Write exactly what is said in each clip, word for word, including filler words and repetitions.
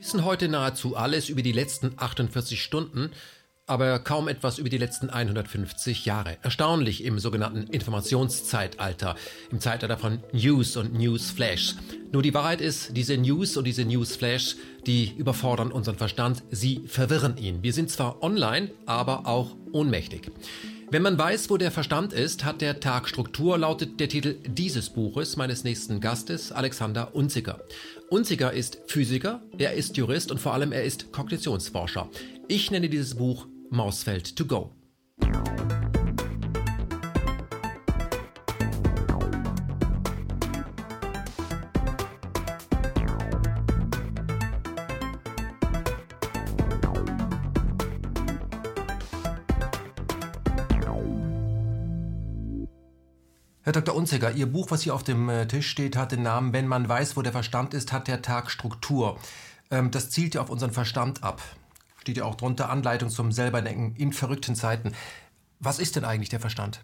wissen heute nahezu alles über die letzten achtundvierzig Stunden, aber kaum etwas über die letzten hundertfünfzig Jahre. Erstaunlich im sogenannten Informationszeitalter, im Zeitalter von News und Newsflash. Nur die Wahrheit ist, diese News und diese Newsflash, die überfordern unseren Verstand, sie verwirren ihn. Wir sind zwar online, aber auch ohnmächtig. Wenn man weiß, wo der Verstand ist, hat der Tag Struktur, lautet der Titel dieses Buches meines nächsten Gastes, Alexander Unziker. Unziker ist Physiker, er ist Jurist und vor allem er ist Kognitionsforscher. Ich nenne dieses Buch Mausfeld to go. Herr Doktor Unziker, Ihr Buch, was hier auf dem Tisch steht, hat den Namen »Wenn man weiß, wo der Verstand ist, hat der Tag Struktur«. Das zielt ja auf unseren Verstand ab. Steht ja auch drunter, Anleitung zum Selberdenken in verrückten Zeiten. Was ist denn eigentlich der Verstand?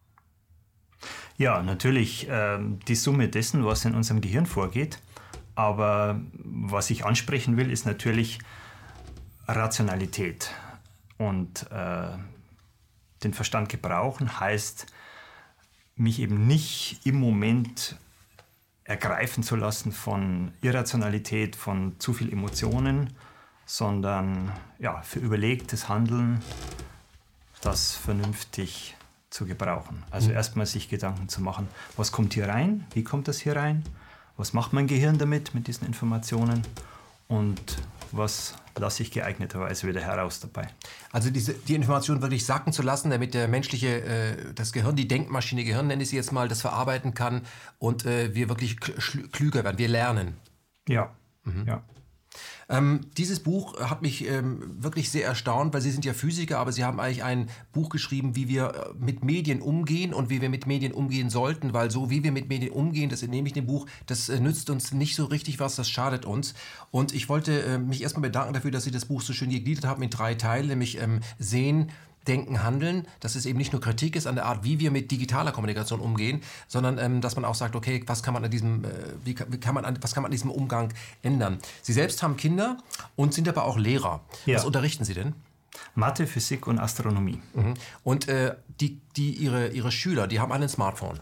Ja, natürlich äh, die Summe dessen, was in unserem Gehirn vorgeht. Aber was ich ansprechen will, ist natürlich Rationalität. Und äh, den Verstand gebrauchen heißt, mich eben nicht im Moment ergreifen zu lassen von Irrationalität, von zu viel Emotionen, sondern ja, für überlegtes Handeln das vernünftig zu gebrauchen. Also mhm. erstmal sich Gedanken zu machen, was kommt hier rein, wie kommt das hier rein, was macht mein Gehirn damit, mit diesen Informationen und was lasse ich geeigneterweise wieder heraus dabei. Also diese, die Information wirklich sacken zu lassen, damit der menschliche, äh, das Gehirn, die Denkmaschine Gehirn, nenne ich sie jetzt mal, das verarbeiten kann und äh, wir wirklich klüger werden, wir lernen. Ja, mhm. ja. Ähm, dieses Buch hat mich ähm, wirklich sehr erstaunt, weil Sie sind ja Physiker, aber Sie haben eigentlich ein Buch geschrieben, wie wir mit Medien umgehen und wie wir mit Medien umgehen sollten, weil so wie wir mit Medien umgehen, das entnehme ich dem Buch, das äh, nützt uns nicht so richtig was, das schadet uns. Und ich wollte äh, mich erstmal bedanken dafür, dass Sie das Buch so schön gegliedert haben in drei Teile, nämlich ähm, Sehen, Denken, Handeln, dass es eben nicht nur Kritik ist an der Art, wie wir mit digitaler Kommunikation umgehen, sondern ähm, dass man auch sagt, okay, was kann man an diesem, äh, wie, wie kann man an, was kann man an diesem Umgang ändern? Sie selbst haben Kinder und sind aber auch Lehrer. Ja. Was unterrichten Sie denn? Mathe, Physik und Astronomie. Mhm. Und äh, die, die, ihre, ihre Schüler, die haben alle ein Smartphone?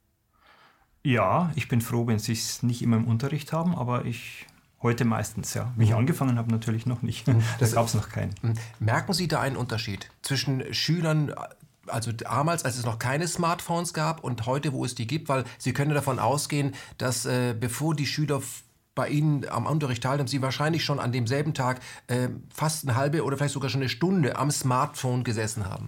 Ja, ich bin froh, wenn sie es nicht immer im Unterricht haben, aber ich... Heute meistens, ja. Wie ich angefangen habe, natürlich noch nicht. Das gab es noch keinen. Merken Sie da einen Unterschied zwischen Schülern, also damals, als es noch keine Smartphones gab und heute, wo es die gibt? Weil Sie können davon ausgehen, dass äh, bevor die Schüler bei Ihnen am Unterricht teilnehmen, Sie wahrscheinlich schon an demselben Tag äh, fast eine halbe oder vielleicht sogar schon eine Stunde am Smartphone gesessen haben.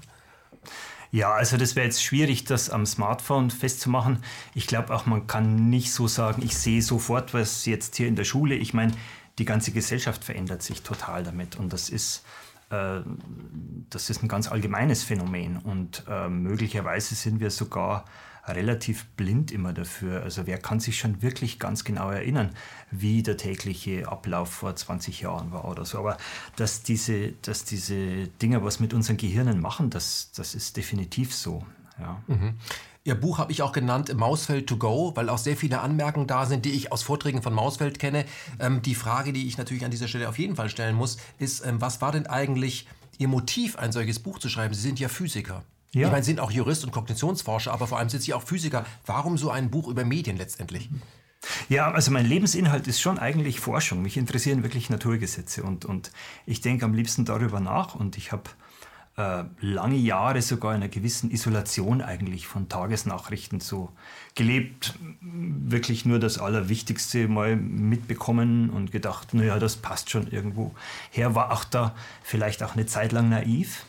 Ja, also das wäre jetzt schwierig, das am Smartphone festzumachen. Ich glaube auch, man kann nicht so sagen, ich sehe sofort was jetzt hier in der Schule. Ich meine, die ganze Gesellschaft verändert sich total damit und das ist, äh, das ist ein ganz allgemeines Phänomen und äh, möglicherweise sind wir sogar relativ blind immer dafür. Also wer kann sich schon wirklich ganz genau erinnern, wie der tägliche Ablauf vor zwanzig Jahren war oder so. Aber dass diese, dass diese Dinge was mit unseren Gehirnen machen, das, das ist definitiv so. Ja. Mhm. Ihr Buch habe ich auch genannt Mausfeld to go, weil auch sehr viele Anmerkungen da sind, die ich aus Vorträgen von Mausfeld kenne. Ähm, die Frage, die ich natürlich an dieser Stelle auf jeden Fall stellen muss, ist, ähm, was war denn eigentlich Ihr Motiv, ein solches Buch zu schreiben? Sie sind ja Physiker. Ja. Ich meine, Sie sind auch Jurist und Kognitionsforscher, aber vor allem sind Sie auch Physiker. Warum so ein Buch über Medien letztendlich? Ja, also mein Lebensinhalt ist schon eigentlich Forschung. Mich interessieren wirklich Naturgesetze und, und ich denke am liebsten darüber nach und ich habe äh, lange Jahre sogar in einer gewissen Isolation eigentlich von Tagesnachrichten so gelebt. Wirklich nur das Allerwichtigste mal mitbekommen und gedacht, naja, das passt schon irgendwo her. War auch da vielleicht auch eine Zeit lang naiv.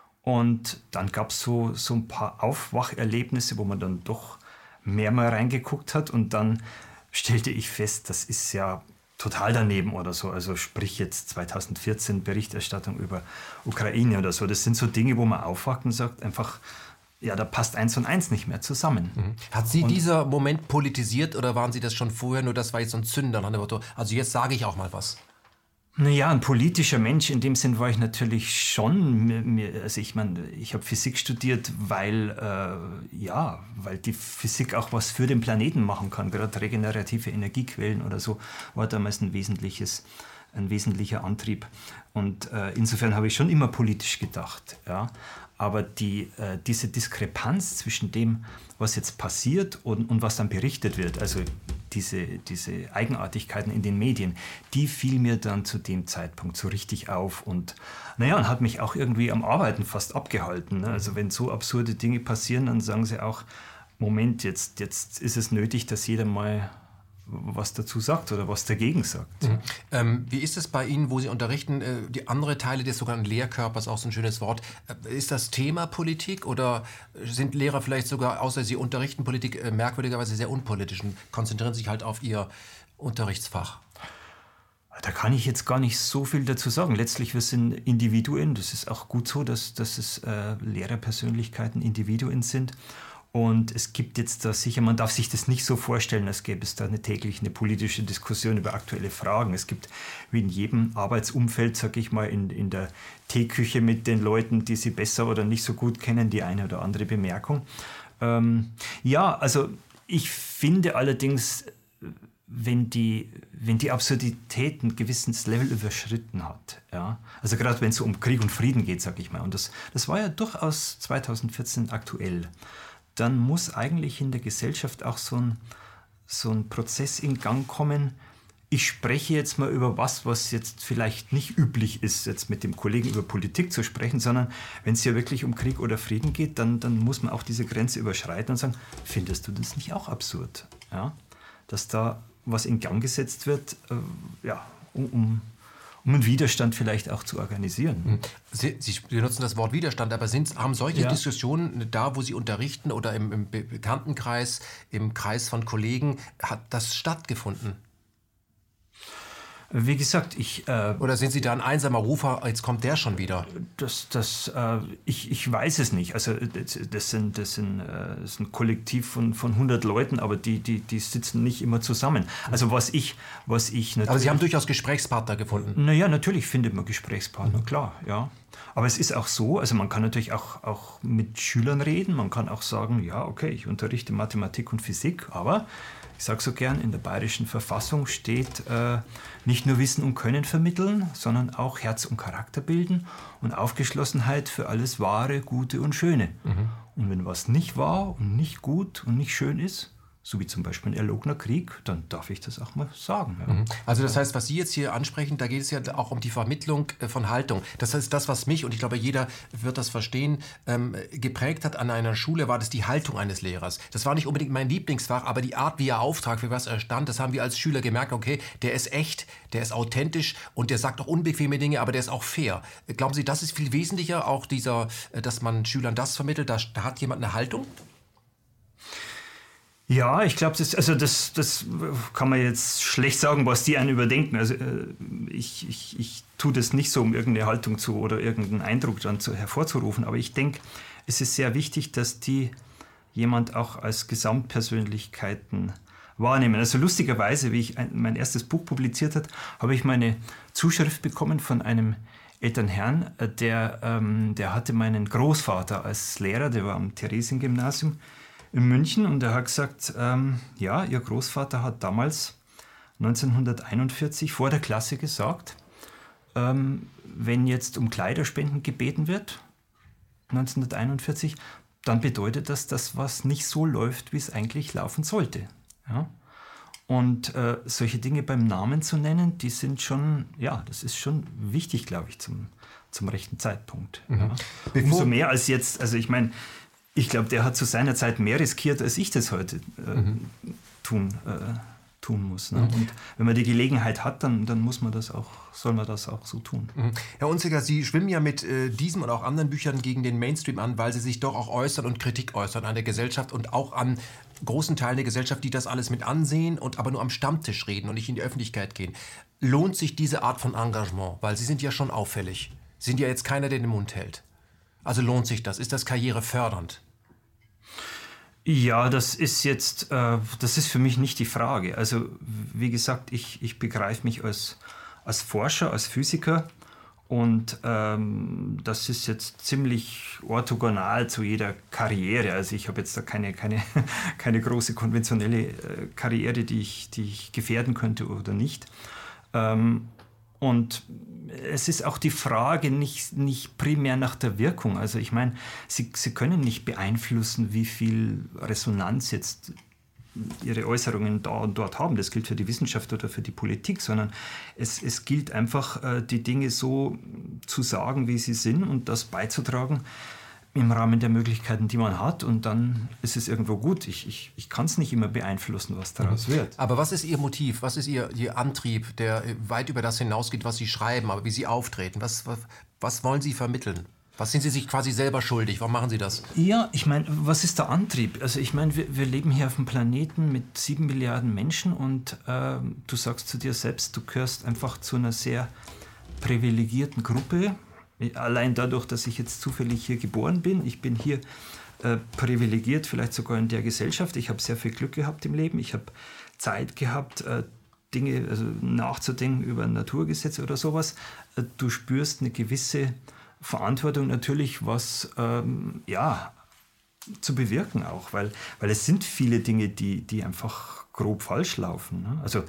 Und dann gab es so, so ein paar Aufwacherlebnisse, wo man dann doch mehr mal reingeguckt hat. Und dann stellte ich fest, das ist ja total daneben oder so. Also sprich jetzt zweitausendvierzehn Berichterstattung über Ukraine oder so. Das sind so Dinge, wo man aufwacht und sagt einfach, ja, da passt eins und eins nicht mehr zusammen. Mhm. Hat Sie und dieser Moment politisiert oder waren Sie das schon vorher? Nur das war jetzt so ein Zünder nach dem Motto, also jetzt sage ich auch mal was. Naja, ein politischer Mensch in dem Sinn war ich natürlich schon. Also ich meine, ich habe Physik studiert, weil, äh, ja, weil die Physik auch was für den Planeten machen kann. Gerade regenerative Energiequellen oder so war damals ein wesentliches ein wesentlicher Antrieb. Und äh, insofern habe ich schon immer politisch gedacht. Ja? Aber die, äh, diese Diskrepanz zwischen dem, was jetzt passiert und, und was dann berichtet wird, also diese, diese Eigenartigkeiten in den Medien, die fiel mir dann zu dem Zeitpunkt so richtig auf und, naja, und hat mich auch irgendwie am Arbeiten fast abgehalten. Ne? Also wenn so absurde Dinge passieren, dann sagen sie auch, Moment, jetzt, jetzt ist es nötig, dass jeder mal was dazu sagt oder was dagegen sagt. Mhm. Ähm, wie ist es bei Ihnen, wo Sie unterrichten, äh, die andere Teile des sogenannten Lehrkörpers, auch so ein schönes Wort, äh, ist das Thema Politik oder sind Lehrer vielleicht sogar, außer sie unterrichten Politik, äh, merkwürdigerweise sehr unpolitisch und konzentrieren sich halt auf ihr Unterrichtsfach? Da kann ich jetzt gar nicht so viel dazu sagen. Letztlich, wir sind Individuen, das ist auch gut so, dass, dass es äh, Lehrerpersönlichkeiten Individuen sind. Und es gibt jetzt da sicher, man darf sich das nicht so vorstellen, als gäbe es da eine täglich eine politische Diskussion über aktuelle Fragen. Es gibt wie in jedem Arbeitsumfeld, sag ich mal, in, in der Teeküche mit den Leuten, die sie besser oder nicht so gut kennen, die eine oder andere Bemerkung. Ähm, ja, also ich finde allerdings, wenn die, wenn die Absurdität ein gewisses Level überschritten hat, ja, also gerade wenn es so um Krieg und Frieden geht, sag ich mal, und das, das war ja durchaus zweitausendvierzehn aktuell, dann muss eigentlich in der Gesellschaft auch so ein, so ein Prozess in Gang kommen. Ich spreche jetzt mal über was, was jetzt vielleicht nicht üblich ist, jetzt mit dem Kollegen über Politik zu sprechen, sondern wenn es ja wirklich um Krieg oder Frieden geht, dann, dann muss man auch diese Grenze überschreiten und sagen, findest du das nicht auch absurd? Ja? Dass da was in Gang gesetzt wird, äh, ja, um, um um einen Widerstand vielleicht auch zu organisieren. Sie, Sie benutzen das Wort Widerstand, aber sind, haben solche ja. Diskussionen da, wo Sie unterrichten oder im, im Bekanntenkreis, im Kreis von Kollegen, hat das stattgefunden? Wie gesagt, ich... Äh, Oder sind Sie da ein einsamer Rufer, jetzt kommt der schon wieder? Das, das, äh, ich, ich weiß es nicht. Also das, das, sind, das, sind, äh, das ist ein Kollektiv von, von hundert Leuten, aber die, die, die sitzen nicht immer zusammen. Also was ich, was ich natürlich... Aber Sie haben durchaus Gesprächspartner gefunden? Naja, natürlich findet man Gesprächspartner, mhm. klar, ja. Aber es ist auch so, also man kann natürlich auch, auch mit Schülern reden, man kann auch sagen, ja, okay, ich unterrichte Mathematik und Physik, aber... Ich sage so gern, in der Bayerischen Verfassung steht äh, nicht nur Wissen und Können vermitteln, sondern auch Herz und Charakter bilden und Aufgeschlossenheit für alles Wahre, Gute und Schöne. Mhm. Und wenn was nicht wahr und nicht gut und nicht schön ist, so wie zum Beispiel ein erlogener Krieg, dann darf ich das auch mal sagen. Ja. Mhm. Also das heißt, was Sie jetzt hier ansprechen, da geht es ja auch um die Vermittlung von Haltung. Das heißt, das, was mich, und ich glaube, jeder wird das verstehen, ähm, geprägt hat an einer Schule, war das die Haltung eines Lehrers. Das war nicht unbedingt mein Lieblingsfach, aber die Art, wie er auftrag, für was er stand, das haben wir als Schüler gemerkt, okay, der ist echt, der ist authentisch und der sagt auch unbequeme Dinge, aber der ist auch fair. Glauben Sie, das ist viel wesentlicher, auch dieser, dass man Schülern das vermittelt, da, da hat jemand eine Haltung? Ja, ich glaube, das, also das, das kann man jetzt schlecht sagen, was die einen überdenken. Also ich, ich, ich tue das nicht so, um irgendeine Haltung zu oder irgendeinen Eindruck dann zu, hervorzurufen. Aber ich denke, es ist sehr wichtig, dass die jemand auch als Gesamtpersönlichkeiten wahrnehmen. Also lustigerweise, wie ich ein, mein erstes Buch publiziert habe, habe ich meine Zuschrift bekommen von einem älteren Herrn, der, ähm, der hatte meinen Großvater als Lehrer, der war am Theresiengymnasium in München, und er hat gesagt, ähm, ja, ihr Großvater hat damals neunzehnhunderteinundvierzig vor der Klasse gesagt, ähm, wenn jetzt um Kleiderspenden gebeten wird, neunzehnhunderteinundvierzig, dann bedeutet das, dass was nicht so läuft, wie es eigentlich laufen sollte. Ja? Und äh, solche Dinge beim Namen zu nennen, die sind schon, ja, das ist schon wichtig, glaube ich, zum, zum rechten Zeitpunkt. Mhm. Ja? Umso mehr als jetzt, also ich meine, ich glaube, der hat zu seiner Zeit mehr riskiert, als ich das heute äh, mhm. tun, äh, tun muss. Ne? Mhm. Und wenn man die Gelegenheit hat, dann, dann muss man das auch, soll man das auch so tun. Mhm. Herr Unziger, Sie schwimmen ja mit äh, diesem und auch anderen Büchern gegen den Mainstream an, weil Sie sich doch auch äußern und Kritik äußern an der Gesellschaft und auch an großen Teilen der Gesellschaft, die das alles mit ansehen und aber nur am Stammtisch reden und nicht in die Öffentlichkeit gehen. Lohnt sich diese Art von Engagement? Weil Sie sind ja schon auffällig. Sie sind ja jetzt keiner, der den Mund hält. Also lohnt sich das? Ist das karrierefördernd? Ja, das ist jetzt, äh, das ist für mich nicht die Frage. Also wie gesagt, ich, ich begreife mich als, als Forscher, als Physiker, und ähm, das ist jetzt ziemlich orthogonal zu jeder Karriere. Also ich habe jetzt da keine, keine, keine große konventionelle äh, Karriere, die ich, die ich gefährden könnte oder nicht. Ähm, Und es ist auch die Frage nicht, nicht primär nach der Wirkung. Also ich meine, Sie, Sie können nicht beeinflussen, wie viel Resonanz jetzt Ihre Äußerungen da und dort haben. Das gilt für die Wissenschaft oder für die Politik, sondern es, es gilt einfach, die Dinge so zu sagen, wie sie sind und das beizutragen im Rahmen der Möglichkeiten, die man hat, und dann ist es irgendwo gut. Ich, ich, ich kann es nicht immer beeinflussen, was daraus mhm. wird. Aber was ist Ihr Motiv? Was ist Ihr, Ihr Antrieb, der weit über das hinausgeht, was Sie schreiben, aber wie Sie auftreten? Was, was, was wollen Sie vermitteln? Was sind Sie sich quasi selber schuldig? Warum machen Sie das? Ja, ich meine, was ist der Antrieb? Also ich meine, wir, wir leben hier auf einem Planeten mit sieben Milliarden Menschen und äh, du sagst zu dir selbst, du gehörst einfach zu einer sehr privilegierten Gruppe. Allein dadurch, dass ich jetzt zufällig hier geboren bin. Ich bin hier äh, privilegiert, vielleicht sogar in der Gesellschaft. Ich habe sehr viel Glück gehabt im Leben. Ich habe Zeit gehabt, äh, Dinge also nachzudenken über Naturgesetze oder sowas. Äh, du spürst eine gewisse Verantwortung natürlich, was ähm, ja, zu bewirken auch. Weil, weil es sind viele Dinge, die, die einfach grob falsch laufen. Ne? Also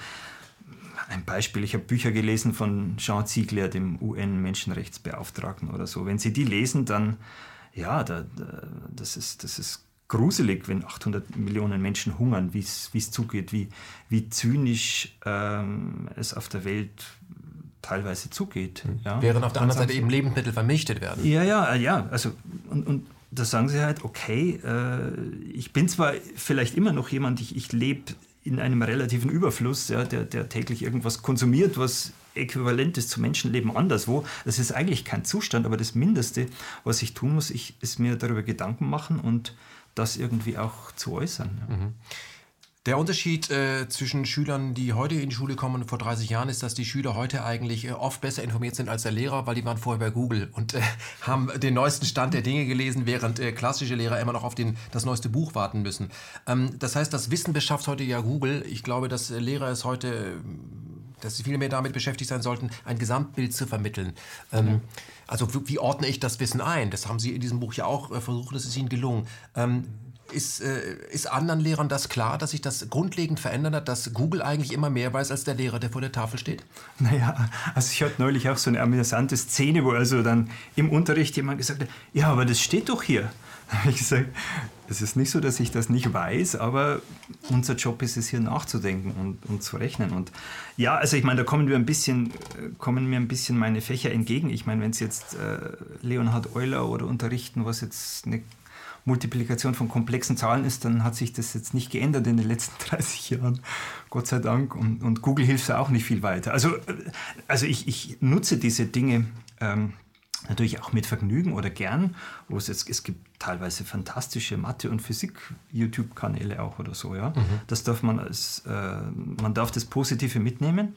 ein Beispiel, ich habe Bücher gelesen von Jean Ziegler, dem U N-Menschenrechtsbeauftragten oder so. Wenn Sie die lesen, dann, ja, da, da, das, ist, das ist gruselig, wenn achthundert Millionen Menschen hungern, wie es zugeht, wie, wie zynisch ähm, es auf der Welt teilweise zugeht. Ja. Während auf der anderen Seite eben Lebensmittel vernichtet werden. Ja, ja, ja. Also, und, und da sagen Sie halt, okay, äh, ich bin zwar vielleicht immer noch jemand, ich, ich lebe in einem relativen Überfluss, ja, der, der täglich irgendwas konsumiert, was äquivalent ist zum Menschenleben anderswo. Das ist eigentlich kein Zustand, aber das Mindeste, was ich tun muss, ich, ist mir darüber Gedanken machen und das irgendwie auch zu äußern. Ja. Mhm. Der Unterschied äh, zwischen Schülern, die heute in die Schule kommen und vor dreißig Jahren, ist, dass die Schüler heute eigentlich äh, oft besser informiert sind als der Lehrer, weil die waren vorher bei Google und äh, haben den neuesten Stand der Dinge gelesen, während äh, klassische Lehrer immer noch auf den, das neueste Buch warten müssen. Ähm, das heißt, das Wissen beschafft heute ja Google. Ich glaube, dass äh, Lehrer es heute, dass sie viel mehr damit beschäftigt sein sollten, ein Gesamtbild zu vermitteln. Ähm, mhm. Also wie, wie ordne ich das Wissen ein? Das haben Sie in diesem Buch ja auch äh, versucht, das ist Ihnen gelungen. Ähm, Ist, äh, ist anderen Lehrern das klar, dass sich das grundlegend verändert hat, dass Google eigentlich immer mehr weiß als der Lehrer, der vor der Tafel steht? Naja, also ich hatte neulich auch so eine amüsante Szene, wo also dann im Unterricht jemand gesagt hat, ja, aber das steht doch hier. Da habe ich gesagt, es ist nicht so, dass ich das nicht weiß, aber unser Job ist es, hier nachzudenken und, und zu rechnen. Und ja, also ich meine, da kommen, wir ein bisschen, kommen mir ein bisschen meine Fächer entgegen. Ich meine, wenn Sie jetzt äh, Leonhard Euler oder unterrichten, was jetzt eine Multiplikation von komplexen Zahlen ist, dann hat sich das jetzt nicht geändert in den letzten dreißig Jahren, Gott sei Dank. Und, und Google hilft ja auch nicht viel weiter. Also, also ich, ich nutze diese Dinge ähm, natürlich auch mit Vergnügen oder gern. Wo es, jetzt, es gibt teilweise fantastische Mathe- und Physik-YouTube-Kanäle auch oder so. Ja? Mhm. Das darf man als, äh, man darf das Positive mitnehmen.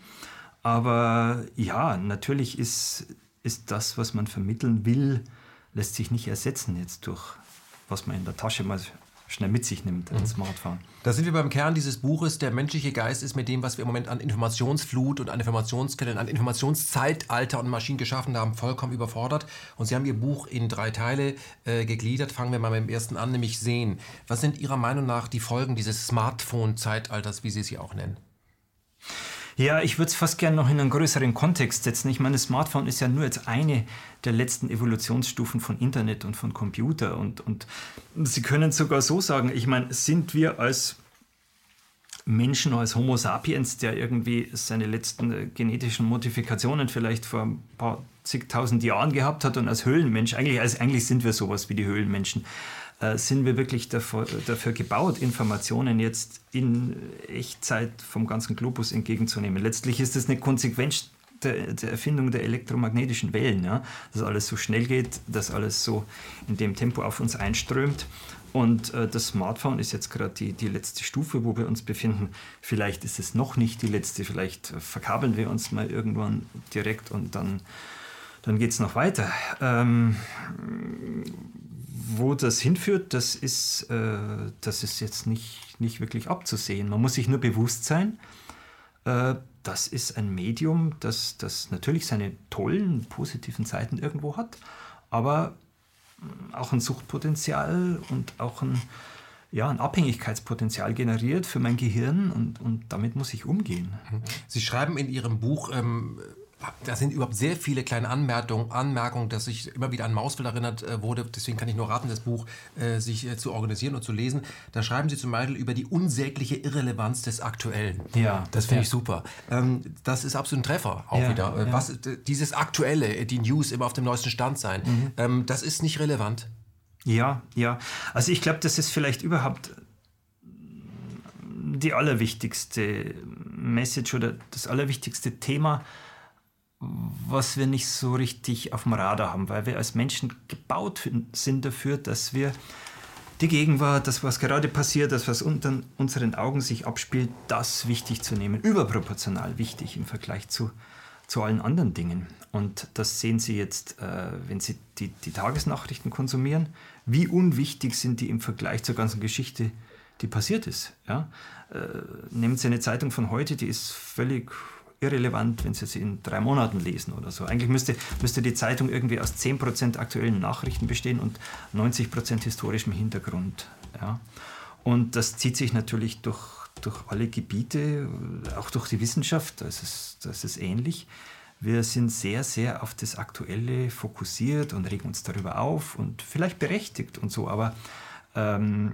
Aber ja, natürlich ist, ist das, was man vermitteln will, lässt sich nicht ersetzen jetzt durch was man in der Tasche mal schnell mit sich nimmt, ein mhm. Smartphone. Da sind wir beim Kern dieses Buches. Der menschliche Geist ist mit dem, was wir im Moment an Informationsflut und an Informationskellen, an Informationszeitalter und Maschinen geschaffen haben, vollkommen überfordert. Und Sie haben Ihr Buch in drei Teile äh, gegliedert. Fangen wir mal mit dem ersten an, nämlich Sehen. Was sind Ihrer Meinung nach die Folgen dieses Smartphone-Zeitalters, wie Sie es hier auch nennen? Ja, ich würde es fast gerne noch in einen größeren Kontext setzen. Ich meine, das Smartphone ist ja nur jetzt eine der letzten Evolutionsstufen von Internet und von Computer. Und, und Sie können sogar so sagen, ich meine, sind wir als Menschen, als Homo sapiens, der irgendwie seine letzten genetischen Modifikationen vielleicht vor ein paar zigtausend Jahren gehabt hat und als Höhlenmensch, eigentlich, also eigentlich sind wir sowas wie die Höhlenmenschen, äh, sind wir wirklich dafür, dafür gebaut, Informationen jetzt in Echtzeit vom ganzen Globus entgegenzunehmen. Letztlich ist das eine Konsequenz der, der Erfindung der elektromagnetischen Wellen, ja? Dass alles so schnell geht, dass alles so in dem Tempo auf uns einströmt. Und äh, das Smartphone ist jetzt gerade die, die letzte Stufe, wo wir uns befinden. Vielleicht ist es noch nicht die letzte, vielleicht verkabeln wir uns mal irgendwann direkt und dann, dann geht es noch weiter. Ähm, wo das hinführt, das ist, äh, das ist jetzt nicht, nicht wirklich abzusehen. Man muss sich nur bewusst sein, äh, das ist ein Medium, das, das natürlich seine tollen, positiven Seiten irgendwo hat, aber auch ein Suchtpotenzial und auch ein, ja, ein Abhängigkeitspotenzial generiert für mein Gehirn und, und damit muss ich umgehen. Sie schreiben in Ihrem Buch, ähm, da sind überhaupt sehr viele kleine Anmerkungen, Anmerkungen, dass ich immer wieder an Mausfeld erinnert äh, wurde. Deswegen kann ich nur raten, das Buch äh, sich äh, zu organisieren und zu lesen. Da schreiben Sie zum Beispiel über die unsägliche Irrelevanz des Aktuellen. Ja. Das finde ja. ich super. Ähm, das ist absolut ein Treffer auch ja, wieder. Ja. Was, dieses Aktuelle, die News immer auf dem neuesten Stand sein, mhm. ähm, das ist nicht relevant. Ja, ja. Also ich glaube, das ist vielleicht überhaupt die allerwichtigste Message oder das allerwichtigste Thema, was wir nicht so richtig auf dem Radar haben, weil wir als Menschen gebaut sind dafür, dass wir die Gegenwart, das, was gerade passiert, das, was unter unseren Augen sich abspielt, das wichtig zu nehmen, überproportional wichtig im Vergleich zu, zu allen anderen Dingen. Und das sehen Sie jetzt, äh, wenn Sie die, die Tagesnachrichten konsumieren, wie unwichtig sind die im Vergleich zur ganzen Geschichte, die passiert ist. Ja? Äh, nehmen Sie eine Zeitung von heute, die ist völlig irrelevant, wenn Sie sie in drei Monaten lesen oder so. Eigentlich müsste, müsste die Zeitung irgendwie aus zehn Prozent aktuellen Nachrichten bestehen und neunzig Prozent historischem Hintergrund. Ja? Und das zieht sich natürlich durch, durch alle Gebiete, auch durch die Wissenschaft, das ist, das ist ähnlich. Wir sind sehr, sehr auf das Aktuelle fokussiert und regen uns darüber auf und vielleicht berechtigt und so, aber ähm,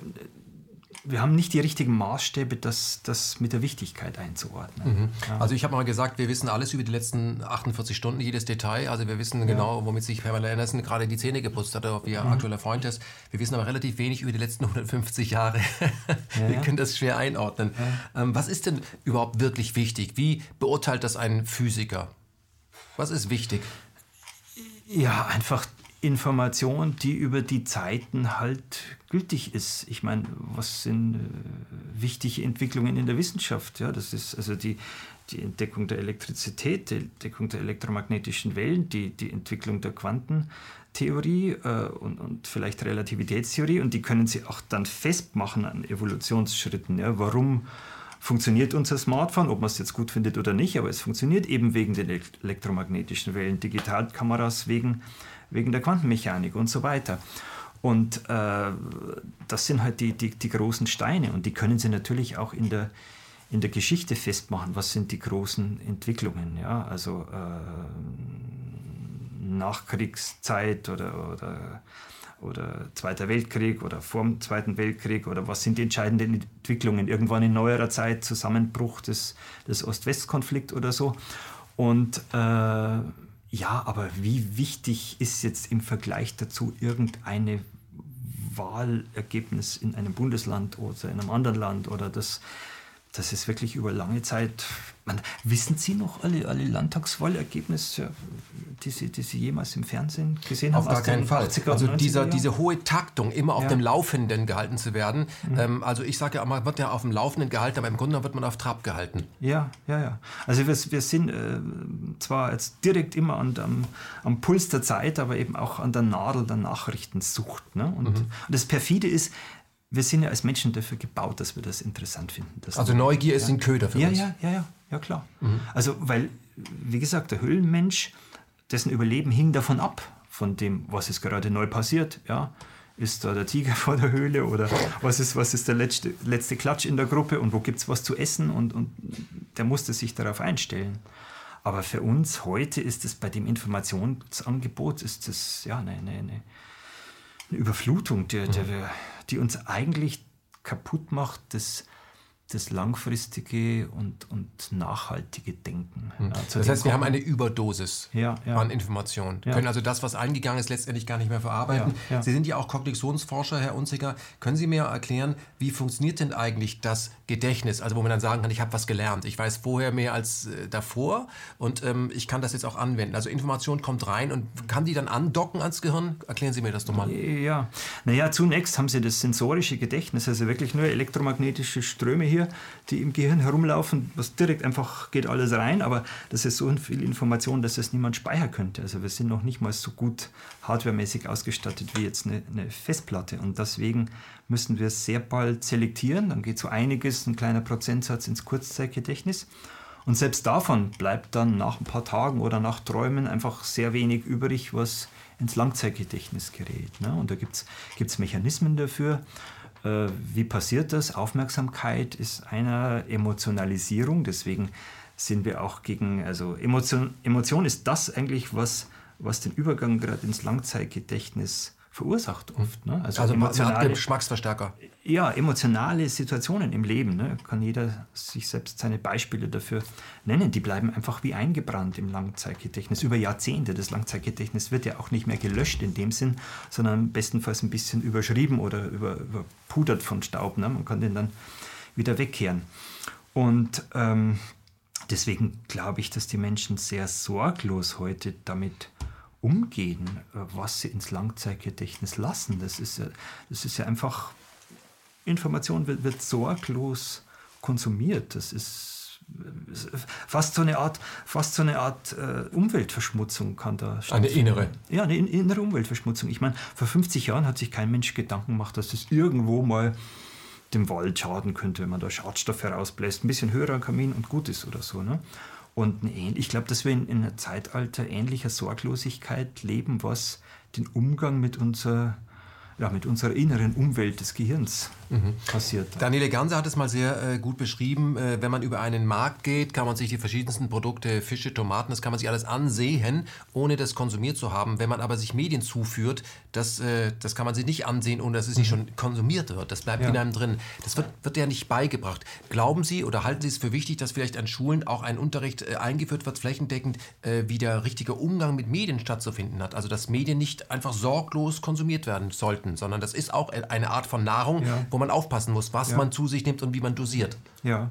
wir haben nicht die richtigen Maßstäbe, das, das mit der Wichtigkeit einzuordnen. Mhm. Ja. Also ich habe mal gesagt, wir wissen alles über die letzten achtundvierzig Stunden, jedes Detail. Also wir wissen ja. genau, womit sich Pamela Anderson gerade die Zähne geputzt hat, oder wie ihr mhm. aktueller Freund ist. Wir wissen aber relativ wenig über die letzten hundertfünfzig Jahre. Ja, wir ja. können das schwer einordnen. Ja. Ähm, was ist denn überhaupt wirklich wichtig? Wie beurteilt das ein Physiker? Was ist wichtig? Ja, einfach Information, die über die Zeiten halt gültig ist. Ich meine, was sind äh, wichtige Entwicklungen in der Wissenschaft? Ja, das ist also die, die Entdeckung der Elektrizität, die Entdeckung der elektromagnetischen Wellen, die, die Entwicklung der Quantentheorie äh, und, und vielleicht Relativitätstheorie. Und die können Sie auch dann festmachen an Evolutionsschritten. Ja, warum funktioniert unser Smartphone, ob man es jetzt gut findet oder nicht, aber es funktioniert eben wegen den elektromagnetischen Wellen, Digitalkameras wegen wegen der Quantenmechanik und so weiter. Und äh, das sind halt die, die, die großen Steine und die können Sie natürlich auch in der, in der Geschichte festmachen. Was sind die großen Entwicklungen? Ja? Also äh, Nachkriegszeit oder, oder, oder Zweiter Weltkrieg oder vor dem Zweiten Weltkrieg oder was sind die entscheidenden Entwicklungen? Irgendwann in neuerer Zeit Zusammenbruch des, des Ost-West-Konflikts oder so. Und äh, ja, aber wie wichtig ist jetzt im Vergleich dazu irgendeine Wahlergebnis in einem Bundesland oder in einem anderen Land oder das, das ist wirklich über lange Zeit. Man, wissen Sie noch alle, alle Landtagswahlergebnisse, die Sie, die Sie jemals im Fernsehen gesehen haben? Auf gar keinen Fall. Also dieser, Jahren? diese hohe Taktung, immer auf ja. dem Laufenden gehalten zu werden. Mhm. Ähm, also ich sage ja, man wird ja auf dem Laufenden gehalten, aber im Grunde wird man auf Trab gehalten. Ja, ja, ja. Also wir, wir sind äh, zwar jetzt direkt immer an, am, am Puls der Zeit, aber eben auch an der Nadel der Nachrichtensucht. Ne? Und, mhm. und das Perfide ist, wir sind ja als Menschen dafür gebaut, dass wir das interessant finden. Also Neugier ist ja. ein Köder für ja, uns. Ja, ja, ja, ja, klar. Mhm. Also, weil, wie gesagt, der Höhlenmensch, dessen Überleben hing davon ab, von dem, was ist gerade neu passiert. Ja? Ist da der Tiger vor der Höhle oder was ist, was ist der letzte, letzte Klatsch in der Gruppe und wo gibt es was zu essen? Und, und der musste sich darauf einstellen. Aber für uns heute ist es bei dem Informationsangebot ist das, ja, eine, eine, eine Überflutung, die, die, die uns eigentlich kaputt macht, das, das langfristige und, und nachhaltige Denken. Hm. Ja, das heißt, wir haben eine Überdosis ja, ja. an Informationen. Wir ja. können also das, was eingegangen ist, letztendlich gar nicht mehr verarbeiten. Ja, ja. Sie sind ja auch Kognitionsforscher, Herr Unziger. Können Sie mir erklären, wie funktioniert denn eigentlich das Gedächtnis? Also wo man dann sagen kann, ich habe was gelernt. Ich weiß vorher mehr als äh, davor und ähm, ich kann das jetzt auch anwenden. Also Information kommt rein und kann die dann andocken ans Gehirn? Erklären Sie mir das doch mal. Ja, naja, zunächst haben Sie das sensorische Gedächtnis, also wirklich nur elektromagnetische Ströme hier, die im Gehirn herumlaufen, was direkt einfach geht alles rein, aber das ist so viel Information, dass das niemand speichern könnte. Also wir sind noch nicht mal so gut hardwaremäßig ausgestattet wie jetzt eine, eine Festplatte und deswegen müssen wir sehr bald selektieren, dann geht so einiges, ein kleiner Prozentsatz ins Kurzzeitgedächtnis und selbst davon bleibt dann nach ein paar Tagen oder nach Träumen einfach sehr wenig übrig, was ins Langzeitgedächtnis gerät. Ne? Und da gibt es Mechanismen dafür. Wie passiert das? Aufmerksamkeit ist einer Emotionalisierung, deswegen sind wir auch gegen, also Emotion, Emotion ist das eigentlich, was, was den Übergang gerade ins Langzeitgedächtnis verursacht oft. Ne? Also, also emotionale Geschmacksverstärker. Ja, emotionale Situationen im Leben. Ne? Kann jeder sich selbst seine Beispiele dafür nennen. Die bleiben einfach wie eingebrannt im Langzeitgedächtnis. Über Jahrzehnte. Das Langzeitgedächtnis wird ja auch nicht mehr gelöscht in dem Sinn, sondern bestenfalls ein bisschen überschrieben oder über, überpudert von Staub. Ne? Man kann den dann wieder wegkehren. Und ähm, deswegen glaube ich, dass die Menschen sehr sorglos heute damit umgehen, was sie ins Langzeitgedächtnis lassen. Das ist ja, das ist ja einfach, Information wird, wird sorglos konsumiert. Das ist fast so eine Art, fast so eine Art äh, Umweltverschmutzung kann da stattfinden. Eine innere? Ja, eine innere Umweltverschmutzung. Ich meine, vor fünfzig Jahren hat sich kein Mensch Gedanken gemacht, dass das irgendwo mal dem Wald schaden könnte, wenn man da Schadstoffe herausbläst. Ein bisschen höherer Kamin und gut ist oder so, ne? Und ich glaube, dass wir in, in einem Zeitalter ähnlicher Sorglosigkeit leben, was den Umgang mit, unser, ja, mit unserer inneren Umwelt des Gehirns mhm. passiert. Daniele Ganser hat es mal sehr äh, gut beschrieben. Äh, wenn man über einen Markt geht, kann man sich die verschiedensten Produkte, Fische, Tomaten, das kann man sich alles ansehen, ohne das konsumiert zu haben. Wenn man aber sich Medien zuführt, das, äh, das kann man sich nicht ansehen, ohne dass es nicht schon konsumiert wird. Das bleibt ja in einem drin. Das wird, wird ja nicht beigebracht. Glauben Sie oder halten Sie es für wichtig, dass vielleicht an Schulen auch ein Unterricht äh, eingeführt wird, flächendeckend, äh, wie der richtige Umgang mit Medien stattzufinden hat? Also dass Medien nicht einfach sorglos konsumiert werden sollten, sondern das ist auch eine Art von Nahrung, ja. wo man aufpassen muss, was ja. man zu sich nimmt und wie man dosiert. Ja.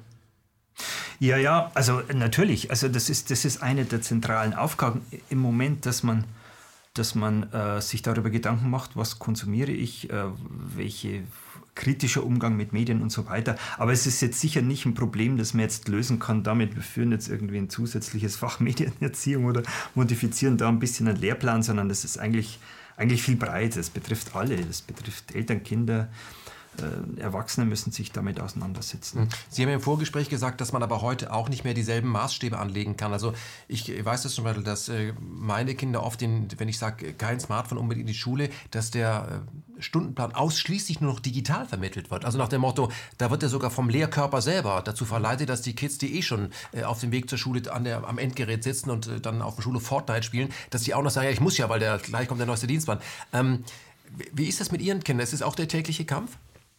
Ja, ja, also natürlich. Also das ist, das ist eine der zentralen Aufgaben im Moment, dass man, dass man äh, sich darüber Gedanken macht, was konsumiere ich, äh, welche kritischer Umgang mit Medien und so weiter. Aber es ist jetzt sicher nicht ein Problem, das man jetzt lösen kann damit, wir führen jetzt irgendwie ein zusätzliches Fach Medienerziehung oder modifizieren da ein bisschen einen Lehrplan, sondern das ist eigentlich, eigentlich viel breiter. Das betrifft alle. Das betrifft Eltern, Kinder, Erwachsene müssen sich damit auseinandersetzen. Sie haben ja im Vorgespräch gesagt, dass man aber heute auch nicht mehr dieselben Maßstäbe anlegen kann. Also ich weiß das zum Beispiel, dass meine Kinder oft, in, wenn ich sage, kein Smartphone unbedingt in die Schule, dass der Stundenplan ausschließlich nur noch digital vermittelt wird. Also nach dem Motto, da wird er sogar vom Lehrkörper selber dazu verleitet, dass die Kids, die eh schon auf dem Weg zur Schule an der, am Endgerät sitzen und dann auf der Schule Fortnite spielen, dass die auch noch sagen, ja, ich muss ja, weil der, gleich kommt der neueste Dienstplan. Ähm, wie ist das mit Ihren Kindern? Ist es auch der tägliche Kampf?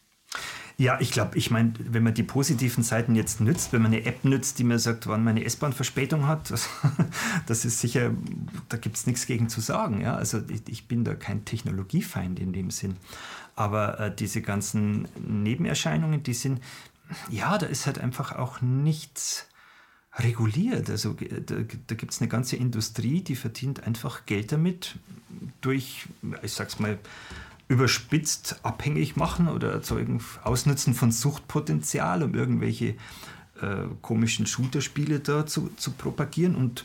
Ja, ich glaube, ich meine, wenn man die positiven Seiten jetzt nützt, wenn man eine App nützt, die mir sagt, wann meine S-Bahn-Verspätung hat, das, das ist sicher, da gibt es nichts gegen zu sagen. Ja? Also ich, ich bin da kein Technologiefeind in dem Sinn. Aber äh, diese ganzen Nebenerscheinungen, die sind, ja, da ist halt einfach auch nichts reguliert. Also da, da gibt es eine ganze Industrie, die verdient einfach Geld damit durch, ich sag's mal, überspitzt abhängig machen oder erzeugen, Ausnutzen von Suchtpotenzial, um irgendwelche äh, komischen Shooter-Spiele da zu, zu propagieren. Und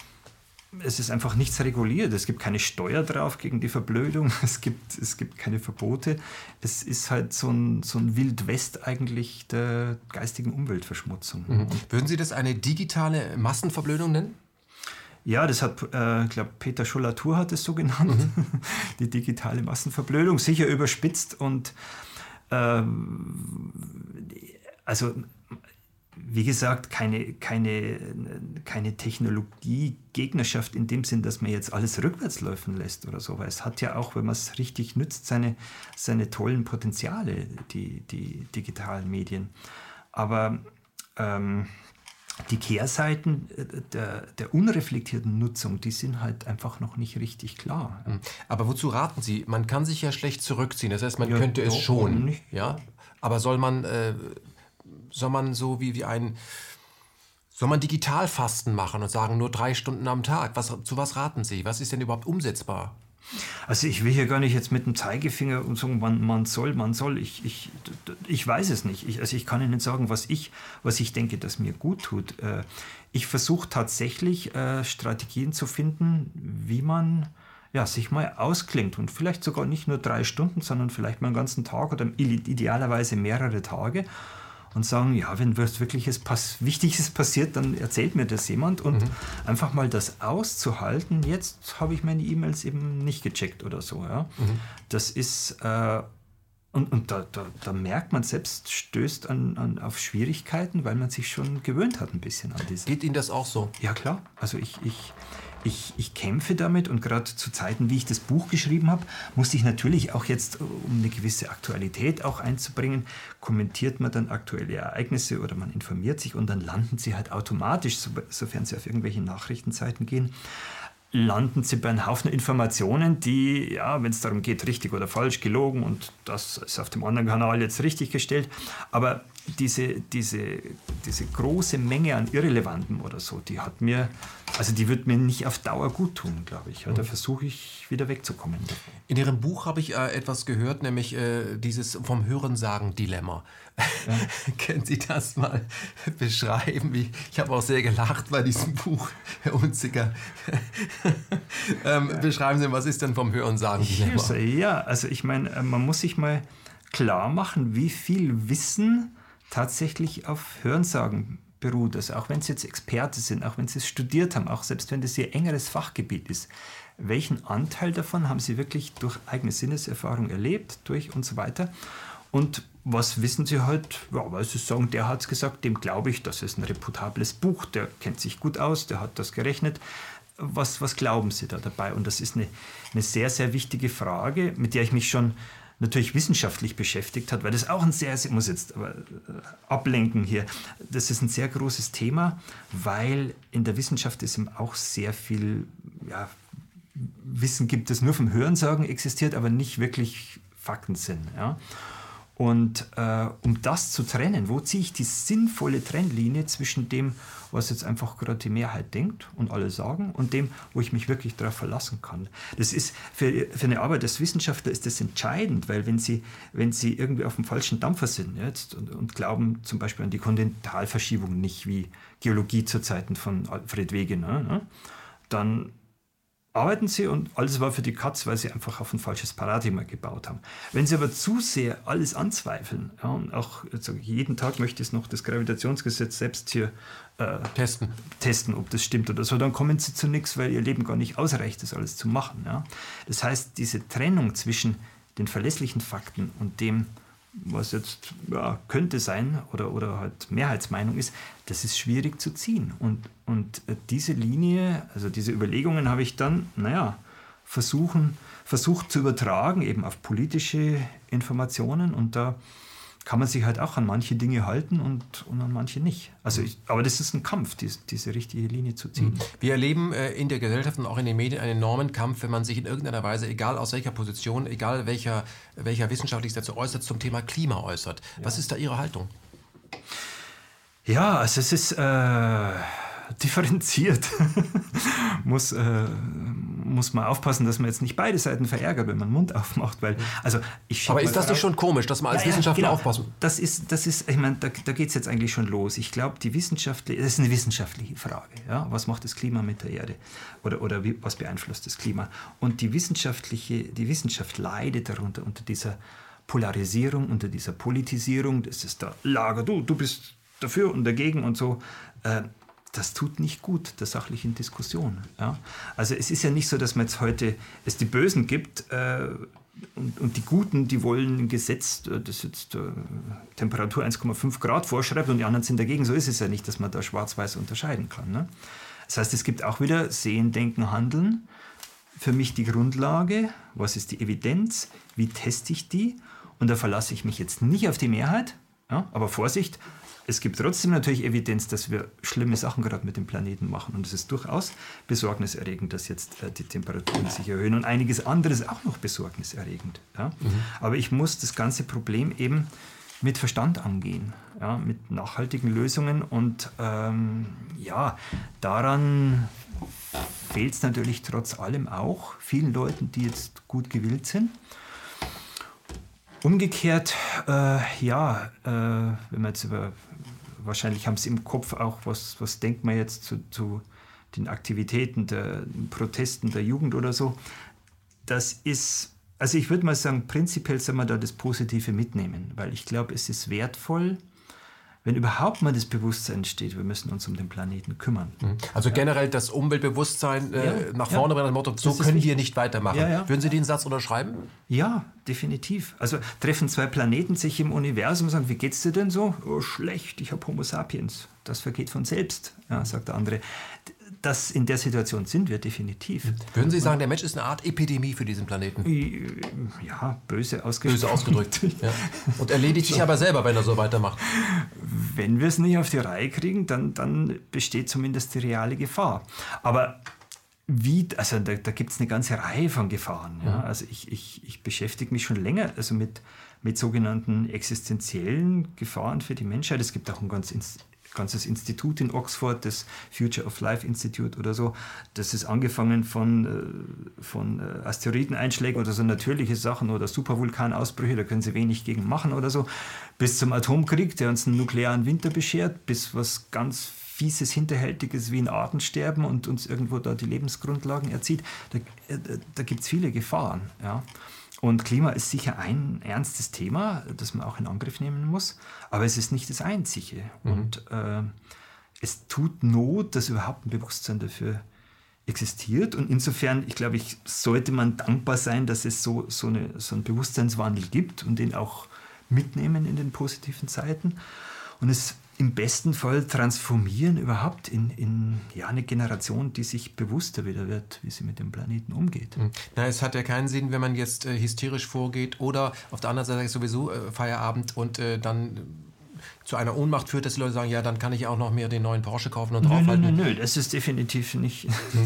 es ist einfach nichts reguliert. Es gibt keine Steuer drauf gegen die Verblödung. Es gibt, es gibt keine Verbote. Es ist halt so ein, so ein Wild-West eigentlich der geistigen Umweltverschmutzung. Mhm. Würden Sie das eine digitale Massenverblödung nennen? Ja, das hat, äh, ich glaube, Peter Schollatur hat es so genannt, mhm. die digitale Massenverblödung, sicher überspitzt und ähm, also wie gesagt, keine, keine, keine Technologiegegnerschaft in dem Sinn, dass man jetzt alles rückwärts laufen lässt oder so, weil es hat ja auch, wenn man es richtig nützt, seine, seine tollen Potenziale, die, die digitalen Medien. Aber ähm, die Kehrseiten der, der unreflektierten Nutzung, die sind halt einfach noch nicht richtig klar. Aber wozu raten Sie? Man kann sich ja schlecht zurückziehen, das heißt, man ja, könnte es schon. Nicht. Ja? Aber soll man, äh, soll man so wie, wie ein, soll man Digitalfasten machen und sagen, nur drei Stunden am Tag? Was, zu was raten Sie? Was ist denn überhaupt umsetzbar? Also ich will hier gar nicht jetzt mit dem Zeigefinger und sagen, man, man soll, man soll. Ich, ich, ich weiß es nicht. Ich, also ich kann Ihnen sagen, was ich, was ich denke, dass mir gut tut. Ich versuche tatsächlich Strategien zu finden, wie man ja, sich mal ausklingt und vielleicht sogar nicht nur drei Stunden, sondern vielleicht mal einen ganzen Tag oder idealerweise mehrere Tage. Und sagen, ja, wenn was Wirkliches, Wichtiges passiert, dann erzählt mir das jemand. Und mhm. einfach mal das auszuhalten, jetzt habe ich meine E-Mails eben nicht gecheckt oder so. Ja. Mhm. Das ist, äh, Und, und da, da, da merkt man selbst, stößt an, an, auf Schwierigkeiten, weil man sich schon gewöhnt hat ein bisschen an diese. Geht Ihnen das auch so? Ja klar, also ich, ich, ich, ich kämpfe damit und gerade zu Zeiten, wie ich das Buch geschrieben habe, musste ich natürlich auch jetzt, um eine gewisse Aktualität auch einzubringen, kommentiert man dann aktuelle Ereignisse oder man informiert sich und dann landen sie halt automatisch, so, sofern sie auf irgendwelche Nachrichtenseiten gehen, landen sie bei einem Haufen Informationen, die, ja, wenn es darum geht, richtig oder falsch, gelogen und das ist auf dem anderen Kanal jetzt richtig gestellt, aber diese, diese, diese große Menge an Irrelevantem oder so, die hat mir, also die wird mir nicht auf Dauer gut tun, glaube ich. Ja, da versuche ich wieder wegzukommen davon. In Ihrem Buch habe ich äh, etwas gehört, nämlich äh, dieses vom Hörensagen-Dilemma. Ja. Können Sie das mal beschreiben? Wie, ich habe auch sehr gelacht bei diesem Buch, Herr Unziger. ähm, beschreiben Sie, was ist denn vom Hörensagen-Dilemma? Ja, also ich meine, man muss sich mal klar machen, wie viel Wissen tatsächlich auf Hörensagen beruht. Also auch wenn Sie jetzt Experte sind, auch wenn Sie es studiert haben, auch selbst wenn das Ihr engeres Fachgebiet ist, welchen Anteil davon haben Sie wirklich durch eigene Sinneserfahrung erlebt, durch und so weiter? Und was wissen Sie halt, ja, weil Sie sagen, der hat es gesagt, dem glaube ich, das ist ein reputables Buch, der kennt sich gut aus, der hat das gerechnet. Was, was glauben Sie da dabei? Und das ist eine, eine sehr, sehr wichtige Frage, mit der ich mich schon natürlich wissenschaftlich beschäftigt hat, weil das auch ein sehr, ich muss jetzt aber ablenken hier, das ist ein sehr großes Thema, weil in der Wissenschaft es eben auch sehr viel ja, Wissen gibt, das nur vom Hörensagen existiert, aber nicht wirklich Fakten sind. Ja? Und äh, um das zu trennen, wo ziehe ich die sinnvolle Trennlinie zwischen dem, was jetzt einfach gerade die Mehrheit denkt und alle sagen, und dem, wo ich mich wirklich darauf verlassen kann. Das ist für, für eine Arbeit als Wissenschaftler ist das entscheidend, weil wenn Sie, wenn Sie irgendwie auf dem falschen Dampfer sind jetzt und, und glauben zum Beispiel an die Kontinentalverschiebung nicht, wie Geologie zu Zeiten von Alfred Wegener, ne, dann arbeiten Sie und alles war für die Katz, weil Sie einfach auf ein falsches Paradigma gebaut haben. Wenn Sie aber zu sehr alles anzweifeln, ja, und auch also jeden Tag möchte ich noch das Gravitationsgesetz selbst hier äh, testen. testen, ob das stimmt oder so, dann kommen Sie zu nichts, weil Ihr Leben gar nicht ausreicht, das alles zu machen. Ja. Das heißt, diese Trennung zwischen den verlässlichen Fakten und dem, was jetzt ja, könnte sein oder, oder halt Mehrheitsmeinung ist, das ist schwierig zu ziehen. Und, und diese Linie, also diese Überlegungen habe ich dann, naja, versuchen, versucht zu übertragen, eben auf politische Informationen. Und da kann man sich halt auch an manche Dinge halten und, und an manche nicht. Also ich, aber das ist ein Kampf, diese, diese richtige Linie zu ziehen. Wir erleben äh, in der Gesellschaft und auch in den Medien einen enormen Kampf, wenn man sich in irgendeiner Weise, egal aus welcher Position, egal welcher, welcher wissenschaftlich dazu äußert, zum Thema Klima äußert. Ja. Was ist da Ihre Haltung? Ja, also es ist äh, differenziert. muss, äh, muss man aufpassen, dass man jetzt nicht beide Seiten verärgert, wenn man den Mund aufmacht. Weil, also ich Aber ist das nicht schon komisch, dass man als ja, Wissenschaftler ja, genau. aufpassen muss? Das ist, das ist, ich meine, da, da geht es jetzt eigentlich schon los. Ich glaube, die wissenschaftliche, das ist eine wissenschaftliche Frage. Ja? Was macht das Klima mit der Erde? Oder, oder wie, was beeinflusst das Klima? Und die wissenschaftliche, die Wissenschaft leidet darunter, unter dieser Polarisierung, unter dieser Politisierung. Das ist der Lager, du, du bist dafür und dagegen und so. Äh, Das tut nicht gut der sachlichen Diskussion. Ja? Also es ist ja nicht so, dass man jetzt heute es die Bösen gibt äh, und, und die Guten, die wollen ein Gesetz, das jetzt äh, Temperatur eins Komma fünf Grad vorschreibt und die anderen sind dagegen. So ist es ja nicht, dass man da schwarz-weiß unterscheiden kann. Ne? Das heißt, es gibt auch wieder Sehen, Denken, Handeln. Für mich die Grundlage, was ist die Evidenz, wie teste ich die? Und da verlasse ich mich jetzt nicht auf die Mehrheit, ja? Aber Vorsicht, es gibt trotzdem natürlich Evidenz, dass wir schlimme Sachen gerade mit dem Planeten machen. Und es ist durchaus besorgniserregend, dass jetzt äh, die Temperaturen sich erhöhen. Und einiges anderes auch noch besorgniserregend. Ja? Mhm. Aber ich muss das ganze Problem eben mit Verstand angehen. Ja? Mit nachhaltigen Lösungen. Und ähm, ja, daran fehlt es natürlich trotz allem auch vielen Leuten, die jetzt gut gewillt sind. Umgekehrt, äh, ja, äh, wenn man jetzt über, wahrscheinlich haben Sie im Kopf auch, was, was denkt man jetzt zu, zu den Aktivitäten, der den Protesten der Jugend oder so. Das ist, also ich würde mal sagen, prinzipiell soll man da das Positive mitnehmen, weil ich glaube, es ist wertvoll, wenn überhaupt mal das Bewusstsein entsteht, wir müssen uns um den Planeten kümmern. Also generell das Umweltbewusstsein äh, Ja, nach ja. vorne bringen, das Motto, so Das ist können wichtig. wir nicht weitermachen. Ja, ja. Würden Sie den Satz unterschreiben? Ja, definitiv. Also treffen zwei Planeten sich im Universum und sagen, wie geht's dir denn so? Oh, schlecht, ich habe Homo sapiens. Das vergeht von selbst, ja, sagt der andere. Das, in der Situation sind wir definitiv. Würden Sie sagen, der Mensch ist eine Art Epidemie für diesen Planeten? Ja, böse ausgedrückt. Böse ausgedrückt. Ja. Und erledigt sich aber selber, wenn er so weitermacht. Wenn wir es nicht auf die Reihe kriegen, dann, dann besteht zumindest die reale Gefahr. Aber wie, also da, da gibt es eine ganze Reihe von Gefahren. Ja? Also ich, ich, ich beschäftige mich schon länger also mit, mit sogenannten existenziellen Gefahren für die Menschheit. Es gibt auch ein ganz ganzes Institut in Oxford, das Future of Life Institute oder so. Das ist angefangen von, von Asteroideneinschlägen oder so natürliche Sachen oder Supervulkanausbrüche, da können sie wenig gegen machen oder so, bis zum Atomkrieg, der uns einen nuklearen Winter beschert, bis was ganz Fieses, Hinterhältiges wie ein Artensterben und uns irgendwo da die Lebensgrundlagen erzieht. Da, da gibt es viele Gefahren. Ja. Und Klima ist sicher ein ernstes Thema, das man auch in Angriff nehmen muss, aber es ist nicht das einzige. Mhm. Und äh, es tut Not, dass überhaupt ein Bewusstsein dafür existiert. Und insofern, ich glaube, ich sollte man dankbar sein, dass es so, so, eine, so einen Bewusstseinswandel gibt und den auch mitnehmen in den positiven Zeiten. Und es im besten Fall transformieren überhaupt in, in ja, eine Generation, die sich bewusster wieder wird, wie sie mit dem Planeten umgeht. Na, es hat ja keinen Sinn, wenn man jetzt äh, hysterisch vorgeht oder auf der anderen Seite ist sowieso äh, Feierabend und äh, dann zu einer Ohnmacht führt, dass die Leute sagen, ja, dann kann ich auch noch mehr den neuen Porsche kaufen und draufhalten. Nö, nö, nö, das ist definitiv nicht.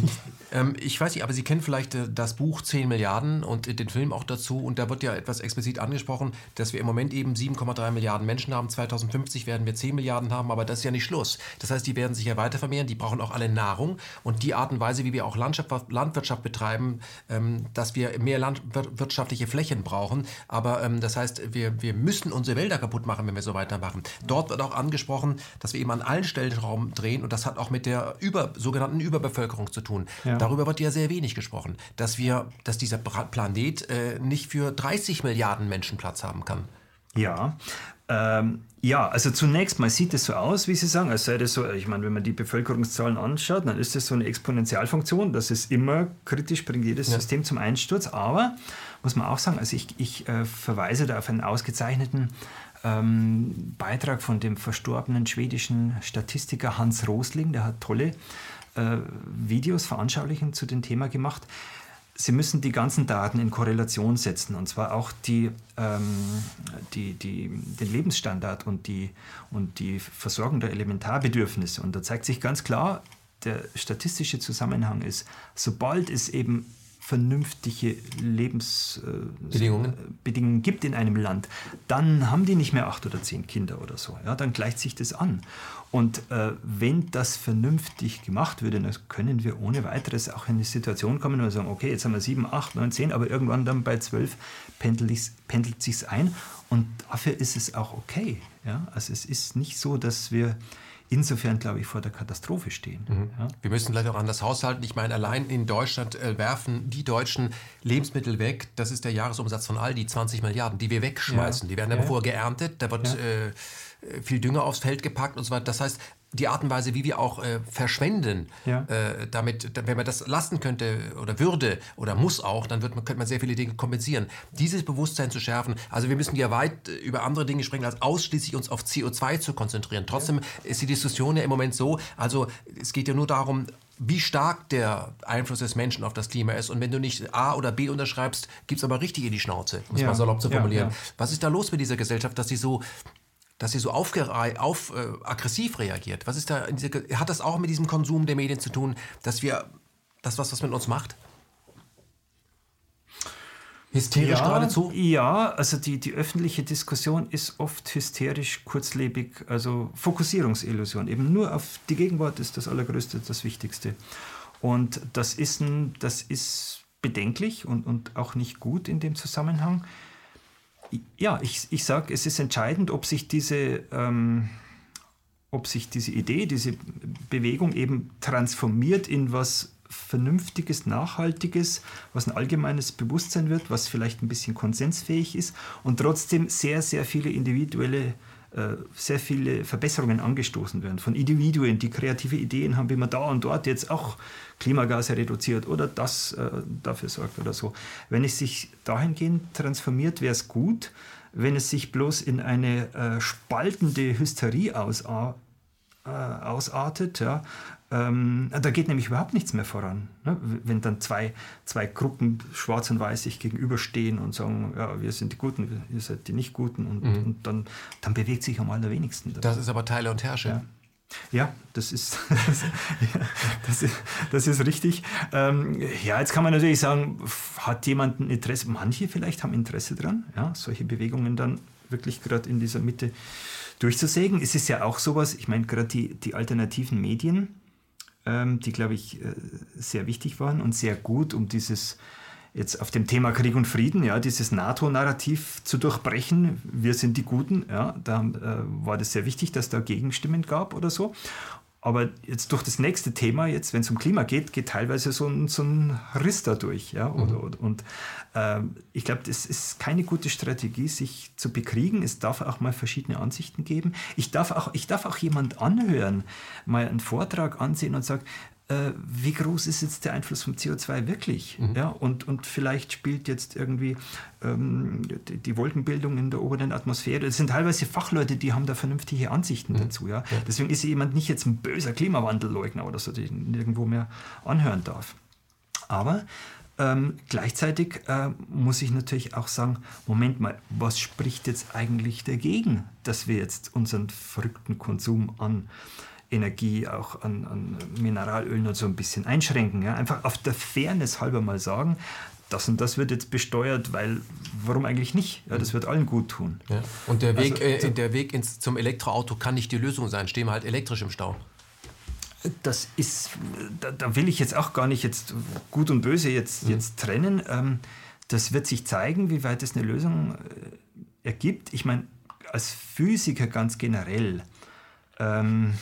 ähm, ich weiß nicht, aber Sie kennen vielleicht äh, das Buch zehn Milliarden und äh, den Film auch dazu und da wird ja etwas explizit angesprochen, dass wir im Moment eben sieben Komma drei Milliarden Menschen haben. zweitausendfünfzig werden wir zehn Milliarden haben, aber das ist ja nicht Schluss. Das heißt, die werden sich ja weiter vermehren, die brauchen auch alle Nahrung und die Art und Weise, wie wir auch Landschaft, Landwirtschaft betreiben, ähm, dass wir mehr landwirtschaftliche Flächen brauchen, aber ähm, das heißt, wir, wir müssen unsere Wälder kaputt machen, wenn wir so weitermachen. Dort wird auch angesprochen, dass wir eben an allen Stellschrauben drehen und das hat auch mit der über, sogenannten Überbevölkerung zu tun. Ja. Darüber wird ja sehr wenig gesprochen, dass, wir, dass dieser Planet äh, nicht für dreißig Milliarden Menschen Platz haben kann. Ja, ähm, ja, also zunächst mal sieht es so aus, wie Sie sagen, als sei das so, ich meine, wenn man die Bevölkerungszahlen anschaut, dann ist das so eine Exponentialfunktion, das ist immer kritisch, bringt jedes ja. System zum Einsturz, aber muss man auch sagen, also ich, ich äh, verweise da auf einen ausgezeichneten ähm, Beitrag von dem verstorbenen schwedischen Statistiker Hans Rosling, der hat tolle äh, Videos, Veranschaulichungen zu dem Thema gemacht. Sie müssen die ganzen Daten in Korrelation setzen, und zwar auch die, ähm, die, die, den Lebensstandard und die, und die Versorgung der Elementarbedürfnisse. Und da zeigt sich ganz klar, der statistische Zusammenhang ist, sobald es eben vernünftige Lebensbedingungen äh, Bedingungen gibt in einem Land, dann haben die nicht mehr acht oder zehn Kinder oder so. Ja, dann gleicht sich das an. Und äh, wenn das vernünftig gemacht würde, dann können wir ohne weiteres auch in eine Situation kommen, wo wir sagen, okay, jetzt haben wir sieben, acht, neun, zehn, aber irgendwann dann bei zwölf pendelt es sich ein. Und dafür ist es auch okay. Ja? Also es ist nicht so, dass wir insofern, glaube ich, vor der Katastrophe stehen. Mhm. Ja? Wir müssen vielleicht auch an das haushalten. Ich meine, allein in Deutschland äh, werfen die Deutschen Lebensmittel weg. Das ist der Jahresumsatz von Aldi, zwanzig Milliarden, die wir wegschmeißen. Ja. Die werden dann ja. vorher geerntet, da wird ja. äh, viel Dünger aufs Feld gepackt und so weiter. Das heißt, die Art und Weise, wie wir auch äh, verschwenden, ja. äh, damit, wenn man das lassen könnte oder würde oder muss auch, dann wird man, könnte man sehr viele Dinge kompensieren. Dieses Bewusstsein zu schärfen, also wir müssen ja weit äh, über andere Dinge sprechen, als ausschließlich uns auf C O zwei zu konzentrieren. Trotzdem ja. ist die Diskussion ja im Moment so, also es geht ja nur darum, wie stark der Einfluss des Menschen auf das Klima ist. Und wenn du nicht A oder B unterschreibst, gibt es aber richtig in die Schnauze, um es ja. mal salopp zu formulieren. Ja, ja. Was ist da los mit dieser Gesellschaft, dass sie so dass sie so aufgerei- auf, äh, aggressiv reagiert? Was ist da in dieser, hat das auch mit diesem Konsum der Medien zu tun, dass wir das was, was mit uns macht? Hysterisch ja, geradezu? Ja, also die, die öffentliche Diskussion ist oft hysterisch, kurzlebig, also Fokussierungsillusion. Eben nur auf die Gegenwart ist das Allergrößte, das Wichtigste. Und das ist, ein, das ist bedenklich und, und auch nicht gut in dem Zusammenhang. Ja, ich, ich sage, es ist entscheidend, ob sich diese, ähm, ob sich diese Idee, diese Bewegung eben transformiert in was Vernünftiges, Nachhaltiges, was ein allgemeines Bewusstsein wird, was vielleicht ein bisschen konsensfähig ist und trotzdem sehr, sehr viele individuelle äh, sehr viele Verbesserungen angestoßen werden von Individuen, die kreative Ideen haben, wie man da und dort jetzt auch Klimagase reduziert oder das äh, dafür sorgt oder so. Wenn es sich dahingehend transformiert, wäre es gut. Wenn es sich bloß in eine äh, spaltende Hysterie ausartet, äh, ausartet, ja, ähm, da geht nämlich überhaupt nichts mehr voran. Ne? Wenn dann zwei, zwei Gruppen, schwarz und weiß, sich gegenüberstehen und sagen, ja, wir sind die Guten, ihr seid die Nicht-Guten und, mhm. und dann, dann bewegt sich am allerwenigsten. Dabei. Das ist aber Teile und Herrsche. Ja. Ja, das ist, das, ja, das ist, das ist richtig. Ähm, ja, jetzt kann man natürlich sagen, hat jemand ein Interesse? Manche vielleicht haben Interesse dran, ja, solche Bewegungen dann wirklich gerade in dieser Mitte durchzusägen. Es ist ja auch sowas, ich meine, gerade die, die alternativen Medien, ähm, die, glaube ich, äh, sehr wichtig waren und sehr gut, um dieses jetzt auf dem Thema Krieg und Frieden, ja, dieses NATO-Narrativ zu durchbrechen, wir sind die Guten, ja, da äh, war das sehr wichtig, dass da Gegenstimmen gab oder so. Aber jetzt durch das nächste Thema, jetzt wenn es um Klima geht, geht teilweise so ein, so ein Riss dadurch. Ja? Mhm. Und, und, und äh, ich glaube, das ist keine gute Strategie, sich zu bekriegen. Es darf auch mal verschiedene Ansichten geben. Ich darf auch, ich darf auch jemand anhören, mal einen Vortrag ansehen und sagen, äh, wie groß ist jetzt der Einfluss vom C O zwei wirklich? Mhm. Ja? Und, und vielleicht spielt jetzt irgendwie ähm, die, die Wolkenbildung in der oberen Atmosphäre. Das sind teilweise Fachleute, die haben da vernünftige Ansichten mhm. dazu. Ja? Ja. Deswegen ist jemand nicht jetzt ein böser Klimawandelleugner oder so, den nirgendwo mehr anhören darf. Aber ähm, gleichzeitig äh, muss ich natürlich auch sagen, Moment mal, was spricht jetzt eigentlich dagegen, dass wir jetzt unseren verrückten Konsum an Energie, auch an, an Mineralölen und so ein bisschen einschränken. Ja? Einfach auf der Fairness halber mal sagen, das und das wird jetzt besteuert, weil, warum eigentlich nicht? Ja, das wird allen gut tun. Ja. Und der Weg, also, äh, der Weg ins, zum Elektroauto kann nicht die Lösung sein. Stehen wir halt elektrisch im Stau. Das ist, da, da will ich jetzt auch gar nicht jetzt gut und böse jetzt, mhm. jetzt trennen. Ähm, das wird sich zeigen, wie weit es eine Lösung äh, ergibt. Ich meine, als Physiker ganz generell ähm,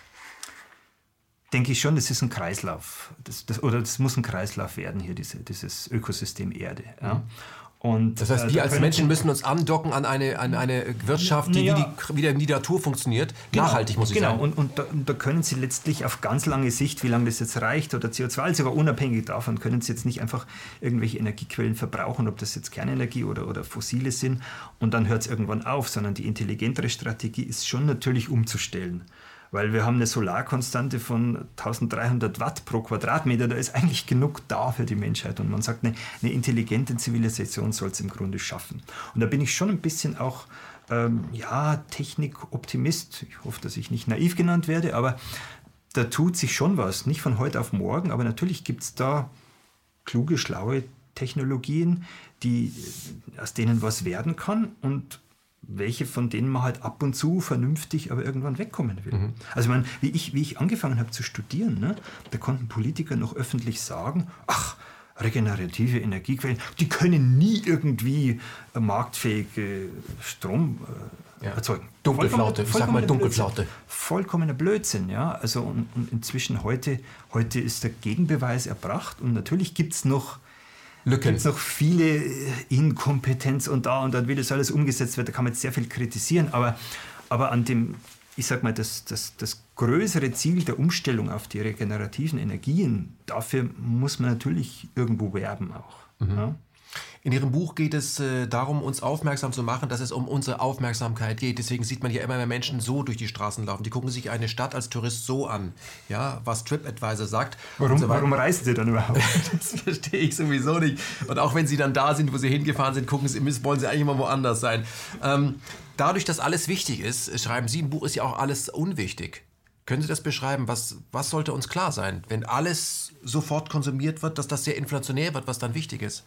denke ich schon, das ist ein Kreislauf. Das, das, oder das muss ein Kreislauf werden, hier diese, dieses Ökosystem Erde. Ja. Und, das heißt, wir äh, als Menschen müssen uns andocken an eine, an eine Wirtschaft, die, ja, wie, die wie die Natur funktioniert. Genau, nachhaltig, muss ich genau. sagen. Und, und, da, und da können Sie letztlich auf ganz lange Sicht, wie lange das jetzt reicht, oder C O zwei, sogar unabhängig davon, können Sie jetzt nicht einfach irgendwelche Energiequellen verbrauchen, ob das jetzt Kernenergie oder, oder fossile sind, und dann hört es irgendwann auf, sondern die intelligentere Strategie ist schon natürlich umzustellen. Weil wir haben eine Solarkonstante von eintausenddreihundert Watt pro Quadratmeter, da ist eigentlich genug da für die Menschheit. Und man sagt, eine, eine intelligente Zivilisation soll es im Grunde schaffen. Und da bin ich schon ein bisschen auch, ähm, ja, Technikoptimist. Ich hoffe, dass ich nicht naiv genannt werde, aber da tut sich schon was. Nicht von heute auf morgen, aber natürlich gibt es da kluge, schlaue Technologien, die, aus denen was werden kann, und welche von denen man halt ab und zu vernünftig, aber irgendwann wegkommen will. Mhm. Also ich meine, wie ich, wie ich angefangen habe zu studieren, ne, da konnten Politiker noch öffentlich sagen, ach, regenerative Energiequellen, die können nie irgendwie marktfähige Strom äh, ja. erzeugen. Dunkelflaute, ich sag mal Dunkelflaute. Vollkommener Blödsinn, ja. Also und, und inzwischen heute, heute ist der Gegenbeweis erbracht, und natürlich gibt es noch Lücken. Gibt es noch viele Inkompetenz und da und dann, wie das alles umgesetzt wird, da kann man jetzt sehr viel kritisieren, aber, aber an dem, ich sag mal, das, das, das größere Ziel der Umstellung auf die regenerativen Energien, dafür muss man natürlich irgendwo werben auch. Mhm. Ja? In Ihrem Buch geht es äh, darum, uns aufmerksam zu machen, dass es um unsere Aufmerksamkeit geht. Deswegen sieht man ja immer mehr Menschen so durch die Straßen laufen. Die gucken sich eine Stadt als Tourist so an, ja, was TripAdvisor sagt. Warum, so warum reisen Sie dann überhaupt? Das verstehe ich sowieso nicht. Und auch wenn Sie dann da sind, wo Sie hingefahren sind, gucken Sie, wollen Sie eigentlich immer woanders sein. Ähm, dadurch, dass alles wichtig ist, schreiben Sie im Buch, ist ja auch alles unwichtig. Können Sie das beschreiben? Was, was sollte uns klar sein, wenn alles sofort konsumiert wird, dass das sehr inflationär wird, was dann wichtig ist?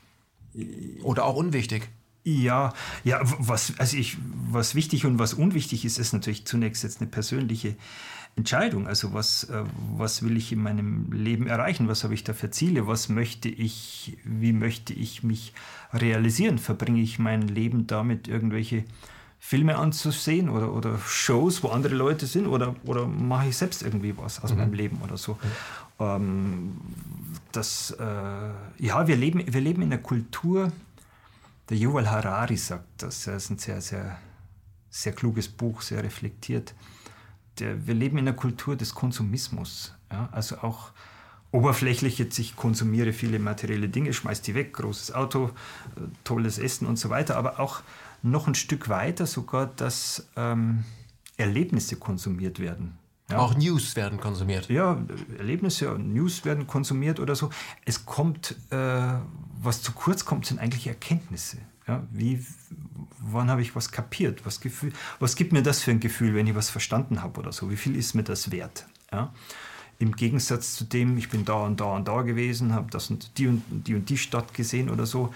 Oder auch unwichtig? Ja, ja, was, also ich, was wichtig und was unwichtig ist, ist natürlich zunächst jetzt eine persönliche Entscheidung. Also was, was will ich in meinem Leben erreichen? Was habe ich da für Ziele? Was möchte ich, wie möchte ich mich realisieren? Verbringe ich mein Leben damit, irgendwelche Filme anzusehen oder, oder Shows, wo andere Leute sind? Oder, oder mache ich selbst irgendwie was aus mhm. meinem Leben oder so? Mhm. Ähm, das, äh, ja, wir leben, wir leben in einer Kultur, der Yuval Harari sagt das, er ist ein sehr, sehr, sehr kluges Buch, sehr reflektiert. Der, wir leben in einer Kultur des Konsumismus. Ja? Also auch oberflächlich jetzt, ich konsumiere viele materielle Dinge, schmeiß die weg, großes Auto, tolles Essen und so weiter, aber auch noch ein Stück weiter sogar, dass ähm, Erlebnisse konsumiert werden. Ja. Auch News werden konsumiert. Ja, Erlebnisse, News werden konsumiert oder so. Es kommt, äh, was zu kurz kommt, sind eigentlich Erkenntnisse. Ja, wie, wann habe ich was kapiert? Was, Gefühl, was gibt mir das für ein Gefühl, wenn ich was verstanden habe oder so? Wie viel ist mir das wert? Ja? Im Gegensatz zu dem, ich bin da und da und da gewesen, habe das und die und die und die Stadt gesehen oder so,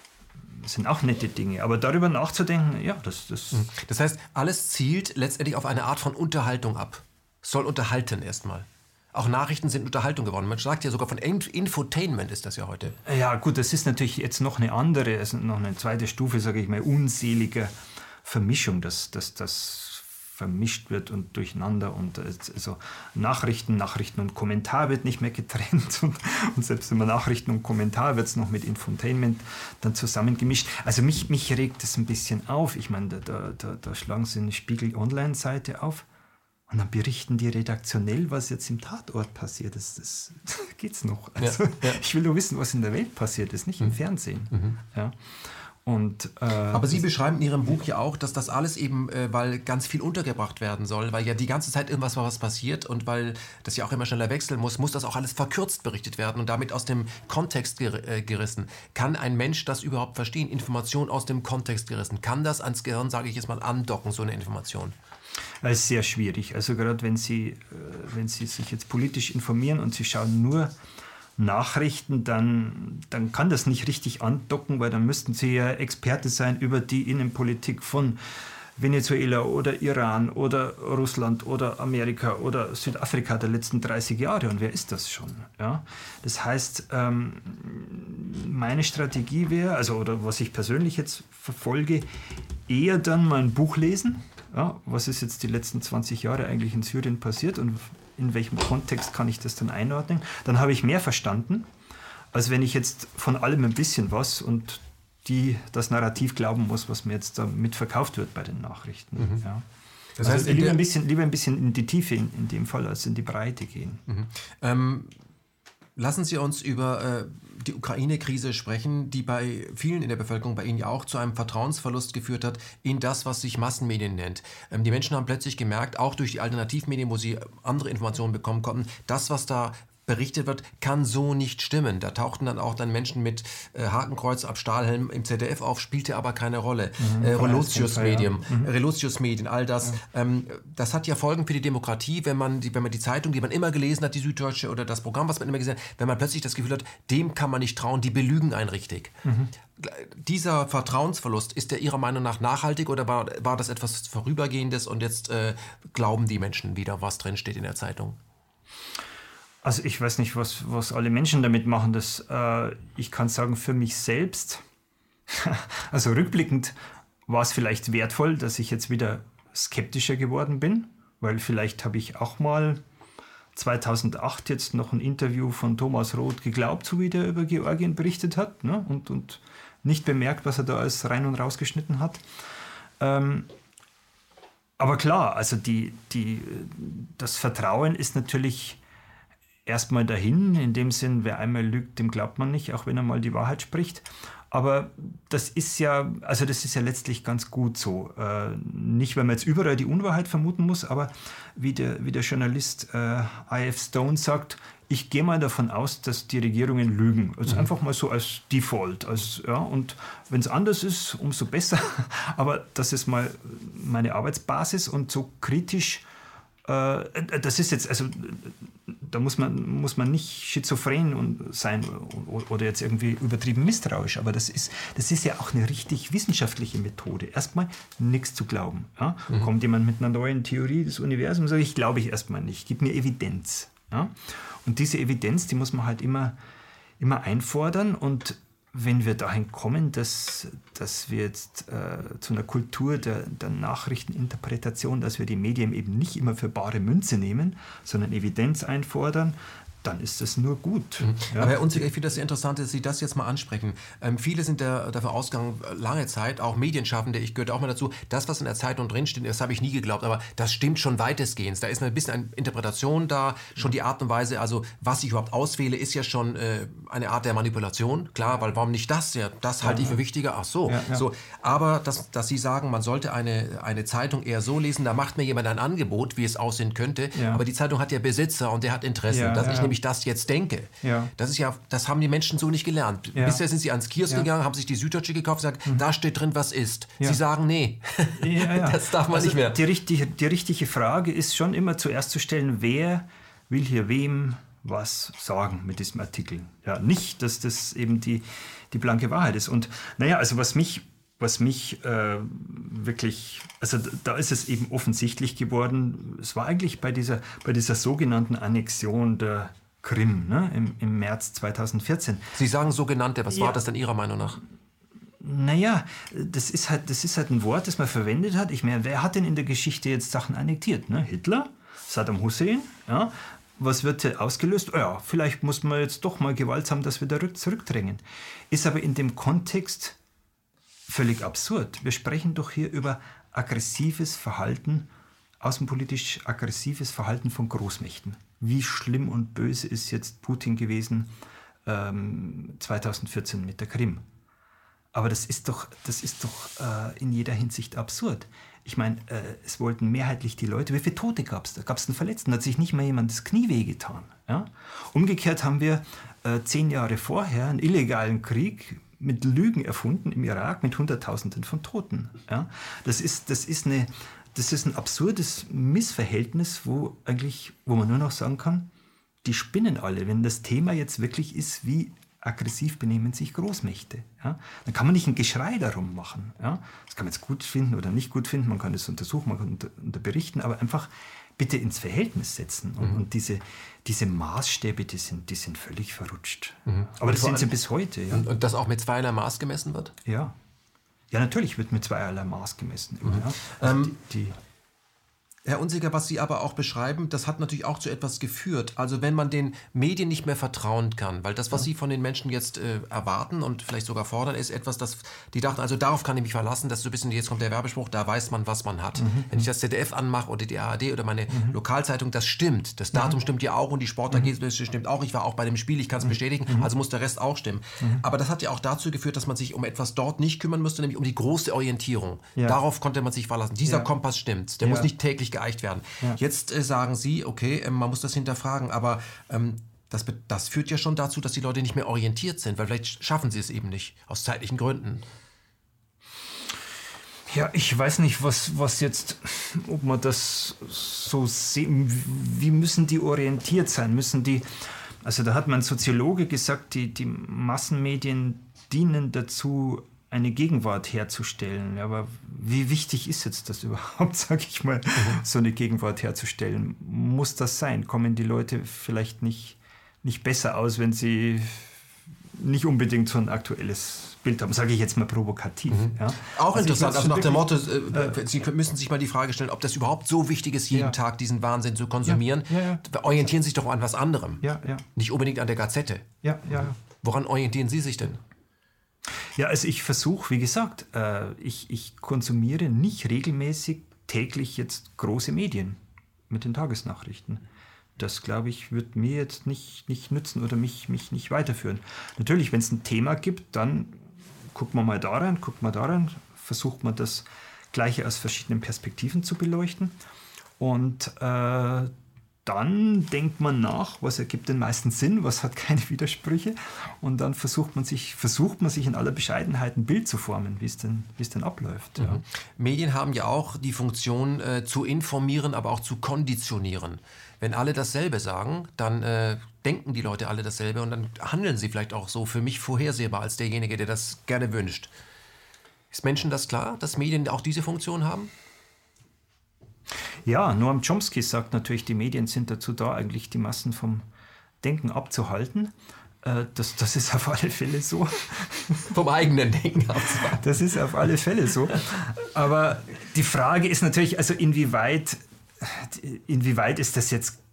das sind auch nette Dinge. Aber darüber nachzudenken, ja, das... Das, das heißt, alles zielt letztendlich auf eine Art von Unterhaltung ab. Es soll unterhalten erstmal. Auch Nachrichten sind Unterhaltung geworden. Man sagt ja sogar von Infotainment ist das ja heute. Ja gut, das ist natürlich jetzt noch eine andere, also noch eine zweite Stufe, sage ich mal, unseliger Vermischung, dass das, das vermischt wird und durcheinander und also Nachrichten, Nachrichten und Kommentar wird nicht mehr getrennt und, und selbst wenn man Nachrichten und Kommentar wird es noch mit Infotainment dann zusammengemischt. Also mich, mich regt das ein bisschen auf. Ich meine, da, da, da schlagen sie eine Spiegel-Online-Seite auf und dann berichten die redaktionell, was jetzt im Tatort passiert ist. Das, das geht's noch. Also, ja, ja. Ich will nur wissen, was in der Welt passiert ist, nicht im Fernsehen. Mhm. Ja. Und, äh, aber Sie beschreiben in Ihrem Buch ja auch, dass das alles eben, äh, weil ganz viel untergebracht werden soll, weil ja die ganze Zeit irgendwas was passiert und weil das ja auch immer schneller wechseln muss, muss das auch alles verkürzt berichtet werden und damit aus dem Kontext ger- äh, gerissen. Kann ein Mensch das überhaupt verstehen? Information aus dem Kontext gerissen. Kann das ans Gehirn, sage ich jetzt mal, andocken, so eine Information? Das ist sehr schwierig. Also gerade wenn Sie, äh, wenn Sie sich jetzt politisch informieren und Sie schauen nur Nachrichten, dann, dann kann das nicht richtig andocken, weil dann müssten Sie ja Experte sein über die Innenpolitik von Venezuela oder Iran oder Russland oder Amerika oder Südafrika der letzten dreißig Jahre. Und wer ist das schon? Ja? Das heißt, ähm, meine Strategie wäre, also oder was ich persönlich jetzt verfolge, eher dann mal ein Buch lesen. Ja, was ist jetzt die letzten zwanzig Jahre eigentlich in Syrien passiert und in welchem Kontext kann ich das dann einordnen? Dann habe ich mehr verstanden, als wenn ich jetzt von allem ein bisschen was und die das Narrativ glauben muss, was mir jetzt da mitverkauft wird bei den Nachrichten. Mhm. Ja. Das heißt, also lieber, ein bisschen, lieber ein bisschen in die Tiefe in, in dem Fall, als in die Breite gehen. Mhm. Ähm, lassen Sie uns über äh, die Ukraine-Krise sprechen, die bei vielen in der Bevölkerung, bei Ihnen ja auch, zu einem Vertrauensverlust geführt hat in das, was sich Massenmedien nennt. Ähm, die Menschen haben plötzlich gemerkt, auch durch die Alternativmedien, wo sie andere Informationen bekommen konnten, das, was da berichtet wird, kann so nicht stimmen. Da tauchten dann auch dann Menschen mit äh, Hakenkreuz ab Stahlhelm im Z D F auf, spielte aber keine Rolle. Mhm, äh, Relotius-Medien, ja. mhm. Relotius-Medien, all das. Ja. Ähm, das hat ja Folgen für die Demokratie, wenn man, die, wenn man die Zeitung, die man immer gelesen hat, die Süddeutsche oder das Programm, was man immer gesehen hat, wenn man plötzlich das Gefühl hat, dem kann man nicht trauen, die belügen einen richtig. Mhm. Dieser Vertrauensverlust, ist der Ihrer Meinung nach nachhaltig oder war, war das etwas Vorübergehendes und jetzt äh, glauben die Menschen wieder, was drin steht in der Zeitung? Also ich weiß nicht, was, was alle Menschen damit machen. Das, äh, ich kann sagen, für mich selbst, also rückblickend war es vielleicht wertvoll, dass ich jetzt wieder skeptischer geworden bin, weil vielleicht habe ich auch mal zweitausendacht jetzt noch ein Interview von Thomas Roth geglaubt, so wie der über Georgien berichtet hat, ne? und, und nicht bemerkt, was er da alles rein und rausgeschnitten hat. Ähm, aber klar, also die, die, das Vertrauen ist natürlich erstmal dahin, in dem Sinn, wer einmal lügt, dem glaubt man nicht, auch wenn er mal die Wahrheit spricht. Aber das ist ja, also das ist ja letztlich ganz gut so. Äh, nicht, weil man jetzt überall die Unwahrheit vermuten muss, aber wie der, wie der Journalist äh, I F Stone sagt, ich gehe mal davon aus, dass die Regierungen lügen. Also mhm. einfach mal so als Default. Als, ja, und wenn es anders ist, umso besser. Aber das ist mal meine Arbeitsbasis und so kritisch. Das ist jetzt, also da muss man, muss man nicht schizophren sein oder jetzt irgendwie übertrieben misstrauisch, aber das ist, das ist ja auch eine richtig wissenschaftliche Methode. Erstmal nichts zu glauben. Ja? Mhm. Kommt jemand mit einer neuen Theorie des Universums, sage ich, glaube ich erstmal nicht, gib mir Evidenz. Ja? Und diese Evidenz, die muss man halt immer, immer einfordern und wenn wir dahin kommen, dass, dass wir jetzt äh, zu einer Kultur der, der Nachrichteninterpretation, dass wir die Medien eben nicht immer für bare Münze nehmen, sondern Evidenz einfordern, dann ist das nur gut. Mhm. Ja. Aber Herr Unziger, ich finde das sehr interessant, dass Sie das jetzt mal ansprechen. Ähm, viele sind da, dafür ausgegangen, lange Zeit, auch Medienschaffende, ich gehörte auch mal dazu, das, was in der Zeitung drinsteht, das habe ich nie geglaubt, aber das stimmt schon weitestgehend. Da ist ein bisschen eine Interpretation da, schon die Art und Weise, also was ich überhaupt auswähle, ist ja schon äh, eine Art der Manipulation. Klar, weil warum nicht das? Ja, das halte ich für wichtiger. Ach so. Ja, ja. so. Aber dass, dass Sie sagen, man sollte eine, eine Zeitung eher so lesen, da macht mir jemand ein Angebot, wie es aussehen könnte, Ja. aber die Zeitung hat ja Besitzer und der hat Interesse, Ja, dass ja, ich ja. nämlich das jetzt denke. Ja. Das ist ja, das haben die Menschen so nicht gelernt. Ja. Bisher sind sie ans Kiosk Ja. gegangen, haben sich die Süddeutsche gekauft und gesagt, mhm. da steht drin, was ist. Ja. Sie sagen, nee, Ja, ja. das darf man also nicht mehr. Die richtige, die richtige Frage ist schon immer zuerst zu stellen, wer will hier wem was sagen mit diesem Artikel. Ja, nicht, dass das eben die, die blanke Wahrheit ist. Und naja, also was mich, was mich äh, wirklich, also da ist es eben offensichtlich geworden, es war eigentlich bei dieser, bei dieser sogenannten Annexion der Krim, ne, im, im März zweitausendvierzehn. Sie sagen sogenannte, was Ja. war das denn Ihrer Meinung nach? Naja, das ist, halt, das ist halt ein Wort, das man verwendet hat. Ich meine, wer hat denn in der Geschichte jetzt Sachen annektiert? Ne? Hitler, Saddam Hussein, ja? Was wird hier ausgelöst? Oh ja, vielleicht muss man jetzt doch mal gewaltsam das wieder zurückdrängen. Ist aber in dem Kontext völlig absurd. Wir sprechen doch hier über aggressives Verhalten, außenpolitisch aggressives Verhalten von Großmächten. Wie schlimm und böse ist jetzt Putin gewesen ähm, zweitausendvierzehn mit der Krim? Aber das ist doch, das ist doch äh, in jeder Hinsicht absurd. Ich meine, äh, es wollten mehrheitlich die Leute, wie viele Tote gab es? Da gab es einen Verletzten, da hat sich nicht mal jemand das Knie wehgetan. Ja? Umgekehrt haben wir äh, zehn Jahre vorher einen illegalen Krieg mit Lügen erfunden im Irak mit Hunderttausenden von Toten. Ja? Das ist, das ist eine, das ist ein absurdes Missverhältnis, wo eigentlich, wo man nur noch sagen kann, die spinnen alle. Wenn das Thema jetzt wirklich ist, wie aggressiv benehmen sich Großmächte. Ja? Dann kann man nicht ein Geschrei darum machen. Ja? Das kann man jetzt gut finden oder nicht gut finden, man kann das untersuchen, man kann unter, unter berichten, aber einfach bitte ins Verhältnis setzen. Und, mhm. und diese, diese Maßstäbe, die sind, die sind völlig verrutscht. Mhm. Aber das sind sie bis heute. Ja. Und, und das auch mit zweierlei Maß gemessen wird? Ja. Ja, natürlich wird mit zweierlei Maß gemessen. Mhm. Ja. Also ähm, die, die Herr Unziger, was Sie aber auch beschreiben, das hat natürlich auch zu etwas geführt. Also wenn man den Medien nicht mehr vertrauen kann, weil das, was ja. Sie von den Menschen jetzt äh, erwarten und vielleicht sogar fordern, ist etwas, das die dachten, also darauf kann ich mich verlassen, dass so ein bisschen, jetzt kommt der Werbespruch, da weiß man, was man hat. Mhm. Wenn ich das Z D F anmache oder die A R D oder meine mhm. Lokalzeitung, das stimmt. Das Datum mhm. stimmt ja auch und die Sport-A G mhm. stimmt auch. Ich war auch bei dem Spiel, ich kann es mhm. bestätigen, mhm. also muss der Rest auch stimmen. Mhm. Aber das hat ja auch dazu geführt, dass man sich um etwas dort nicht kümmern musste, nämlich um die große Orientierung. Ja. Darauf konnte man sich verlassen. Dieser ja. Kompass stimmt, der ja. muss nicht täglich geeicht werden. Ja. Jetzt äh, sagen Sie, okay, äh, man muss das hinterfragen, aber ähm, das, das führt ja schon dazu, dass die Leute nicht mehr orientiert sind, weil vielleicht schaffen sie es eben nicht, aus zeitlichen Gründen. Ja, ich weiß nicht, was, was jetzt, ob man das so sehen, wie müssen die orientiert sein? Müssen die, also da hat mein Soziologe gesagt, die, die Massenmedien dienen dazu, eine Gegenwart herzustellen. Aber wie wichtig ist jetzt das überhaupt, sage ich mal, mhm. so eine Gegenwart herzustellen? Muss das sein? Kommen die Leute vielleicht nicht, nicht besser aus, wenn sie nicht unbedingt so ein aktuelles Bild haben, sage ich jetzt mal provokativ. Mhm. Ja. Auch also interessant, also nach dem Motto, äh, Sie müssen sich mal die Frage stellen, ob das überhaupt so wichtig ist, jeden ja. Tag diesen Wahnsinn zu konsumieren. Ja, ja, ja. Orientieren Sie sich doch an was anderem, ja, ja. nicht unbedingt an der Gazette. Ja, ja. Woran orientieren Sie sich denn? Ja, also ich versuche, wie gesagt, äh, ich, ich konsumiere nicht regelmäßig täglich jetzt große Medien mit den Tagesnachrichten. Das, glaube ich, wird mir jetzt nicht, nicht nützen oder mich, mich nicht weiterführen. Natürlich, wenn es ein Thema gibt, dann guckt man mal da rein, guckt man da rein, versucht man das Gleiche aus verschiedenen Perspektiven zu beleuchten. Und äh, dann denkt man nach, was ergibt den meisten Sinn, was hat keine Widersprüche. Und dann versucht man sich, versucht man sich in aller Bescheidenheit ein Bild zu formen, wie es denn, wie es denn abläuft. Ja. Mhm. Medien haben ja auch die Funktion, äh, zu informieren, aber auch zu konditionieren. Wenn alle dasselbe sagen, dann äh, denken die Leute alle dasselbe und dann handeln sie vielleicht auch so für mich vorhersehbar als derjenige, der das gerne wünscht. Ist Menschen das klar, dass Medien auch diese Funktion haben? Ja, Noam Chomsky sagt natürlich, die Medien sind dazu da, eigentlich die Massen vom Denken abzuhalten. Äh, das, das ist auf alle Fälle so. Vom eigenen Denken abzuhalten. Das ist auf alle Fälle so. Aber die Frage ist natürlich, also inwieweit, inwieweit ist das jetzt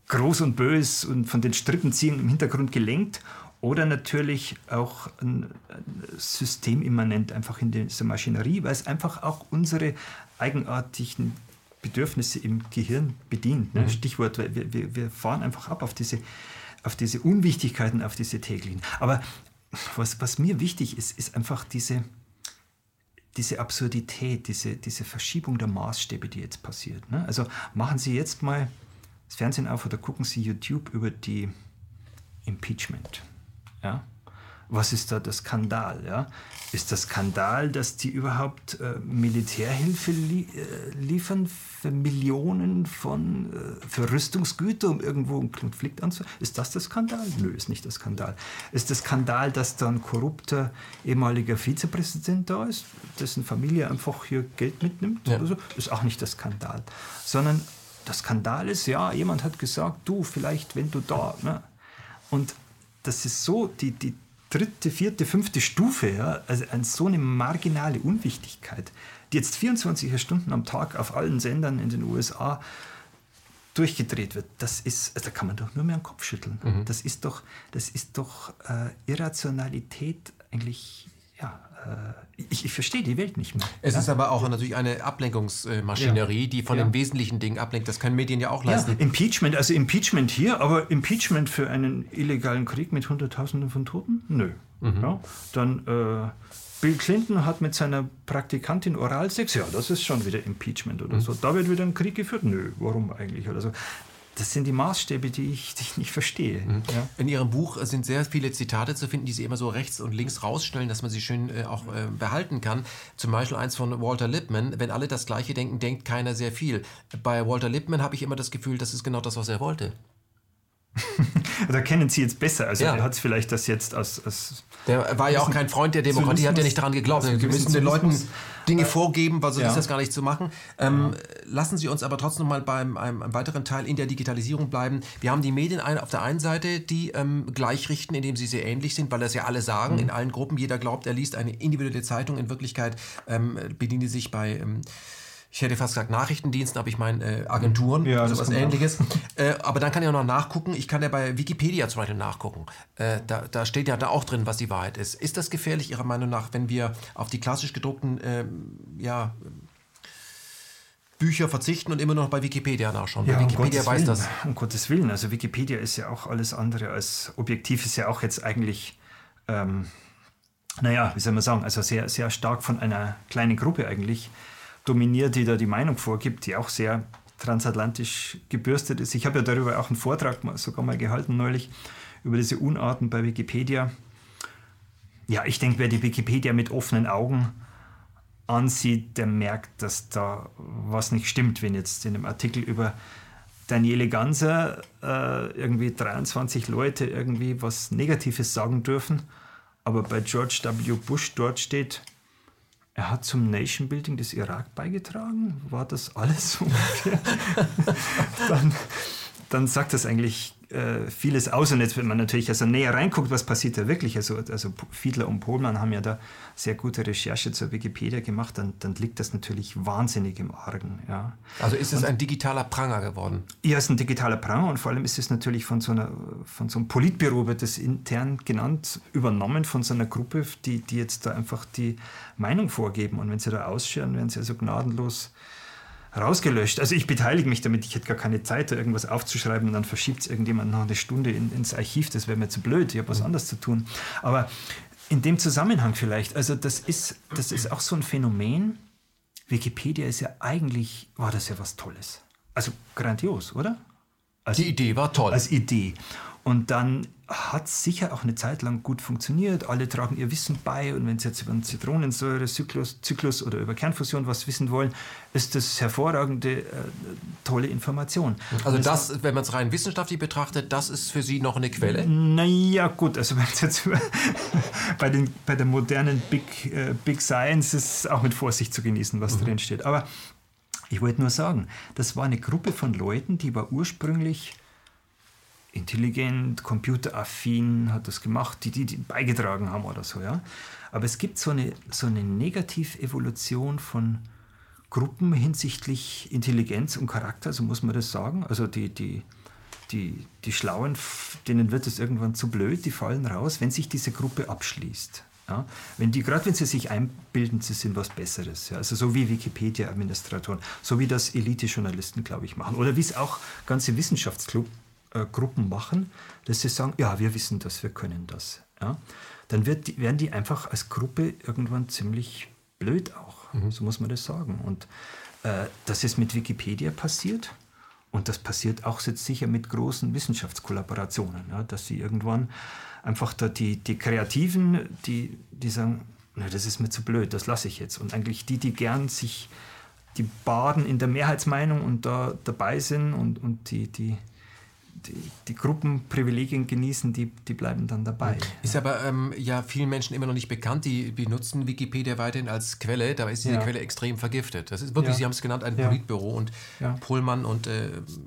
groß und bös und von den Strippenziehern im Hintergrund gelenkt. Oder natürlich auch ein systemimmanent einfach in dieser Maschinerie, weil es einfach auch unsere eigenartigen Bedürfnisse im Gehirn bedient. Ne? Mhm. Stichwort, wir, wir, wir fahren einfach ab auf diese, auf diese Unwichtigkeiten, auf diese täglichen. Aber was, was mir wichtig ist, ist einfach diese, diese Absurdität, diese, diese Verschiebung der Maßstäbe, die jetzt passiert. Ne? Also machen Sie jetzt mal das Fernsehen auf oder gucken Sie YouTube über die Impeachment. Ja? Was ist da der Skandal? Ja? Ist der Skandal, dass die überhaupt äh, Militärhilfe li- äh, liefern für Millionen von äh, für Rüstungsgüter, um irgendwo einen Konflikt anzufangen? Ist das der Skandal? Nö, ist nicht der Skandal. Ist der Skandal, dass da ein korrupter ehemaliger Vizepräsident da ist, dessen Familie einfach hier Geld mitnimmt? Ja. Oder so? Ist auch nicht der Skandal. Sondern der Skandal ist, ja, jemand hat gesagt, du, vielleicht, wenn du da... Ne? Und das ist so die, die dritte, vierte, fünfte Stufe, ja, also eine, so eine marginale Unwichtigkeit, die jetzt vierundzwanzig Stunden am Tag auf allen Sendern in den U S A durchgedreht wird. Das ist, also da kann man doch nur mehr den Kopf schütteln. Mhm. Das ist doch, das ist doch äh, Irrationalität eigentlich, ja, äh, ich, ich verstehe die Welt nicht mehr. Es ja? ist aber auch natürlich eine Ablenkungsmaschinerie, ja. die von ja. den wesentlichen Dingen ablenkt. Das können Medien ja auch leisten. Ja, Impeachment, also Impeachment hier, aber Impeachment für einen illegalen Krieg mit Hunderttausenden von Toten? Nö. Mhm. Ja, dann äh, Bill Clinton hat mit seiner Praktikantin Oralsex, ja, das ist schon wieder Impeachment oder mhm. so. Da wird wieder ein Krieg geführt? Nö, warum eigentlich oder so. Das sind die Maßstäbe, die ich, die ich nicht verstehe. Mhm. Ja. In Ihrem Buch sind sehr viele Zitate zu finden, die Sie immer so rechts und links rausstellen, dass man sie schön äh, auch äh, behalten kann. Zum Beispiel eins von Walter Lippmann: Wenn alle das Gleiche denken, denkt keiner sehr viel. Bei Walter Lippmann habe ich immer das Gefühl, das ist genau das, was er wollte. Da kennen Sie jetzt besser. Also ja. er hat es vielleicht das jetzt als, als... Der war ja auch kein Freund der Demokratie, hat ja nicht daran geglaubt. Wir müssen den Leuten Dinge vorgeben, weil sonst ja. ist das gar nicht zu machen. Ähm, ja. Lassen Sie uns aber trotzdem noch mal beim einem, einem weiteren Teil in der Digitalisierung bleiben. Wir haben die Medien ein, auf der einen Seite, die ähm, gleichrichten, indem sie sehr ähnlich sind, weil das ja alle sagen, mhm. in allen Gruppen. Jeder glaubt, er liest eine individuelle Zeitung. In Wirklichkeit ähm, bedienen die sich bei... Ähm, ich hätte fast gesagt Nachrichtendiensten, aber ich meine äh, Agenturen, ja, sowas Ähnliches. Äh, aber dann kann ich auch noch nachgucken. Ich kann ja bei Wikipedia zum Beispiel nachgucken. Äh, da, da steht ja da auch drin, was die Wahrheit ist. Ist das gefährlich Ihrer Meinung nach, wenn wir auf die klassisch gedruckten äh, ja, Bücher verzichten und immer noch bei Wikipedia nachschauen? Ja, bei Wikipedia um weiß Willen, das. Um Gottes Willen. Also Wikipedia ist ja auch alles andere als objektiv. Ist ja auch jetzt eigentlich... Ähm, naja, wie soll man sagen, also sehr, sehr stark von einer kleinen Gruppe eigentlich dominiert, die da die Meinung vorgibt, die auch sehr transatlantisch gebürstet ist. Ich habe ja darüber auch einen Vortrag mal, sogar mal gehalten neulich, über diese Unarten bei Wikipedia. Ja, ich denke, wer die Wikipedia mit offenen Augen ansieht, der merkt, dass da was nicht stimmt, wenn jetzt in einem Artikel über Daniele Ganser äh, irgendwie dreiundzwanzig Leute irgendwie was Negatives sagen dürfen, aber bei George W. Bush dort steht, er hat zum Nation-Building des Irak beigetragen. War das alles so ungefähr? dann, dann sagt das eigentlich äh, vieles aus. Und jetzt, wenn man natürlich also näher reinguckt, was passiert da wirklich, also, also Fiedler und Pohlmann haben ja da sehr gute Recherche zur Wikipedia gemacht, dann, dann liegt das natürlich wahnsinnig im Argen. Ja. Also ist es und, ein digitaler Pranger geworden? Ja, es ist ein digitaler Pranger und vor allem ist es natürlich von so, einer, von so einem Politbüro, wird das intern genannt, übernommen von so einer Gruppe, die, die jetzt da einfach die Meinung vorgeben. Und wenn sie da ausscheren, werden sie also gnadenlos rausgelöscht. Also ich beteilige mich damit, ich hätte gar keine Zeit, da irgendwas aufzuschreiben und dann verschiebt es irgendjemand noch eine Stunde in, ins Archiv, das wäre mir zu blöd, ich habe was mhm. anderes zu tun. Aber in dem Zusammenhang vielleicht, also das ist, das ist auch so ein Phänomen, Wikipedia ist ja eigentlich, war das ja was Tolles. Also grandios, oder? Als, Die Idee war toll. Als Idee. Und dann hat es sicher auch eine Zeit lang gut funktioniert. Alle tragen ihr Wissen bei. Und wenn Sie jetzt über einen Zitronensäure-Zyklus Zyklus oder über Kernfusion was wissen wollen, ist das hervorragende, äh, tolle Information. Also das, das, wenn man es rein wissenschaftlich betrachtet, das ist für Sie noch eine Quelle? Naja, gut. Also wenn es jetzt bei, den, bei der modernen Big, äh, Big Science ist auch mit Vorsicht zu genießen, was mhm. drin steht. Aber ich wollte nur sagen, das war eine Gruppe von Leuten, die war ursprünglich intelligent, computeraffin, hat das gemacht, die, die, die beigetragen haben oder so. Ja? Aber es gibt so eine, so eine Negativevolution von Gruppen hinsichtlich Intelligenz und Charakter, so muss man das sagen. Also die, die, die, die Schlauen, denen wird es irgendwann zu blöd, die fallen raus, wenn sich diese Gruppe abschließt. Ja? Wenn die, gerade wenn sie sich einbilden, sie sind was Besseres. Ja? Also so wie Wikipedia-Administratoren, so wie das Elite-Journalisten, glaube ich, machen. Oder wie es auch ganze Wissenschaftsgruppen machen, dass sie sagen, ja, wir wissen das, wir können das. Ja? Dann wird die, werden die einfach als Gruppe irgendwann ziemlich blöd auch. Mhm. So muss man das sagen. Und äh, das ist mit Wikipedia passiert. Und das passiert auch jetzt sicher mit großen Wissenschaftskollaborationen, ja, dass sie irgendwann einfach da die, die Kreativen, die, die sagen, na, das ist mir zu blöd, das lasse ich jetzt. Und eigentlich die, die gern sich, die baden in der Mehrheitsmeinung und da dabei sind und, und die, die, die, die Gruppenprivilegien genießen, die, die bleiben dann dabei. Ist aber ähm, ja vielen Menschen immer noch nicht bekannt, die benutzen Wikipedia weiterhin als Quelle, dabei ist diese ja. Quelle extrem vergiftet. Das ist wirklich, ja. Sie haben es genannt, ein ja. Politbüro und ja. Pohlmann und äh,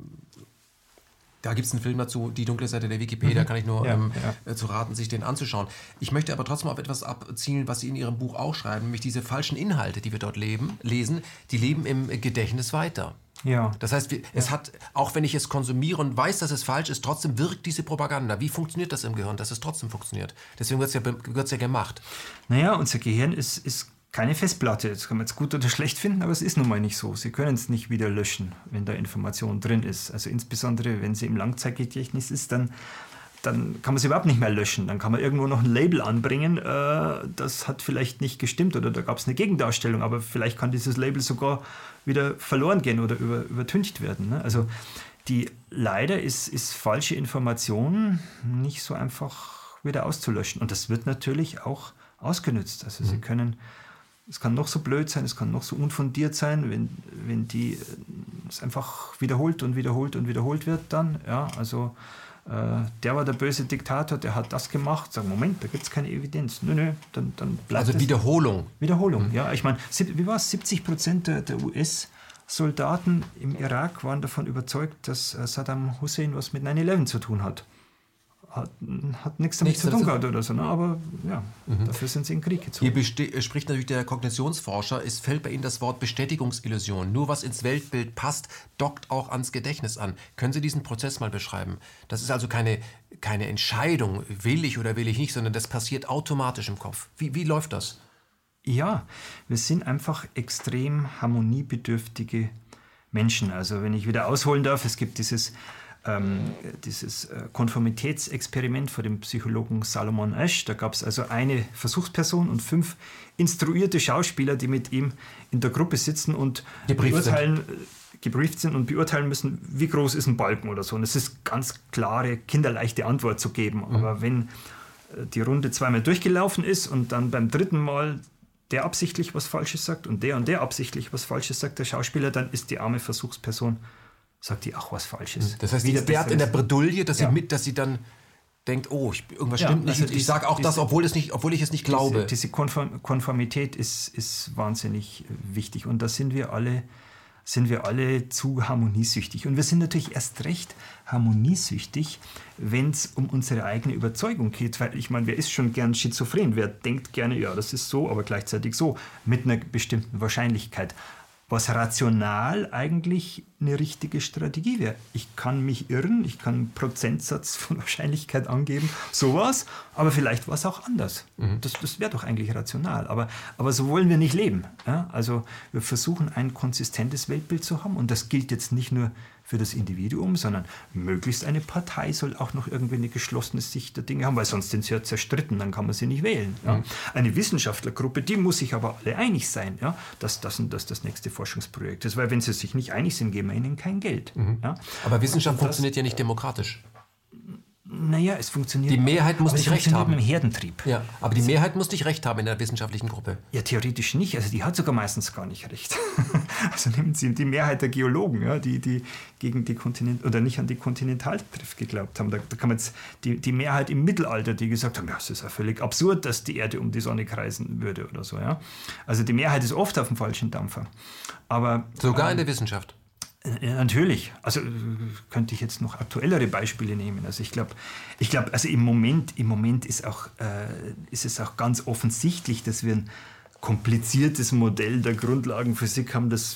da gibt es einen Film dazu, Die dunkle Seite der Wikipedia, mhm. kann ich nur ja, ähm, ja. zu raten, sich den anzuschauen. Ich möchte aber trotzdem auf etwas abzielen, was Sie in Ihrem Buch auch schreiben, nämlich diese falschen Inhalte, die wir dort leben, lesen, die leben im Gedächtnis weiter. Ja. Das heißt, wir, ja. es hat, auch wenn ich es konsumiere und weiß, dass es falsch ist, trotzdem wirkt diese Propaganda. Wie funktioniert das im Gehirn, dass es trotzdem funktioniert? Deswegen wird es ja, wird's ja gemacht. Naja, unser Gehirn ist, ist keine Festplatte. Das kann man jetzt gut oder schlecht finden, aber es ist nun mal nicht so. Sie können es nicht wieder löschen, wenn da Information drin ist. Also insbesondere, wenn sie im Langzeitgedächtnis ist, dann, dann kann man sie überhaupt nicht mehr löschen. Dann kann man irgendwo noch ein Label anbringen, äh, das hat vielleicht nicht gestimmt oder da gab es eine Gegendarstellung, aber vielleicht kann dieses Label sogar wieder verloren gehen oder über, übertüncht werden. Ne? Also die, leider ist, ist falsche Information nicht so einfach wieder auszulöschen. Und das wird natürlich auch ausgenutzt. Also mhm. sie können, es kann noch so blöd sein, es kann noch so unfundiert sein, wenn, wenn die es einfach wiederholt und wiederholt und wiederholt wird dann. Ja, also äh, der war der böse Diktator, der hat das gemacht. Sagen, Moment, da gibt es keine Evidenz. Nö, nö, dann, dann bleibt Also Wiederholung. Wiederholung, mhm. ja. Ich meine, wie war es? siebzig Prozent der, der U S-Soldaten im Irak waren davon überzeugt, dass Saddam Hussein was mit neun elf zu tun hat. Hat, hat nichts damit nichts zu tun gehabt oder so, ne? Aber ja, mhm. dafür sind sie in den Krieg gezogen. Hier besti- spricht natürlich der Kognitionsforscher, es fällt bei Ihnen das Wort Bestätigungsillusion. Nur was ins Weltbild passt, dockt auch ans Gedächtnis an. Können Sie diesen Prozess mal beschreiben? Das ist also keine, keine Entscheidung, will ich oder will ich nicht, sondern das passiert automatisch im Kopf. Wie, wie läuft das? Ja, wir sind einfach extrem harmoniebedürftige Menschen. Also wenn ich wieder ausholen darf, es gibt dieses Ähm, dieses äh, Konformitätsexperiment von dem Psychologen Salomon Asch. Da gab es also eine Versuchsperson und fünf instruierte Schauspieler, die mit ihm in der Gruppe sitzen und gebrieft beurteilen, sind. Äh, gebrieft sind und beurteilen müssen, wie groß ist ein Balken oder so. Und es ist ganz klare, kinderleichte Antwort zu geben. Mhm. Aber wenn äh, die Runde zweimal durchgelaufen ist und dann beim dritten Mal der absichtlich was Falsches sagt und der und der absichtlich was Falsches sagt, der Schauspieler, dann ist die arme Versuchsperson sagt die auch was Falsches. Das heißt, die ist derart in der Bredouille, dass, ja. sie mit, dass sie dann denkt, oh, ich, irgendwas ja, stimmt nicht. Also ich ich sage auch diese, das, obwohl, es nicht, obwohl ich es nicht glaube. Diese, diese Konform- Konformität ist, ist wahnsinnig wichtig. Und da sind wir alle, sind wir alle zu harmoniesüchtig. Und wir sind natürlich erst recht harmoniesüchtig, wenn es um unsere eigene Überzeugung geht. Weil ich meine, wer ist schon gern schizophren? Wer denkt gerne, ja, das ist so, aber gleichzeitig so, mit einer bestimmten Wahrscheinlichkeit. Was rational eigentlich eine richtige Strategie wäre. Ich kann mich irren, ich kann einen Prozentsatz von Wahrscheinlichkeit angeben, sowas, aber vielleicht war es auch anders. Mhm. Das, das wäre doch eigentlich rational. Aber, aber so wollen wir nicht leben. Ja? Also wir versuchen ein konsistentes Weltbild zu haben und das gilt jetzt nicht nur für das Individuum, sondern möglichst eine Partei soll auch noch irgendwie eine geschlossene Sicht der Dinge haben, weil sonst sind sie ja zerstritten, dann kann man sie nicht wählen. Ja. Mhm. Eine Wissenschaftlergruppe, die muss sich aber alle einig sein, ja, dass das und das das nächste Forschungsprojekt ist, weil wenn sie sich nicht einig sind, geben wir ihnen kein Geld. Mhm. Ja. Aber Wissenschaft das, funktioniert ja nicht demokratisch. Naja, es funktioniert. Die Mehrheit muss nicht recht haben. Mit dem Herdentrieb. Ja, aber die also, Mehrheit muss nicht recht haben in der wissenschaftlichen Gruppe. Ja, theoretisch nicht. Also die hat sogar meistens gar nicht recht. Also nehmen Sie die Mehrheit der Geologen, ja, die, die gegen die Kontinent oder nicht an die Kontinentaltrift geglaubt haben. Da, da kann man jetzt die, die Mehrheit im Mittelalter, die gesagt haben, ja, es ist ja völlig absurd, dass die Erde um die Sonne kreisen würde oder so. Ja. Also die Mehrheit ist oft auf dem falschen Dampfer. Aber sogar ähm, in der Wissenschaft. Ja, natürlich. Also könnte ich jetzt noch aktuellere Beispiele nehmen. Also ich glaube, ich glaube, also im Moment, im Moment ist auch, äh, ist es auch ganz offensichtlich, dass wir ein kompliziertes Modell der Grundlagenphysik haben, das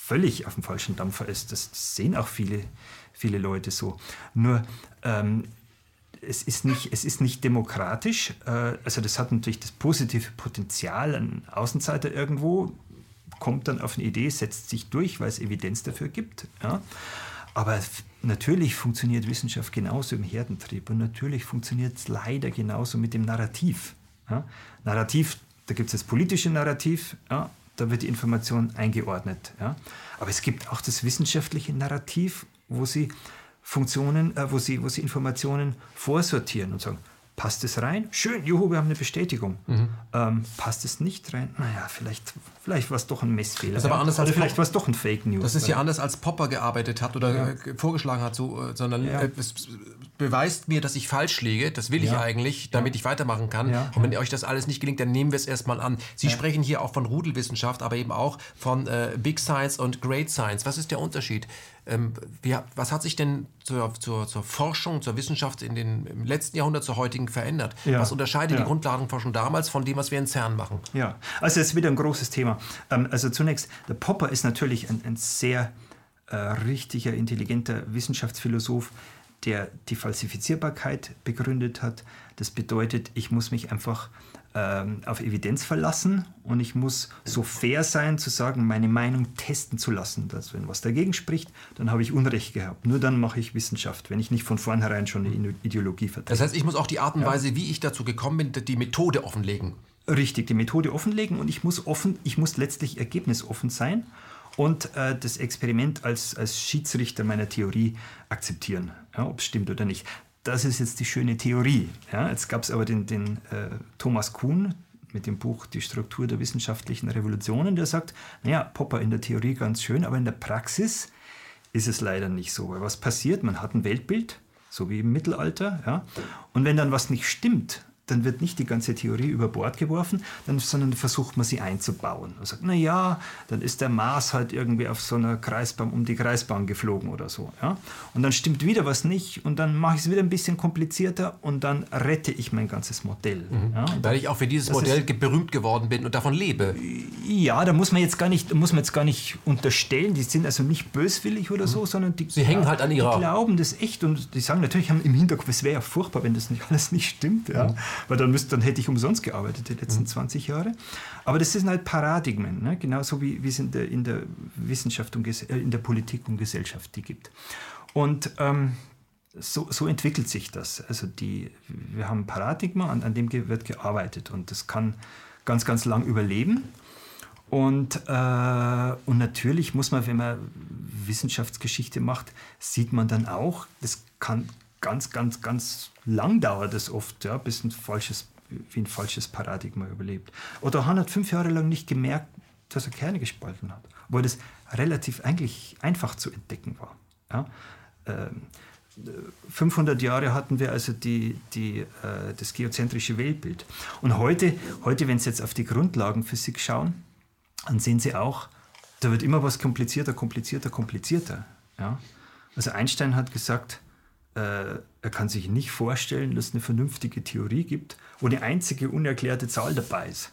völlig auf dem falschen Dampfer ist. Das sehen auch viele, viele Leute so. Nur ähm, es, ist nicht, es ist nicht demokratisch. Äh, also das hat natürlich das positive Potenzial, ein Außenseiter irgendwo kommt dann auf eine Idee, setzt sich durch, weil es Evidenz dafür gibt. Ja? Aber natürlich funktioniert Wissenschaft genauso im Herdentrieb und natürlich funktioniert es leider genauso mit dem Narrativ. Ja? Narrativ, da gibt es das politische Narrativ, ja? Da wird die Information eingeordnet. Ja? Aber es gibt auch das wissenschaftliche Narrativ, wo sie Funktionen, äh, wo sie, wo sie Informationen vorsortieren und sagen, passt es rein? Schön, juhu, wir haben eine Bestätigung. Mhm. Ähm, passt es nicht rein? Naja, vielleicht, vielleicht war es doch ein Messfehler. Das ist aber anders oder als vielleicht war es doch ein Fake News. Das ist ja anders, als Popper gearbeitet hat oder ja. vorgeschlagen hat, so, sondern ja. äh, es beweist mir, dass ich falsch liege. Das will ja. ich eigentlich, damit ja. ich weitermachen kann. Ja. Und wenn euch das alles nicht gelingt, dann nehmen wir es erstmal an. Sie ja. sprechen hier auch von Rudelwissenschaft, aber eben auch von äh, Big Science und Great Science. Was ist der Unterschied? Ähm, wie, was hat sich denn zur, zur, zur Forschung, zur Wissenschaft in den, im letzten Jahrhundert zur heutigen verändert? Ja. Was unterscheidet ja. die Grundlagenforschung damals von dem, was wir in CERN machen? Ja, also das ist wieder ein großes Thema. Ähm, also zunächst, der Popper ist natürlich ein, ein sehr äh, richtiger, intelligenter Wissenschaftsphilosoph, der die Falsifizierbarkeit begründet hat. Das bedeutet, ich muss mich einfach ähm, auf Evidenz verlassen und ich muss so fair sein, zu sagen, meine Meinung testen zu lassen. Dass, wenn was dagegen spricht, dann habe ich Unrecht gehabt. Nur dann mache ich Wissenschaft, wenn ich nicht von vornherein schon eine Ideologie vertrete. Das heißt, ich muss auch die Art und Weise, ja. wie ich dazu gekommen bin, die Methode offenlegen. Richtig, die Methode offenlegen und ich muss, offen, ich muss letztlich ergebnisoffen sein und äh, das Experiment als, als Schiedsrichter meiner Theorie akzeptieren, ja, ob es stimmt oder nicht. Das ist jetzt die schöne Theorie. Ja. Jetzt gab es aber den, den äh, Thomas Kuhn mit dem Buch Die Struktur der wissenschaftlichen Revolutionen, der sagt, naja, Popper in der Theorie ganz schön, aber in der Praxis ist es leider nicht so. Weil was passiert? Man hat ein Weltbild, so wie im Mittelalter, ja, und wenn dann was nicht stimmt, dann wird nicht die ganze Theorie über Bord geworfen, dann, sondern versucht man sie einzubauen. Man sagt, na ja, dann ist der Mars halt irgendwie auf so einer Kreisbahn um die Kreisbahn geflogen oder so. Ja? Und dann stimmt wieder was nicht und dann mache ich es wieder ein bisschen komplizierter und dann rette ich mein ganzes Modell. Mhm. Ja? Weil ich auch für dieses Modell ist, berühmt geworden bin und davon lebe. Ja, da muss man jetzt gar nicht, muss man jetzt gar nicht unterstellen, die sind also nicht böswillig oder so, mhm. sondern die, Sie hängen halt an ihrer... die glauben das echt und die sagen natürlich, haben im Hinterkopf, es wäre ja furchtbar, wenn das nicht alles nicht stimmt. Ja? Mhm. Weil dann, müsst, dann hätte ich umsonst gearbeitet die letzten mhm. zwanzig Jahre. Aber das sind halt Paradigmen, ne? Genauso wie, wie es in der, in der Wissenschaft und äh, in der Politik und Gesellschaft die gibt. Und ähm, so, so entwickelt sich das. Also die, wir haben ein Paradigma, an, an dem wird gearbeitet und das kann ganz, ganz lang überleben. Und, äh, und natürlich muss man, wenn man Wissenschaftsgeschichte macht, sieht man dann auch, das kann ganz, ganz, ganz lang dauert es oft, ja, bis ein falsches, wie ein falsches Paradigma überlebt. Oder Hahn hat fünf Jahre lang nicht gemerkt, dass er Kerne gespalten hat, obwohl das relativ eigentlich einfach zu entdecken war. Ja. Ähm, fünfhundert Jahre hatten wir also die, die, äh, das geozentrische Weltbild. Und heute, heute, wenn Sie jetzt auf die Grundlagenphysik schauen, dann sehen Sie auch, da wird immer was komplizierter, komplizierter, komplizierter. Ja. Also Einstein hat gesagt, er kann sich nicht vorstellen, dass es eine vernünftige Theorie gibt, wo eine einzige unerklärte Zahl dabei ist.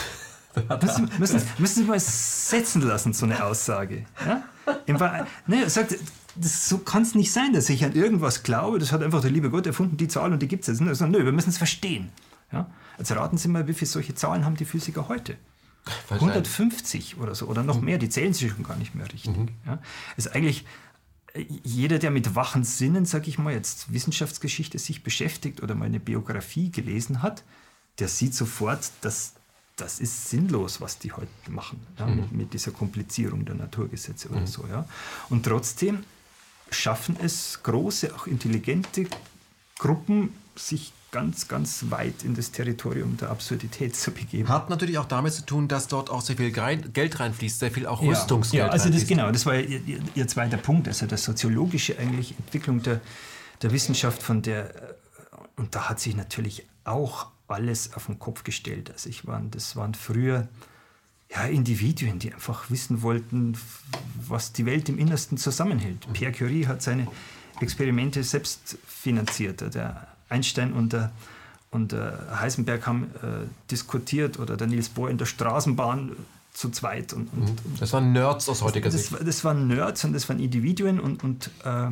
müssen, müssen, müssen Sie mal setzen lassen, so eine Aussage. Ja? Ne, er sagt, das, so kann es nicht sein, dass ich an irgendwas glaube, das hat einfach der liebe Gott erfunden, die Zahl und die gibt es jetzt. Also, nö, wir müssen es verstehen. Ja? Jetzt raten Sie mal, wie viele solche Zahlen haben die Physiker heute? hundertfünfzig oder so, oder noch mehr, die zählen sie schon gar nicht mehr richtig. Mhm. Ja? Das ist eigentlich... Jeder, der mit wachen Sinnen, sag ich mal, jetzt Wissenschaftsgeschichte sich beschäftigt oder mal eine Biografie gelesen hat, der sieht sofort, dass das ist sinnlos, was die heute machen, ja, mhm. mit, mit dieser Komplizierung der Naturgesetze oder mhm. so. Ja. Und trotzdem schaffen es große, auch intelligente Gruppen, sich ganz, ganz weit in das Territorium der Absurdität zu begeben. Hat natürlich auch damit zu tun, dass dort auch sehr viel Geld reinfließt, sehr viel auch Rüstungsgeld. Ja, also das genau, das war ihr, ihr, ihr zweiter Punkt, also der soziologische eigentlich Entwicklung der, der Wissenschaft von der, und da hat sich natürlich auch alles auf den Kopf gestellt. Also ich war, das waren früher ja, Individuen, die einfach wissen wollten, was die Welt im Innersten zusammenhält. Pierre Curie hat seine Experimente selbst finanziert. Der Einstein und der, und der Heisenberg haben äh, diskutiert oder der Niels Bohr in der Straßenbahn zu zweit. Und, und, das waren Nerds aus heutiger das, Sicht. Das, das waren Nerds und das waren Individuen und, und, äh,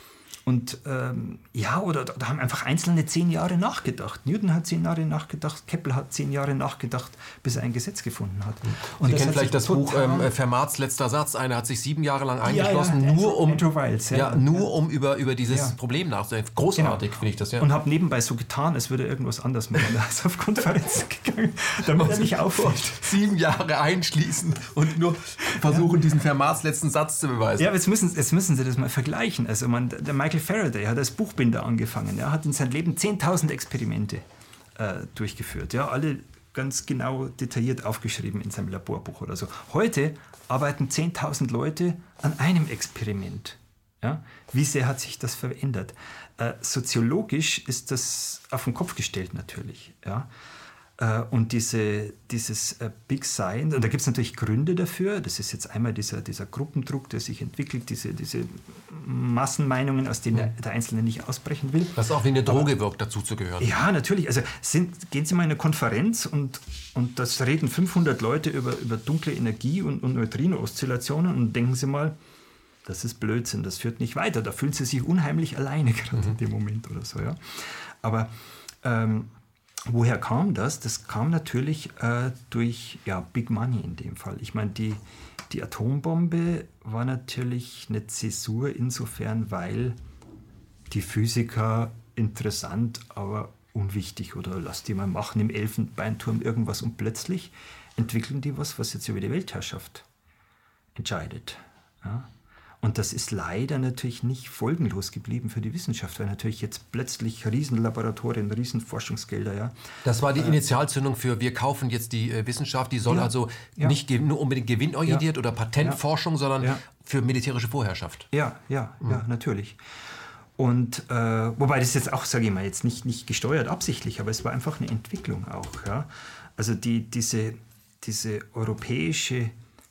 und ähm, ja, oder da haben einfach Einzelne zehn Jahre nachgedacht. Newton hat zehn Jahre nachgedacht, Kepler hat zehn Jahre nachgedacht, bis er ein Gesetz gefunden hat. Und Sie kennen vielleicht das Buch ähm, Fermats letzter Satz. Einer hat sich sieben Jahre lang eingeschlossen, ja, ja, nur, um, Andrew Wiles, ja, ja, nur ja. um über, über dieses ja. Problem nachzudenken. Großartig, genau. finde ich das. Ja. Und habe nebenbei so getan, als würde er irgendwas anders machen. Er ist auf Konferenzen gegangen, damit er nicht auffällt. Sieben Jahre einschließen und nur versuchen, ja. diesen Fermats letzten Satz zu beweisen. Ja, aber jetzt müssen, jetzt müssen Sie das mal vergleichen. Also man, der Michael Faraday hat als Buchbinder angefangen. Er hat in seinem Leben zehntausend Experimente äh, durchgeführt. Ja, alle ganz genau detailliert aufgeschrieben in seinem Laborbuch oder so. Heute arbeiten zehntausend Leute an einem Experiment. Ja? Wie sehr hat sich das verändert? Äh, soziologisch ist das auf den Kopf gestellt natürlich. Ja? Äh, und diese, dieses äh, Big Science, und da gibt es natürlich Gründe dafür, das ist jetzt einmal dieser, dieser Gruppendruck, der sich entwickelt, diese, diese Massenmeinungen, aus denen der, der Einzelne nicht ausbrechen will. Was auch wie eine Droge Aber, wirkt, dazu zu gehören. Ja, natürlich. Also sind, gehen Sie mal in eine Konferenz und, und das reden fünfhundert Leute über, über dunkle Energie und, und Neutrino-Oszillationen und denken Sie mal, das ist Blödsinn, das führt nicht weiter. Da fühlen Sie sich unheimlich alleine gerade mhm. in dem Moment oder so. Ja. Aber ähm, woher kam das? Das kam natürlich äh, durch ja, Big Money in dem Fall. Ich meine, die, die Atombombe war natürlich eine Zäsur insofern, weil die Physiker interessant, aber unwichtig oder lass die mal machen im Elfenbeinturm irgendwas und plötzlich entwickeln die was, was jetzt über die Weltherrschaft entscheidet. Ja? Und das ist leider natürlich nicht folgenlos geblieben für die Wissenschaft, weil natürlich jetzt plötzlich Riesenlaboratorien, Riesenforschungsgelder, ja. Das war die Initialzündung für, wir kaufen jetzt die äh, Wissenschaft, die soll ja, also ja. nicht ge- nur unbedingt gewinnorientiert ja. oder Patentforschung, ja. sondern ja. für militärische Vorherrschaft. Ja, ja, mhm. ja, natürlich. Und äh, wobei das jetzt auch, sage ich mal, jetzt nicht, nicht gesteuert absichtlich, aber es war einfach eine Entwicklung auch, ja. Also die, diese, diese europäische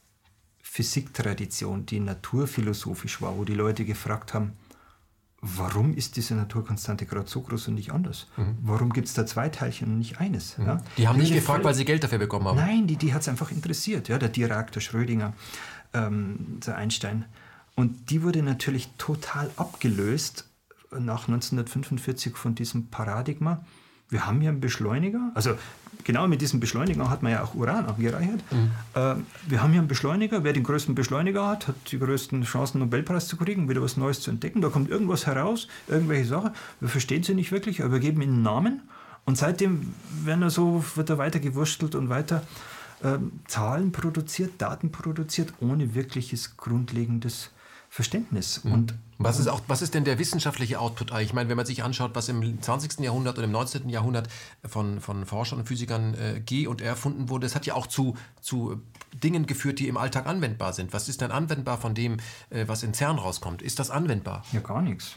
Physiktradition, die naturphilosophisch war, wo die Leute gefragt haben, warum ist diese Naturkonstante gerade so groß und nicht anders? Mhm. Warum gibt es da zwei Teilchen und nicht eines? Mhm. Ja? Die haben nicht gefragt, Fall, weil sie Geld dafür bekommen haben. Nein, die, die hat es einfach interessiert. Ja? Der Dirac, der Schrödinger, ähm, der Einstein. Und die wurde natürlich total abgelöst nach neunzehnhundertfünfundvierzig von diesem Paradigma. Wir haben hier einen Beschleuniger, also genau mit diesem Beschleuniger hat man ja auch Uran angereichert. Mhm. Äh, wir haben hier einen Beschleuniger, wer den größten Beschleuniger hat, hat die größten Chancen, einen Nobelpreis zu kriegen, wieder was Neues zu entdecken. Da kommt irgendwas heraus, irgendwelche Sachen, wir verstehen sie nicht wirklich, aber wir geben ihnen einen Namen und seitdem werden er so, wird er weiter gewurstelt und weiter äh, Zahlen produziert, Daten produziert, ohne wirkliches grundlegendes Verständnis. Mhm. Und was ist, auch, was ist denn der wissenschaftliche Output? Ich meine, wenn man sich anschaut, was im zwanzigsten Jahrhundert und im neunzehnten Jahrhundert von, von Forschern und Physikern äh, G und R erfunden wurde, das hat ja auch zu, zu Dingen geführt, die im Alltag anwendbar sind. Was ist denn anwendbar von dem, äh, was in CERN rauskommt? Ist das anwendbar? Ja, gar nichts.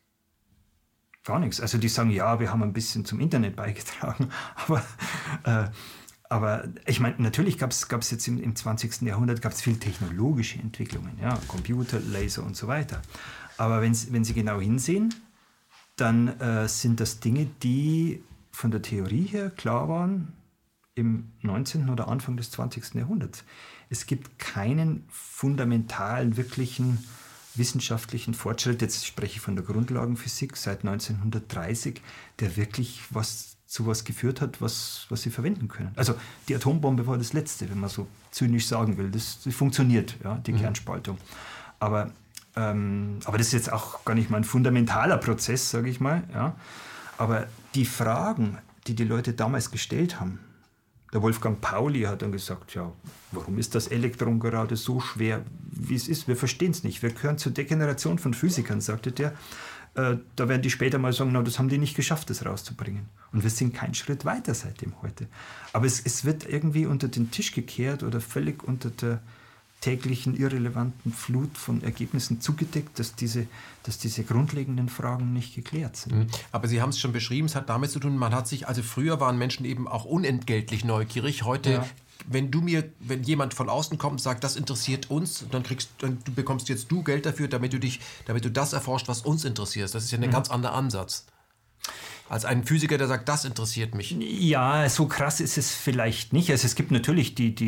Gar nichts. Also die sagen, ja, wir haben ein bisschen zum Internet beigetragen, aber... Äh, Aber ich meine, natürlich gab es jetzt im, im zwanzigsten Jahrhundert gab's viel technologische Entwicklungen, ja, Computer, Laser und so weiter. Aber wenn Sie genau hinsehen, dann äh, sind das Dinge, die von der Theorie her klar waren im neunzehnten oder Anfang des zwanzigsten Jahrhunderts. Es gibt keinen fundamentalen, wirklichen wissenschaftlichen Fortschritt, jetzt spreche ich von der Grundlagenphysik seit neunzehnhundertdreißig, der wirklich was zu was geführt hat, was, was sie verwenden können. Also die Atombombe war das Letzte, wenn man so zynisch sagen will. Das, das funktioniert, ja, die mhm. Kernspaltung. Aber, ähm, aber das ist jetzt auch gar nicht mal ein fundamentaler Prozess, sage ich mal. Ja. Aber die Fragen, die die Leute damals gestellt haben, der Wolfgang Pauli hat dann gesagt, ja, warum ist das Elektron gerade so schwer, wie es ist? Wir verstehen es nicht. Wir gehören zur Degeneration von Physikern, sagte der. Äh, da werden die später mal sagen, na, das haben die nicht geschafft, das rauszubringen. Und wir sind keinen Schritt weiter seitdem heute. Aber es, es wird irgendwie unter den Tisch gekehrt oder völlig unter der täglichen irrelevanten Flut von Ergebnissen zugedeckt, dass diese, dass diese grundlegenden Fragen nicht geklärt sind. Aber Sie haben es schon beschrieben, es hat damit zu tun, man hat sich, also früher waren Menschen eben auch unentgeltlich neugierig, heute... Ja. Wenn du mir, wenn jemand von außen kommt und sagt, das interessiert uns, dann kriegst dann du bekommst jetzt du Geld dafür, damit du dich, damit du das erforscht, was uns interessiert. Das ist ja ein mhm. ganz anderer Ansatz. Als ein Physiker, der sagt, das interessiert mich. Ja, so krass ist es vielleicht nicht. Also es gibt natürlich die, die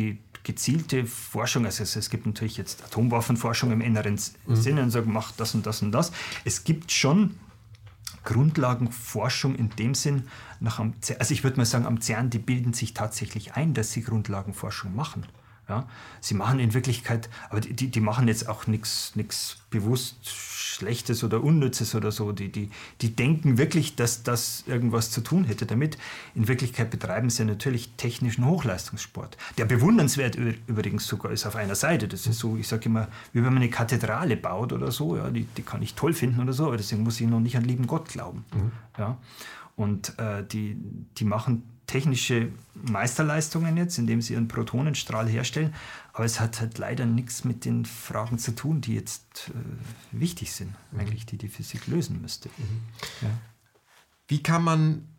gezielte Forschung, also es, es gibt natürlich jetzt Atomwaffenforschung im engeren mhm. Sinne und sagt, mach das und das und das. Es gibt schon Grundlagenforschung in dem Sinn, nach am, also ich würde mal sagen, am CERN, die bilden sich tatsächlich ein, dass sie Grundlagenforschung machen. Ja, sie machen in Wirklichkeit, aber die, die machen jetzt auch nichts bewusst Schlechtes oder Unnützes oder so. Die, die, die denken wirklich, dass das irgendwas zu tun hätte damit. In Wirklichkeit betreiben sie natürlich technischen Hochleistungssport. Der bewundernswert übrigens sogar ist auf einer Seite. Das ist so, ich sage immer, wie wenn man eine Kathedrale baut oder so. Ja, die, die kann ich toll finden oder so, aber deswegen muss ich noch nicht an lieben Gott glauben. Mhm. Ja, und äh, die, die machen technische Meisterleistungen jetzt, indem sie ihren Protonenstrahl herstellen, aber es hat halt leider nichts mit den Fragen zu tun, die jetzt äh, wichtig sind, mhm. eigentlich, die die Physik lösen müsste. Mhm. Ja. Wie kann man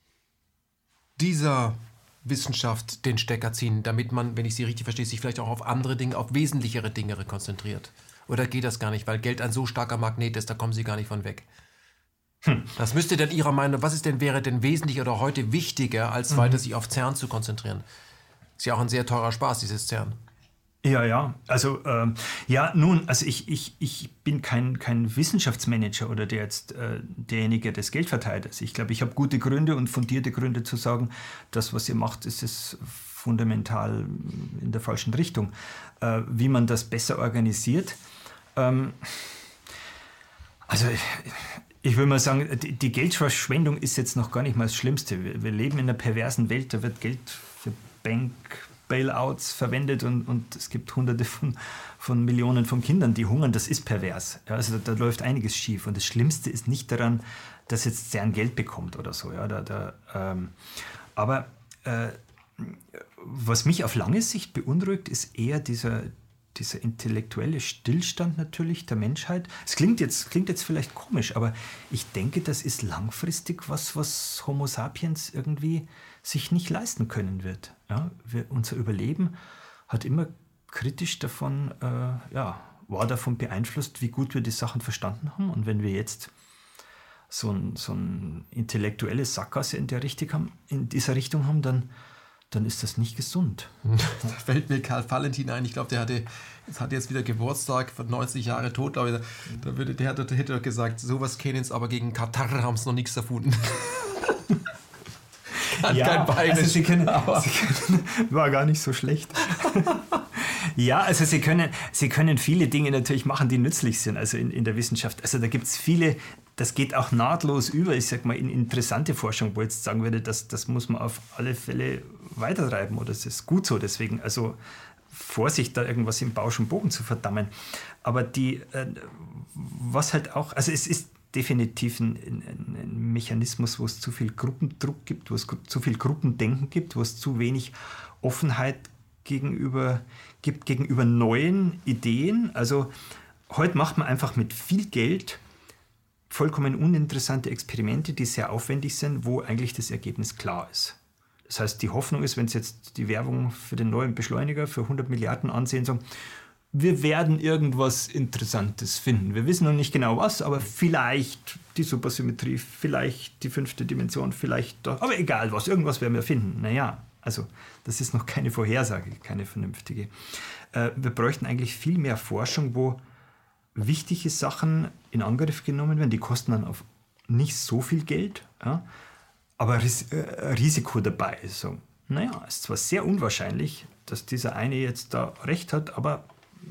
dieser Wissenschaft den Stecker ziehen, damit man, wenn ich Sie richtig verstehe, sich vielleicht auch auf andere Dinge, auf wesentlichere Dinge konzentriert? Oder geht das gar nicht, weil Geld ein so starker Magnet ist, da kommen Sie gar nicht von weg? Hm. Was müsste denn Ihrer Meinung, was ist denn, wäre denn wesentlich oder heute wichtiger, als mhm. weiter sich auf CERN zu konzentrieren? Ist ja auch ein sehr teurer Spaß, dieses CERN. Ja, ja, also ähm, ja, nun, also ich, ich, ich bin kein, kein Wissenschaftsmanager oder der jetzt äh, derjenige, der das Geld verteilt. Also ich glaube, ich habe gute Gründe und fundierte Gründe zu sagen, das, was ihr macht, ist es fundamental in der falschen Richtung. Äh, wie man das besser organisiert. Ähm, also ich, Ich will mal sagen, die Geldverschwendung ist jetzt noch gar nicht mal das Schlimmste. Wir leben in einer perversen Welt, da wird Geld für Bank-Bailouts verwendet und, und es gibt Hunderte von, von Millionen von Kindern, die hungern. Das ist pervers. Ja, also da, da läuft einiges schief. Und das Schlimmste ist nicht daran, dass jetzt CERN Geld bekommt oder so. Ja, da, da, ähm, aber äh, was mich auf lange Sicht beunruhigt, ist eher dieser dieser intellektuelle Stillstand natürlich der Menschheit. Es klingt jetzt, klingt jetzt vielleicht komisch, aber ich denke, das ist langfristig was, was Homo sapiens irgendwie sich nicht leisten können wird. Ja, wir, unser Überleben hat immer kritisch davon, äh, ja, war davon beeinflusst, wie gut wir die Sachen verstanden haben. Und wenn wir jetzt so ein, so ein intellektuelles Sackgasse in der Richtung haben, in dieser Richtung haben, dann dann ist das nicht gesund. Da fällt mir Karl Valentin ein, ich glaube, der hatte, jetzt hat jetzt wieder Geburtstag, neunzig Jahre tot, glaube ich, da würde, der, der hätte doch gesagt, sowas kennen sie, aber gegen Katar haben sie noch nichts erfunden. Kann ja, kein also sie können, sie können, war gar nicht so schlecht. Ja, also sie können, sie können viele Dinge natürlich machen, die nützlich sind, also in, in der Wissenschaft. Also da gibt es viele, das geht auch nahtlos über, ich sag mal, in interessante Forschung, wo ich jetzt sagen würde, das, das muss man auf alle Fälle weitertreiben oder es ist gut so. Deswegen, also Vorsicht, da irgendwas im Bausch und Bogen zu verdammen. Aber die, äh, was halt auch, also es ist definitiv ein, ein, ein Mechanismus, wo es zu viel Gruppendruck gibt, wo es zu viel Gruppendenken gibt, wo es zu wenig Offenheit gegenüber gibt, gegenüber neuen Ideen. Also heute macht man einfach mit viel Geld vollkommen uninteressante Experimente, die sehr aufwendig sind, wo eigentlich das Ergebnis klar ist. Das heißt, die Hoffnung ist, wenn Sie jetzt die Werbung für den neuen Beschleuniger für hundert Milliarden ansehen, sagen, wir werden irgendwas Interessantes finden. Wir wissen noch nicht genau was, aber vielleicht die Supersymmetrie, vielleicht die fünfte Dimension, vielleicht doch, aber egal was, irgendwas werden wir finden. Naja, also das ist noch keine Vorhersage, keine vernünftige. Äh, wir bräuchten eigentlich viel mehr Forschung, wo wichtige Sachen in Angriff genommen werden. Die kosten dann auf nicht so viel Geld, ja, aber Ris- äh, Risiko dabei ist. So, naja, es ist zwar sehr unwahrscheinlich, dass dieser eine jetzt da recht hat, aber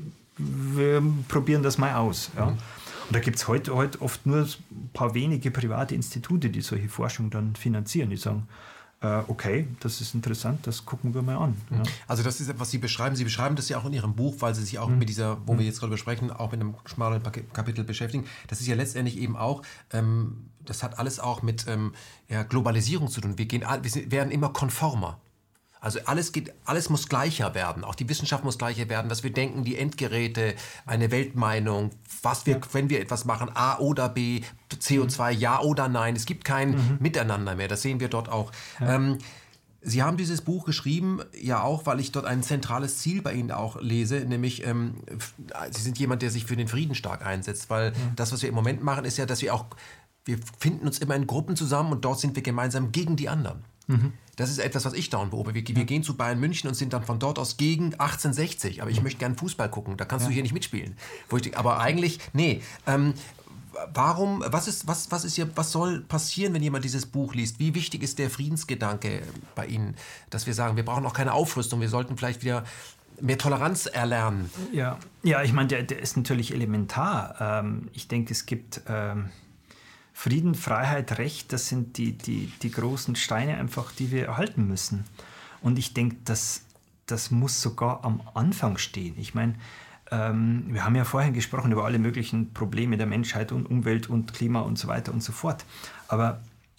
wir probieren das mal aus. Ja. Und da gibt es heute, heute oft nur ein paar wenige private Institute, die solche Forschung dann finanzieren. Die sagen, äh, okay, das ist interessant, das gucken wir mal an. Ja. Also das ist, was Sie beschreiben. Sie beschreiben das ja auch in Ihrem Buch, weil Sie sich auch mhm. mit dieser, wo wir jetzt gerade besprechen, auch mit einem schmalen Kapitel beschäftigen. Das ist ja letztendlich eben auch, ähm, das hat alles auch mit ähm, ja, Globalisierung zu tun. Wir, gehen, wir werden immer konformer. Also alles geht, alles muss gleicher werden. Auch die Wissenschaft muss gleicher werden, was wir denken, die Endgeräte, eine Weltmeinung, was wir, ja. wenn wir etwas machen, A oder B, C O zwei, mhm. ja oder nein. Es gibt kein mhm. Miteinander mehr. Das sehen wir dort auch. Ja. Ähm, Sie haben dieses Buch geschrieben, ja auch, weil ich dort ein zentrales Ziel bei Ihnen auch lese, nämlich ähm, Sie sind jemand, der sich für den Frieden stark einsetzt, weil mhm. das, was wir im Moment machen, ist ja, dass wir auch, wir finden uns immer in Gruppen zusammen und dort sind wir gemeinsam gegen die anderen. Mhm. Das ist etwas, was ich dauernd beobachte. Wir, wir gehen zu Bayern München und sind dann von dort aus gegen achtzehnhundertsechzig. Aber ich möchte gerne Fußball gucken. Da kannst ja. du hier nicht mitspielen. Wo ich denke, aber eigentlich, nee. Ähm, warum, was ist, was, was ist hier, was soll passieren, wenn jemand dieses Buch liest? Wie wichtig ist der Friedensgedanke bei Ihnen? Dass wir sagen, wir brauchen auch keine Aufrüstung. Wir sollten vielleicht wieder mehr Toleranz erlernen. Ja, ja, ich meine, der, der ist natürlich elementar. Ähm, ich denke, es gibt ähm, Frieden, Freiheit, Recht, das sind die, die, die großen Steine einfach, die wir erhalten müssen. Und ich denke, das, das muss sogar am Anfang stehen. Ich meine, ähm, wir haben ja vorhin gesprochen über alle möglichen Probleme der Menschheit und Umwelt und Klima und so weiter und so fort. Aber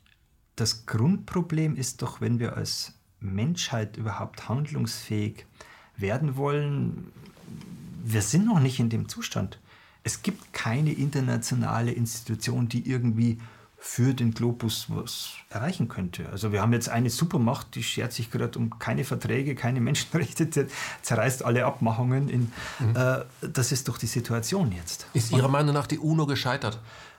das Grundproblem ist doch, wenn wir als Menschheit überhaupt handlungsfähig werden wollen, wir sind noch nicht in dem Zustand. Es gibt keine internationale Institution, die irgendwie für den Globus was erreichen könnte. Also wir haben jetzt eine Supermacht, die schert sich gerade um keine Verträge, keine Menschenrechte, zerreißt alle Abmachungen. In, mhm. äh, das ist doch die Situation jetzt. Ist Ihrer Meinung nach die UNO gescheitert?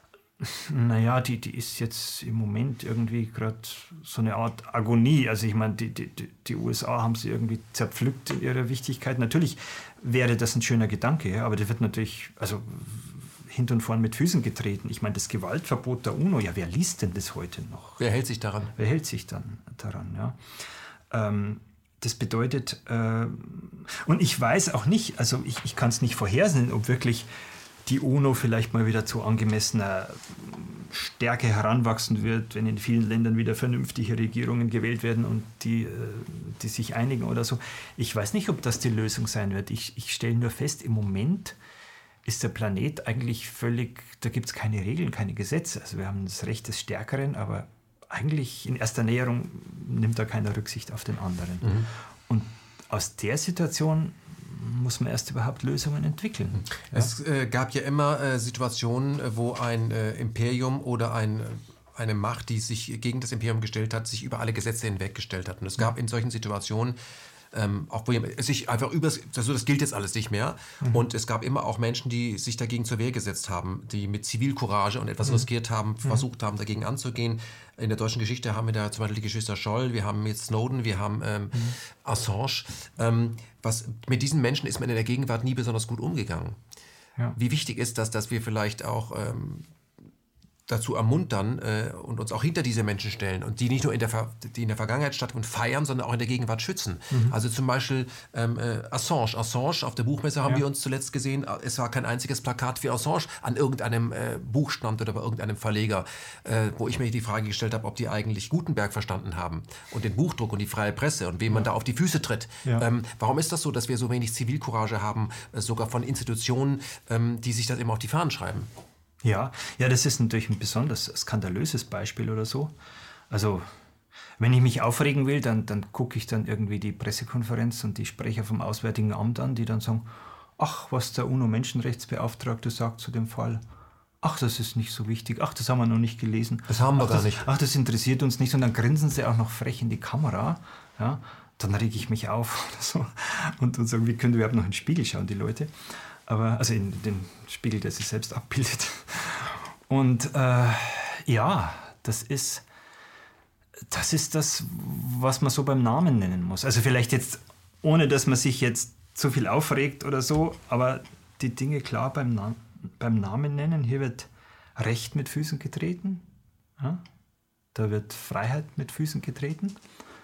Naja, die, die ist jetzt im Moment irgendwie gerade so eine Art Agonie. Also ich meine, die, die, die U S A haben sie irgendwie zerpflückt in ihrer Wichtigkeit. Natürlich wäre das ein schöner Gedanke, ja, aber der wird natürlich also hinten und vorn mit Füßen getreten. Ich meine, das Gewaltverbot der UNO, ja, wer liest denn das heute noch? Wer hält sich daran? Wer hält sich dann daran, ja. Ähm, das bedeutet, äh, und ich weiß auch nicht, also ich, ich kann es nicht vorhersehen, ob wirklich die UNO vielleicht mal wieder zu angemessener Stärke heranwachsen wird, wenn in vielen Ländern wieder vernünftige Regierungen gewählt werden und die, die sich einigen oder so. Ich weiß nicht, ob das die Lösung sein wird. Ich, ich stelle nur fest, im Moment ist der Planet eigentlich völlig, da gibt es keine Regeln, keine Gesetze. Also wir haben das Recht des Stärkeren, aber eigentlich in erster Näherung nimmt da keiner Rücksicht auf den anderen. Mhm. Und aus der Situation muss man erst überhaupt Lösungen entwickeln. Es ja? äh, gab ja immer äh, Situationen, wo ein äh, Imperium oder ein, eine Macht, die sich gegen das Imperium gestellt hat, sich über alle Gesetze hinweggestellt hat. Und es gab in solchen Situationen ähm, auch wo jemand sich einfach über also das gilt jetzt alles nicht mehr. Mhm. Und es gab immer auch Menschen, die sich dagegen zur Wehr gesetzt haben, die mit Zivilcourage und etwas mhm. riskiert haben, mhm. versucht haben, dagegen anzugehen. In der deutschen Geschichte haben wir da zum Beispiel die Geschwister Scholl, wir haben jetzt Snowden, wir haben ähm, mhm. Assange. Ähm, was, mit diesen Menschen ist man in der Gegenwart nie besonders gut umgegangen. Ja. Wie wichtig ist das, dass wir vielleicht auch ähm, dazu ermuntern äh, und uns auch hinter diese Menschen stellen und die nicht nur in der, Ver- die in der Vergangenheit stattgefunden feiern, sondern auch in der Gegenwart schützen. Mhm. Also zum Beispiel ähm, äh, Assange. Assange, auf der Buchmesse haben ja. wir uns zuletzt gesehen, es war kein einziges Plakat für Assange an irgendeinem äh, Buchstand oder bei irgendeinem Verleger, äh, wo ich mir die Frage gestellt habe, ob die eigentlich Gutenberg verstanden haben und den Buchdruck und die freie Presse und wem ja. man da auf die Füße tritt. Ja. Ähm, warum ist das so, dass wir so wenig Zivilcourage haben, äh, sogar von Institutionen, ähm, die sich das immer auf die Fahnen schreiben? Ja, ja, das ist natürlich ein besonders skandalöses Beispiel oder so. Also, wenn ich mich aufregen will, dann, dann gucke ich dann irgendwie die Pressekonferenz und die Sprecher vom Auswärtigen Amt an, die dann sagen, ach, was der UNO-Menschenrechtsbeauftragte sagt zu dem Fall. Ach, das ist nicht so wichtig. Ach, das haben wir noch nicht gelesen. Das haben wir ach, gar das, nicht. Ach, das interessiert uns nicht. Und dann grinsen sie auch noch frech in die Kamera. Ja, dann rege ich mich auf oder so. Und, und sagen, wie können wir überhaupt noch in den Spiegel schauen, die Leute? Aber, also in den Spiegel, der sich selbst abbildet. Und äh, ja, das ist, das ist das, was man so beim Namen nennen muss. Also vielleicht jetzt, ohne dass man sich jetzt zu viel aufregt oder so, aber die Dinge klar beim, Na- beim Namen nennen. Hier wird Recht mit Füßen getreten. Ja? Da wird Freiheit mit Füßen getreten.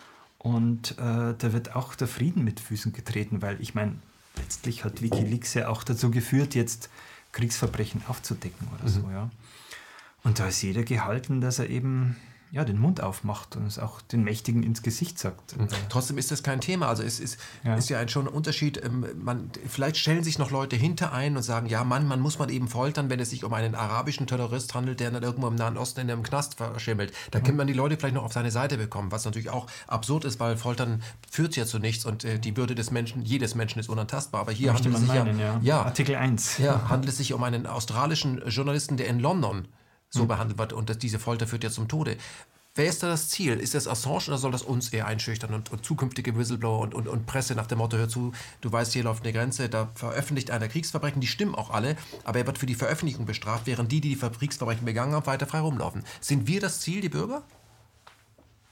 Und äh, da wird auch der Frieden mit Füßen getreten, weil ich meine, letztlich hat WikiLeaks ja auch dazu geführt, jetzt Kriegsverbrechen aufzudecken oder mhm. so, ja. Und da ist jeder gehalten, dass er eben ja, den Mund aufmacht und es auch den Mächtigen ins Gesicht sagt. Mhm. Trotzdem ist das kein Thema. Also es ist ja, ist ja ein, schon ein Unterschied. Man, vielleicht stellen sich noch Leute hinter ein und sagen, ja Mann, man muss man eben foltern, wenn es sich um einen arabischen Terrorist handelt, der dann irgendwo im Nahen Osten in einem Knast verschimmelt. Da mhm. kann man die Leute vielleicht noch auf seine Seite bekommen, was natürlich auch absurd ist, weil Foltern führt ja zu nichts und äh, die Würde des Menschen, jedes Menschen ist unantastbar. Aber hier handelt es sich meinen, ja, ja, Artikel eins. Ja, handelt es sich um einen australischen Journalisten, der in London so mhm. behandelt wird und das, diese Folter führt ja zum Tode. Wer ist da das Ziel? Ist das Assange oder soll das uns eher einschüchtern und, und zukünftige Whistleblower und, und, und Presse nach dem Motto, hör zu, du weißt, hier läuft eine Grenze, da veröffentlicht einer Kriegsverbrechen, die stimmen auch alle, aber er wird für die Veröffentlichung bestraft, während die, die die Kriegsverbrechen begangen haben, weiter frei rumlaufen. Sind wir das Ziel, die Bürger?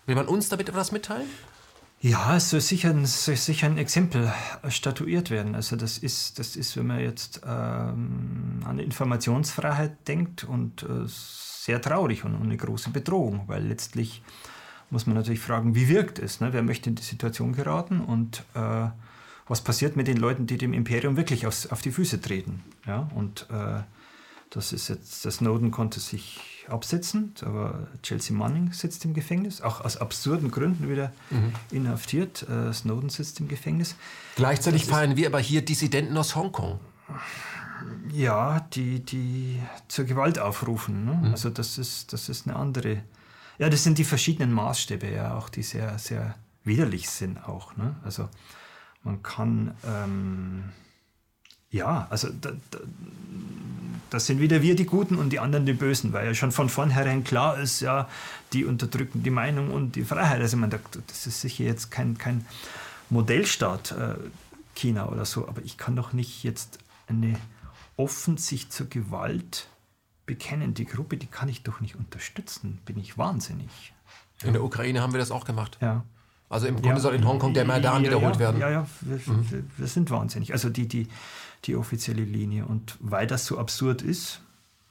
Will man uns damit etwas mitteilen? Ja, es soll sicher, ein, soll sicher ein Exempel statuiert werden. Also das ist, das ist, wenn man jetzt ähm, an Informationsfreiheit denkt, und äh, sehr traurig und eine große Bedrohung, weil letztlich muss man natürlich fragen, wie wirkt es? Ne? Wer möchte in die Situation geraten, und äh, was passiert mit den Leuten, die dem Imperium wirklich aufs, auf die Füße treten? Ja? Und äh, das ist jetzt, der Snowden konnte sich absetzen, aber Chelsea Manning sitzt im Gefängnis, auch aus absurden Gründen wieder mhm. inhaftiert. Äh, Snowden sitzt im Gefängnis. Gleichzeitig das feiern wir aber hier Dissidenten aus Hongkong. Ja, die, die zur Gewalt aufrufen. Ne? Mhm. Also das ist, das ist eine andere... Ja, das sind die verschiedenen Maßstäbe, ja, auch die sehr, sehr widerlich sind auch. Ne? Also man kann... Ähm, ja, also da, da, das sind wieder wir die Guten und die anderen die Bösen, weil ja schon von vornherein klar ist, ja, die unterdrücken die Meinung und die Freiheit. Also man, das ist sicher jetzt kein, kein Modellstaat, äh, China oder so, aber ich kann doch nicht jetzt eine offen sich zur Gewalt bekennende Gruppe, die kann ich doch nicht unterstützen. Bin ich wahnsinnig. In der Ukraine haben wir das auch gemacht. Ja. Also im Grunde ja, soll in Hongkong der Maidan ja, wiederholt ja, werden. Ja, ja, wir, mhm. wir, wir sind wahnsinnig. Also die, die, die offizielle Linie. Und weil das so absurd ist,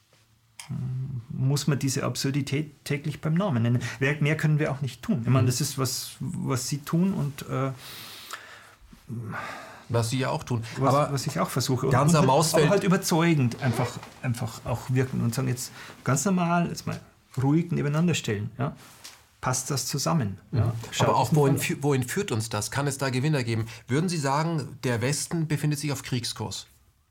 muss man diese Absurdität täglich beim Namen nennen. Mehr können wir auch nicht tun. Ich meine, das ist, was, was Sie tun und äh, was Sie ja auch tun. Was, aber was ich auch versuche. Ganz am Mausfeld. Aber halt überzeugend einfach, einfach auch wirken und sagen, jetzt ganz normal, jetzt mal ruhig nebeneinander stellen. Ja? Passt das zusammen? Ja? Aber auch wohin, wohin führt uns das? Kann es da Gewinner geben? Würden Sie sagen, der Westen befindet sich auf Kriegskurs?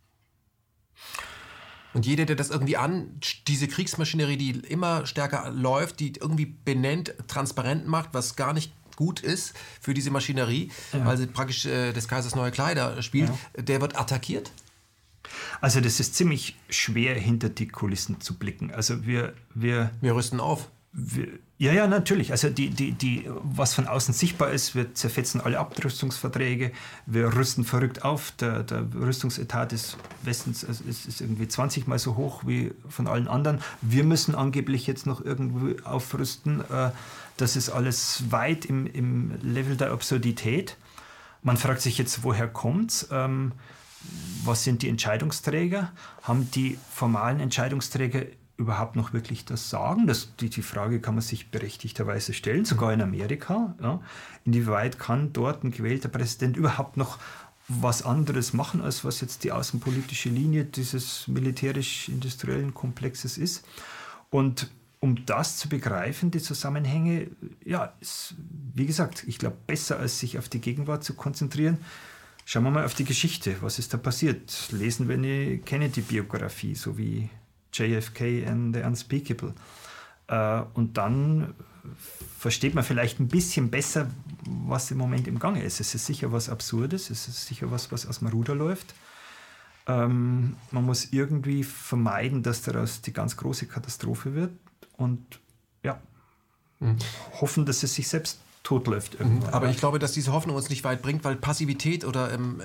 Und jeder, der das irgendwie an, diese Kriegsmaschinerie, die immer stärker läuft, die irgendwie benennt, transparent macht, was gar nicht gut ist für diese Maschinerie, ja. weil sie praktisch äh, des Kaisers neue Kleider spielt, ja. der wird attackiert? Also das ist ziemlich schwer, hinter die Kulissen zu blicken. Also wir... Wir, wir rüsten auf. Wir, ja, ja, natürlich. Also die, die, die, was von außen sichtbar ist, wir zerfetzen alle Abrüstungsverträge, wir rüsten verrückt auf. Der, der Rüstungsetat des Westens ist, ist irgendwie zwanzig Mal so hoch wie von allen anderen. Wir müssen angeblich jetzt noch irgendwie aufrüsten. Das ist alles weit im, im Level der Absurdität. Man fragt sich jetzt, woher kommt's? Ähm, was sind die Entscheidungsträger? Haben die formalen Entscheidungsträger überhaupt noch wirklich das Sagen? Das, die, die Frage kann man sich berechtigterweise stellen, sogar in Amerika. Ja. Inwieweit kann dort ein gewählter Präsident überhaupt noch was anderes machen, als was jetzt die außenpolitische Linie dieses militärisch-industriellen Komplexes ist? Und um das zu begreifen, die Zusammenhänge, ja, ist, wie gesagt, ich glaube, besser als sich auf die Gegenwart zu konzentrieren, schauen wir mal auf die Geschichte. Was ist da passiert? Lesen wir eine Kennedy-Biografie, so wie J F K and the Unspeakable. Äh, und dann versteht man vielleicht ein bisschen besser, was im Moment im Gange ist. Es ist sicher was Absurdes, es ist sicher was, was aus dem Ruder läuft. Ähm, man muss irgendwie vermeiden, dass daraus die ganz große Katastrophe wird und ja, mhm. hoffen, dass es sich selbst totläuft irgendwann. Aber ich glaube, dass diese Hoffnung uns nicht weit bringt, weil Passivität oder ähm,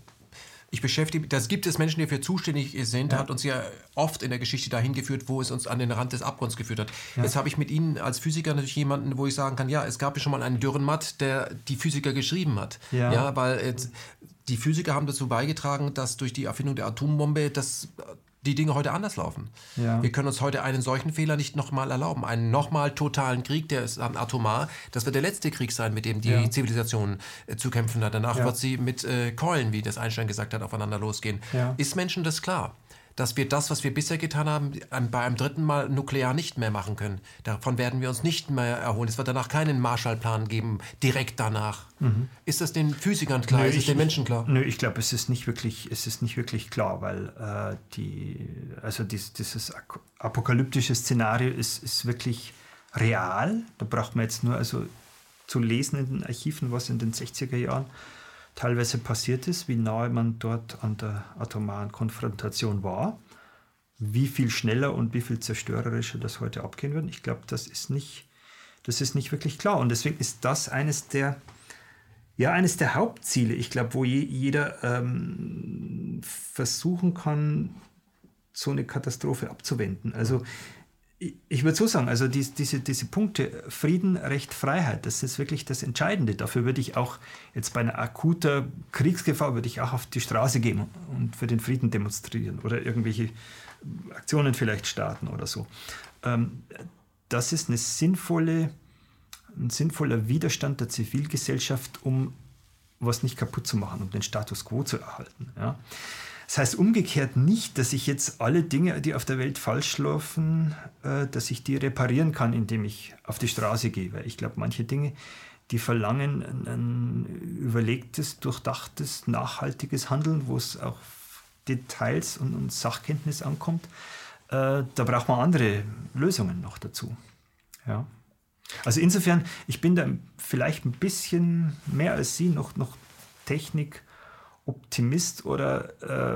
ich beschäftige, das gibt es Menschen, die dafür zuständig sind, ja. hat uns ja oft in der Geschichte dahin geführt, wo es uns an den Rand des Abgrunds geführt hat. Ja. Jetzt habe ich mit Ihnen als Physiker natürlich jemanden, wo ich sagen kann, ja, es gab ja schon mal einen Dürrenmatt, der die Physiker geschrieben hat. Ja, ja weil jetzt, die Physiker haben dazu beigetragen, dass durch die Erfindung der Atombombe das die Dinge heute anders laufen. Ja. Wir können uns heute einen solchen Fehler nicht nochmal erlauben. Einen nochmal totalen Krieg, der ist atomar. Das wird der letzte Krieg sein, mit dem die ja. Zivilisation äh, zu kämpfen hat. Danach ja. wird sie mit äh, Keulen, wie das Einstein gesagt hat, aufeinander losgehen. Ja. Ist Menschen das klar? Dass wir das, was wir bisher getan haben, bei einem dritten Mal nuklear nicht mehr machen können. Davon werden wir uns nicht mehr erholen. Es wird danach keinen Marshallplan geben, direkt danach. Mhm. Ist das den Physikern klar? Nö, ist es den Menschen klar? Nö, ich glaube, es ist nicht wirklich, es ist nicht wirklich klar, weil äh, die, also dies, dieses apokalyptische Szenario ist, ist wirklich real. Da braucht man jetzt nur also zu lesen in den Archiven, was in den sechziger Jahren teilweise passiert ist, wie nahe man dort an der atomaren Konfrontation war, wie viel schneller und wie viel zerstörerischer das heute abgehen wird. Ich glaube, das ist nicht, das ist nicht wirklich klar. Und deswegen ist das eines der, ja, eines der Hauptziele, ich glaube, wo je, jeder ähm, versuchen kann, so eine Katastrophe abzuwenden. Also Ich würde so sagen, also die, diese, diese Punkte Frieden, Recht, Freiheit, das ist wirklich das Entscheidende. Dafür würde ich auch jetzt bei einer akuter Kriegsgefahr, würde ich auch auf die Straße gehen und für den Frieden demonstrieren oder irgendwelche Aktionen vielleicht starten oder so. Das ist eine sinnvolle, ein sinnvoller Widerstand der Zivilgesellschaft, um was nicht kaputt zu machen, um den Status quo zu erhalten. Ja. Das heißt umgekehrt nicht, dass ich jetzt alle Dinge, die auf der Welt falsch laufen, äh, dass ich die reparieren kann, indem ich auf die Straße gehe. Weil ich glaube, manche Dinge, die verlangen ein, ein überlegtes, durchdachtes, nachhaltiges Handeln, wo es auch Details und, und Sachkenntnis ankommt. Äh, da braucht man andere Lösungen noch dazu. Ja. Also insofern, ich bin da vielleicht ein bisschen mehr als Sie noch, noch Technik Optimist oder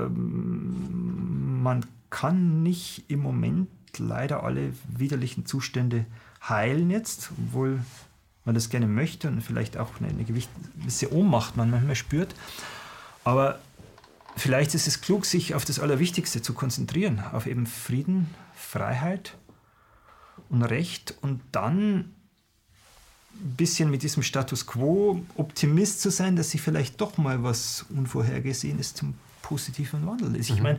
ähm, man kann nicht im Moment leider alle widerlichen Zustände heilen jetzt, obwohl man das gerne möchte und vielleicht auch eine, eine gewisse Ohnmacht man manchmal spürt. Aber vielleicht ist es klug, sich auf das Allerwichtigste zu konzentrieren, auf eben Frieden, Freiheit und Recht und dann ein bisschen mit diesem Status quo Optimist zu sein, dass sich vielleicht doch mal was Unvorhergesehenes zum positiven Wandel ist. Ich meine,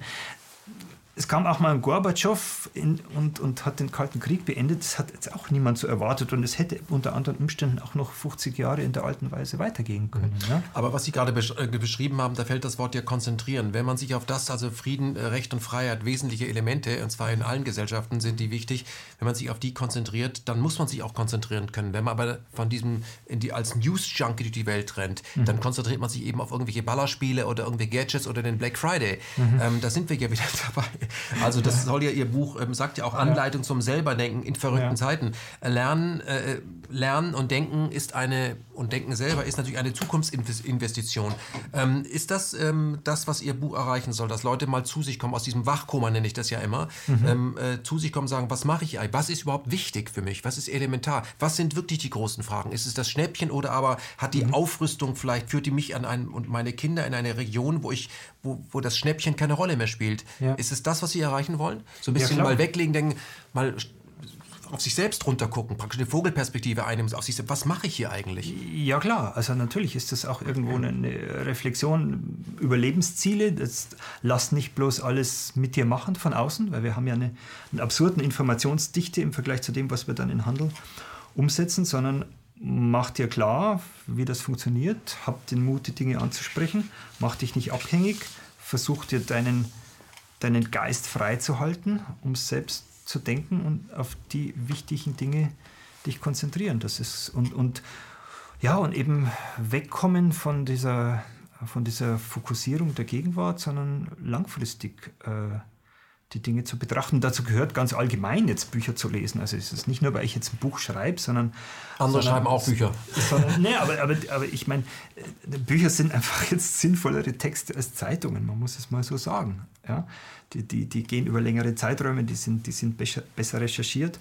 es kam auch mal ein Gorbatschow in, und, und hat den Kalten Krieg beendet. Das hat jetzt auch niemand so erwartet und es hätte unter anderen Umständen auch noch fünfzig Jahre in der alten Weise weitergehen können. Mhm. Ja? Aber was Sie gerade besch- äh, beschrieben haben, da fällt das Wort ja konzentrieren. Wenn man sich auf das, also Frieden, äh, Recht und Freiheit, wesentliche Elemente, und zwar in allen Gesellschaften sind die wichtig, wenn man sich auf die konzentriert, dann muss man sich auch konzentrieren können. Wenn man aber von diesem in die, als News-Junkie durch die Welt rennt, mhm. dann konzentriert man sich eben auf irgendwelche Ballerspiele oder irgendwelche Gadgets oder den Black Friday. Mhm. Ähm, da sind wir ja wieder dabei. Also das soll ja Ihr Buch, ähm, sagt ja auch Anleitung zum Selberdenken in verrückten ja. Zeiten. Lernen, äh, Lernen und Denken ist eine, und Denken selber ist natürlich eine Zukunftsinvestition. Ähm, ist das ähm, das, was Ihr Buch erreichen soll, dass Leute mal zu sich kommen, aus diesem Wachkoma nenne ich das ja immer, mhm. ähm, äh, zu sich kommen und sagen, was mache ich eigentlich? Was ist überhaupt wichtig für mich? Was ist elementar? Was sind wirklich die großen Fragen? Ist es das Schnäppchen oder aber hat die mhm. Aufrüstung vielleicht, führt die mich an einen und meine Kinder in eine Region, wo ich, wo, wo das Schnäppchen keine Rolle mehr spielt? Ja. Ist es das, was Sie erreichen wollen? So ein bisschen ja, mal weglegen, denken, mal auf sich selbst runtergucken, praktisch eine Vogelperspektive einnehmen, auf sich selbst. Was mache ich hier eigentlich? Ja klar, also natürlich ist das auch irgendwo eine Reflexion über Lebensziele. Das lass nicht bloß alles mit dir machen von außen, weil wir haben ja eine, eine absurden Informationsdichte im Vergleich zu dem, was wir dann in Handel umsetzen, sondern mach dir klar, wie das funktioniert, hab den Mut, die Dinge anzusprechen, mach dich nicht abhängig, versuch dir deinen deinen Geist frei zu halten, um selbst zu denken und auf die wichtigen Dinge dich konzentrieren. Das ist und, und ja und eben wegkommen von dieser von dieser Fokussierung der Gegenwart, sondern langfristig äh, die Dinge zu betrachten. Dazu gehört ganz allgemein jetzt Bücher zu lesen. Also es ist nicht nur, weil ich jetzt ein Buch schreibe, sondern andere sondern, schreiben auch Bücher. Sondern, nee, aber, aber, aber ich meine, Bücher sind einfach jetzt sinnvollere Texte als Zeitungen. Man muss es mal so sagen. Ja? Die, die, die gehen über längere Zeiträume, die sind, die sind besser recherchiert.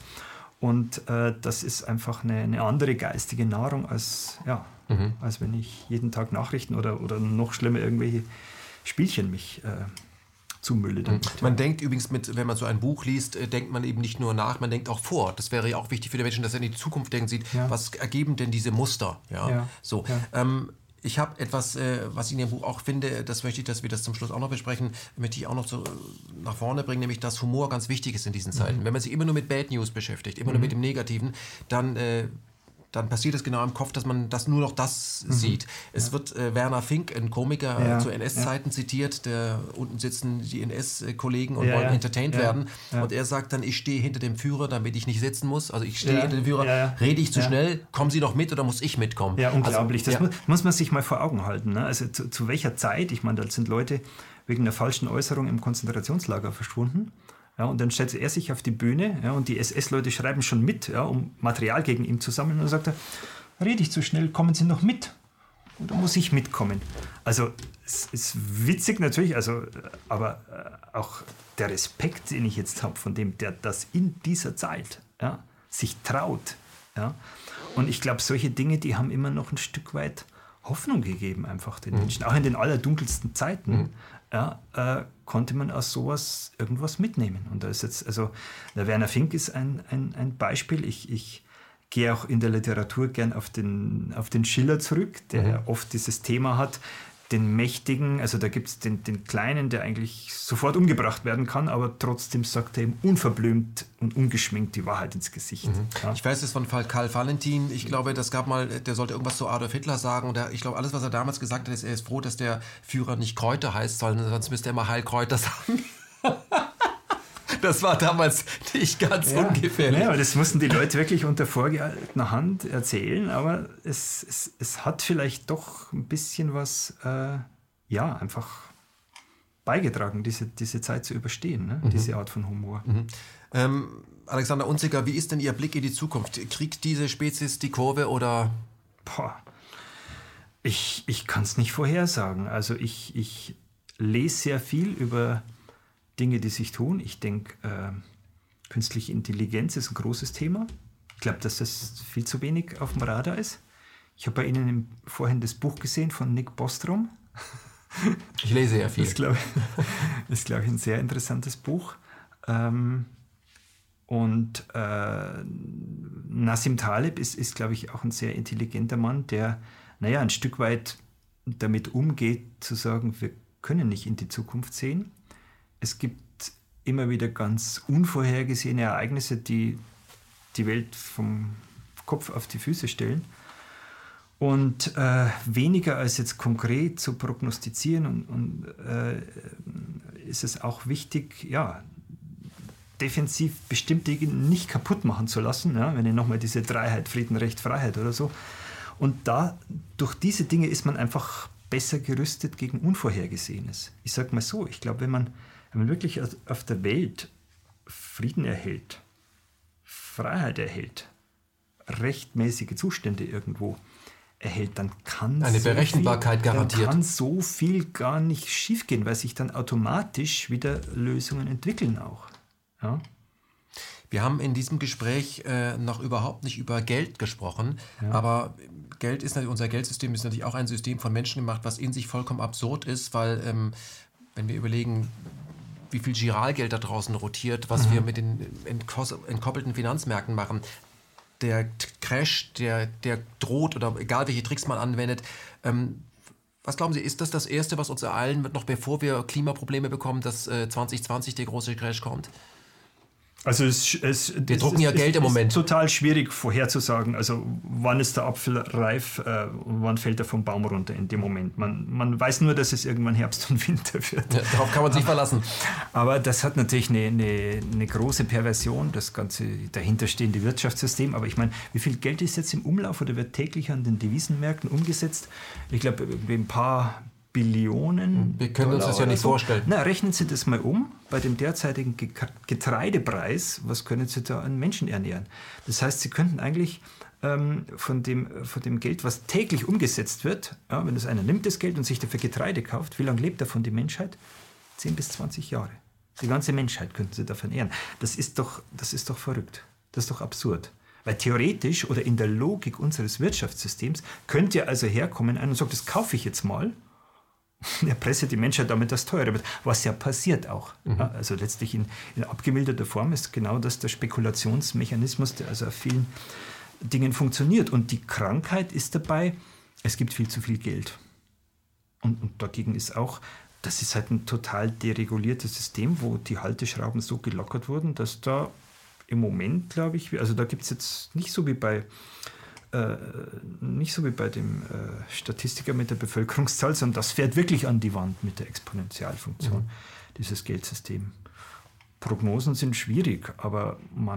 Und äh, das ist einfach eine, eine andere geistige Nahrung, als, ja, mhm. als wenn ich jeden Tag Nachrichten oder, oder noch schlimmer irgendwelche Spielchen mich äh, zumülle. Damit. Man denkt übrigens, mit, wenn man so ein Buch liest, äh, denkt man eben nicht nur nach, man denkt auch vor. Das wäre ja auch wichtig für die Menschen, dass er in die Zukunft denken sieht, ja. was ergeben denn diese Muster? Ja, ja. So. Ja. Ähm, ich habe etwas, äh, was ich in Ihrem Buch auch finde, das möchte ich, dass wir das zum Schluss auch noch besprechen, möchte ich auch noch so nach vorne bringen, nämlich, dass Humor ganz wichtig ist in diesen Zeiten. Mhm. Wenn man sich immer nur mit Bad News beschäftigt, immer mhm. nur mit dem Negativen, dann... Äh, dann passiert es genau im Kopf, dass man das nur noch das mhm. sieht. Es ja. wird äh, Werner Fink, ein Komiker ja. zu N S-Zeiten ja. zitiert, der unten sitzen die N S-Kollegen und ja, wollen ja. entertained ja. werden. Ja. Und er sagt dann, ich stehe hinter dem Führer, damit ich nicht sitzen muss. Also ich stehe ja. hinter dem Führer, ja, ja. rede ich zu ja. schnell, kommen Sie noch mit oder muss ich mitkommen? Ja, unglaublich. Also, das ja. muss, muss man sich mal vor Augen halten. Ne? Also zu, zu welcher Zeit, ich meine, da sind Leute wegen einer falschen Äußerung im Konzentrationslager verschwunden. Ja, und dann stellt er sich auf die Bühne, ja, und die S S-Leute schreiben schon mit, ja, um Material gegen ihn zu sammeln. Und dann sagt er, rede ich zu schnell, kommen Sie noch mit? Oder muss ich mitkommen? Also es ist witzig natürlich, also, aber äh, auch der Respekt, den ich jetzt habe von dem, der das in dieser Zeit ja, sich traut. Ja. Und ich glaube, solche Dinge, die haben immer noch ein Stück weit Hoffnung gegeben, einfach den Menschen. Auch in den allerdunkelsten Zeiten mhm. ja, äh, konnte man aus sowas irgendwas mitnehmen. Und da ist jetzt, also der Werner Fink ist ein, ein, ein Beispiel. Ich, ich gehe auch in der Literatur gern auf den, auf den Schiller zurück, der mhm. oft dieses Thema hat, den Mächtigen, also da gibt es den, den Kleinen, der eigentlich sofort umgebracht werden kann, aber trotzdem sagt er ihm unverblümt und ungeschminkt die Wahrheit ins Gesicht. Mhm. Ja. Ich weiß es von Fall Karl Valentin, ich glaube, das gab mal, der sollte irgendwas zu Adolf Hitler sagen und der, ich glaube, alles, was er damals gesagt hat, ist, er ist froh, dass der Führer nicht Kräuter heißt, sondern sonst müsste er immer Heilkräuter sagen. Das war damals nicht ganz ja, ungefährlich. Ja, das mussten die Leute wirklich unter vorgehaltener Hand erzählen, aber es, es, es hat vielleicht doch ein bisschen was, äh, ja, einfach beigetragen, diese, diese Zeit zu überstehen, ne? Mhm. Diese Art von Humor. Mhm. Ähm, Alexander Unziker, wie ist denn Ihr Blick in die Zukunft? Kriegt diese Spezies die Kurve oder? Boah, ich, ich kann es nicht vorhersagen. Also ich, ich lese sehr viel über Dinge, die sich tun. Ich denke, äh, künstliche Intelligenz ist ein großes Thema. Ich glaube, dass das viel zu wenig auf dem Radar ist. Ich habe bei Ihnen im, vorhin das Buch gesehen von Nick Bostrom. Ich lese ja viel. Das ist, glaube ich, ist, glaub ich, ein sehr interessantes Buch. Ähm, und äh, Nassim Taleb ist, ist glaube ich, auch ein sehr intelligenter Mann, der, naja, ein Stück weit damit umgeht, zu sagen, wir können nicht in die Zukunft sehen. Es gibt immer wieder ganz unvorhergesehene Ereignisse, die die Welt vom Kopf auf die Füße stellen. Und äh, weniger als jetzt konkret zu prognostizieren und, und äh, ist es auch wichtig, ja, defensiv bestimmte Dinge nicht kaputt machen zu lassen, ja, wenn ich nochmal diese Dreiheit, Frieden, Recht, Freiheit oder so. Und da, durch diese Dinge ist man einfach besser gerüstet gegen Unvorhergesehenes. Ich sage mal so, ich glaube, wenn man Wenn man wirklich auf der Welt Frieden erhält, Freiheit erhält, rechtmäßige Zustände irgendwo erhält, dann kann, eine so Berechenbarkeit viel, garantiert. dann kann so viel gar nicht schiefgehen, weil sich dann automatisch wieder Lösungen entwickeln auch. Ja? Wir haben in diesem Gespräch äh, noch überhaupt nicht über Geld gesprochen, ja. aber Geld ist natürlich, unser Geldsystem ist natürlich auch ein System von Menschen gemacht, was in sich vollkommen absurd ist, weil ähm, wenn wir überlegen, wie viel Giralgeld da draußen rotiert, was mhm. wir mit den entkoppelten Finanzmärkten machen. Der Crash, der, der droht oder egal welche Tricks man anwendet. Ähm, was glauben Sie, ist das das Erste, was uns ereilen wird, noch bevor wir Klimaprobleme bekommen, dass äh, zwanzig zwanzig der große Crash kommt? Also es, es, wir drucken es, ja es, Geld es im Moment. Ist total schwierig vorherzusagen. Also wann ist der Apfel reif äh, und wann fällt er vom Baum runter in dem Moment. Man, man weiß nur, dass es irgendwann Herbst und Winter wird. Ja, darauf kann man sich verlassen. Aber das hat natürlich eine, eine, eine große Perversion, das ganze dahinterstehende Wirtschaftssystem. Aber ich meine, wie viel Geld ist jetzt im Umlauf oder wird täglich an den Devisenmärkten umgesetzt? Ich glaube, ein paar Billionen. Wir können Dollar uns das ja nicht so. vorstellen. Na, rechnen Sie das mal um. Bei dem derzeitigen Getreidepreis, was können Sie da an Menschen ernähren? Das heißt, Sie könnten eigentlich ähm, von, dem, von dem Geld, was täglich umgesetzt wird, ja, wenn das einer nimmt, das Geld und sich dafür Getreide kauft, wie lange lebt davon die Menschheit? zehn bis zwanzig Jahre. Die ganze Menschheit könnten Sie davon ernähren. Das ist doch, das ist doch verrückt. Das ist doch absurd. Weil theoretisch oder in der Logik unseres Wirtschaftssystems könnte ja also herkommen einer und sagt, das kaufe ich jetzt mal. Erpresse die Menschheit damit, dass es teurer wird. Was ja passiert auch. Mhm. Ja, also letztlich in, in abgemilderter Form ist genau das der Spekulationsmechanismus, der also auf vielen Dingen funktioniert. Und die Krankheit ist dabei, es gibt viel zu viel Geld. Und, und dagegen ist auch, das ist halt ein total dereguliertes System, wo die Halteschrauben so gelockert wurden, dass da im Moment, glaube ich, also da gibt es jetzt nicht so wie bei Äh, nicht so wie bei dem äh, Statistiker mit der Bevölkerungszahl, sondern das fährt wirklich an die Wand mit der Exponentialfunktion, mhm. dieses Geldsystem. Prognosen sind schwierig, aber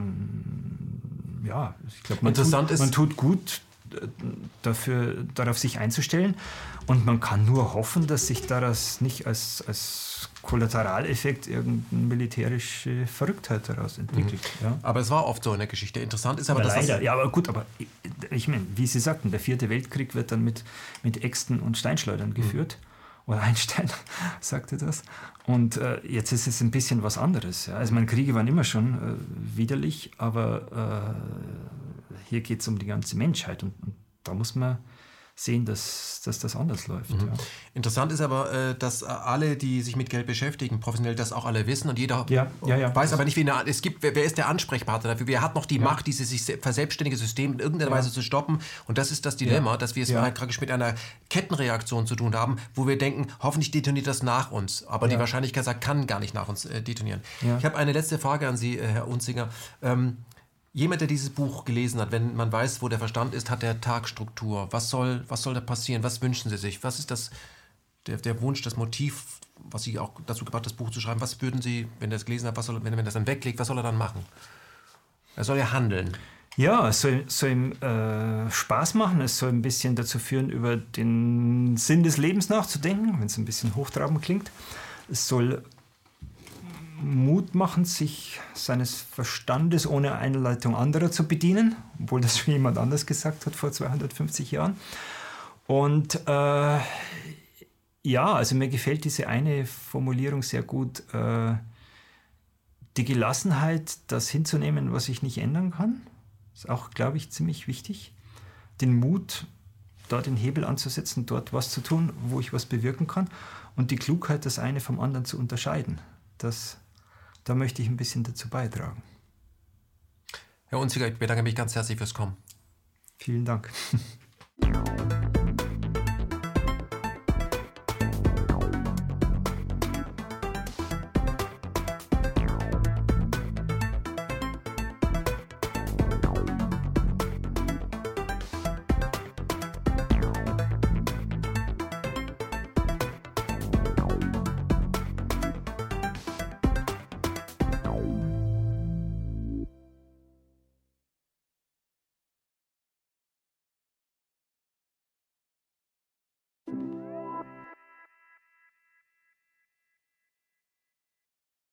man, ja, ich glaube, man, tut, man tut gut dafür, darauf sich einzustellen und man kann nur hoffen, dass sich daraus nicht als, als Kollateraleffekt irgendeine militärische Verrücktheit daraus entwickelt. Mhm. Ja. Aber es war oft so in der Geschichte. Interessant ist aber, aber dass leider, ja, aber gut, aber ich meine, wie Sie sagten, der vierte Weltkrieg wird dann mit, mit Äxten und Steinschleudern geführt. Mhm. Oder Einstein sagte das. Und äh, jetzt ist es ein bisschen was anderes. Ja. Also meine Kriege waren immer schon äh, widerlich, aber äh, hier geht es um die ganze Menschheit und, und da muss man sehen, dass, dass das anders läuft. Mhm. Ja. Interessant ist aber, dass alle, die sich mit Geld beschäftigen, professionell das auch alle wissen und jeder ja, ja, ja. weiß aber nicht, wie eine, es gibt, wer, wer ist der Ansprechpartner dafür, wer hat noch die ja. Macht, dieses sich verselbstständige System in irgendeiner ja. Weise zu stoppen, und das ist das Dilemma, ja. dass wir es ja. praktisch mit einer Kettenreaktion zu tun haben, wo wir denken, hoffentlich detoniert das nach uns, aber ja. die Wahrscheinlichkeit sagt, kann gar nicht nach uns äh, detonieren. Ja. Ich habe eine letzte Frage an Sie, äh, Herr Unzinger. Ähm, Jemand, der dieses Buch gelesen hat, wenn man weiß, wo der Verstand ist, hat der Tagstruktur. Was soll, was soll da passieren? Was wünschen Sie sich? Was ist das, der, der Wunsch, das Motiv, was Sie auch dazu gebracht hat, das Buch zu schreiben? Was würden Sie, wenn er das gelesen hat, was soll, wenn er das dann weglegt, was soll er dann machen? Er soll ja handeln. Ja, es soll, soll ihm äh, Spaß machen. Es soll ein bisschen dazu führen, über den Sinn des Lebens nachzudenken, wenn es ein bisschen hochtrabend klingt. Es soll Mut machen, sich seines Verstandes ohne Einleitung anderer zu bedienen, obwohl das schon jemand anders gesagt hat vor zweihundertfünfzig Jahren. Und äh, ja, also mir gefällt diese eine Formulierung sehr gut, äh, die Gelassenheit, das hinzunehmen, was ich nicht ändern kann, ist auch, glaube ich, ziemlich wichtig. Den Mut, da den Hebel anzusetzen, dort was zu tun, wo ich was bewirken kann, und die Klugheit, das eine vom anderen zu unterscheiden. Das Da möchte ich ein bisschen dazu beitragen. Herr Unzinger, ich bedanke mich ganz herzlich fürs Kommen. Vielen Dank.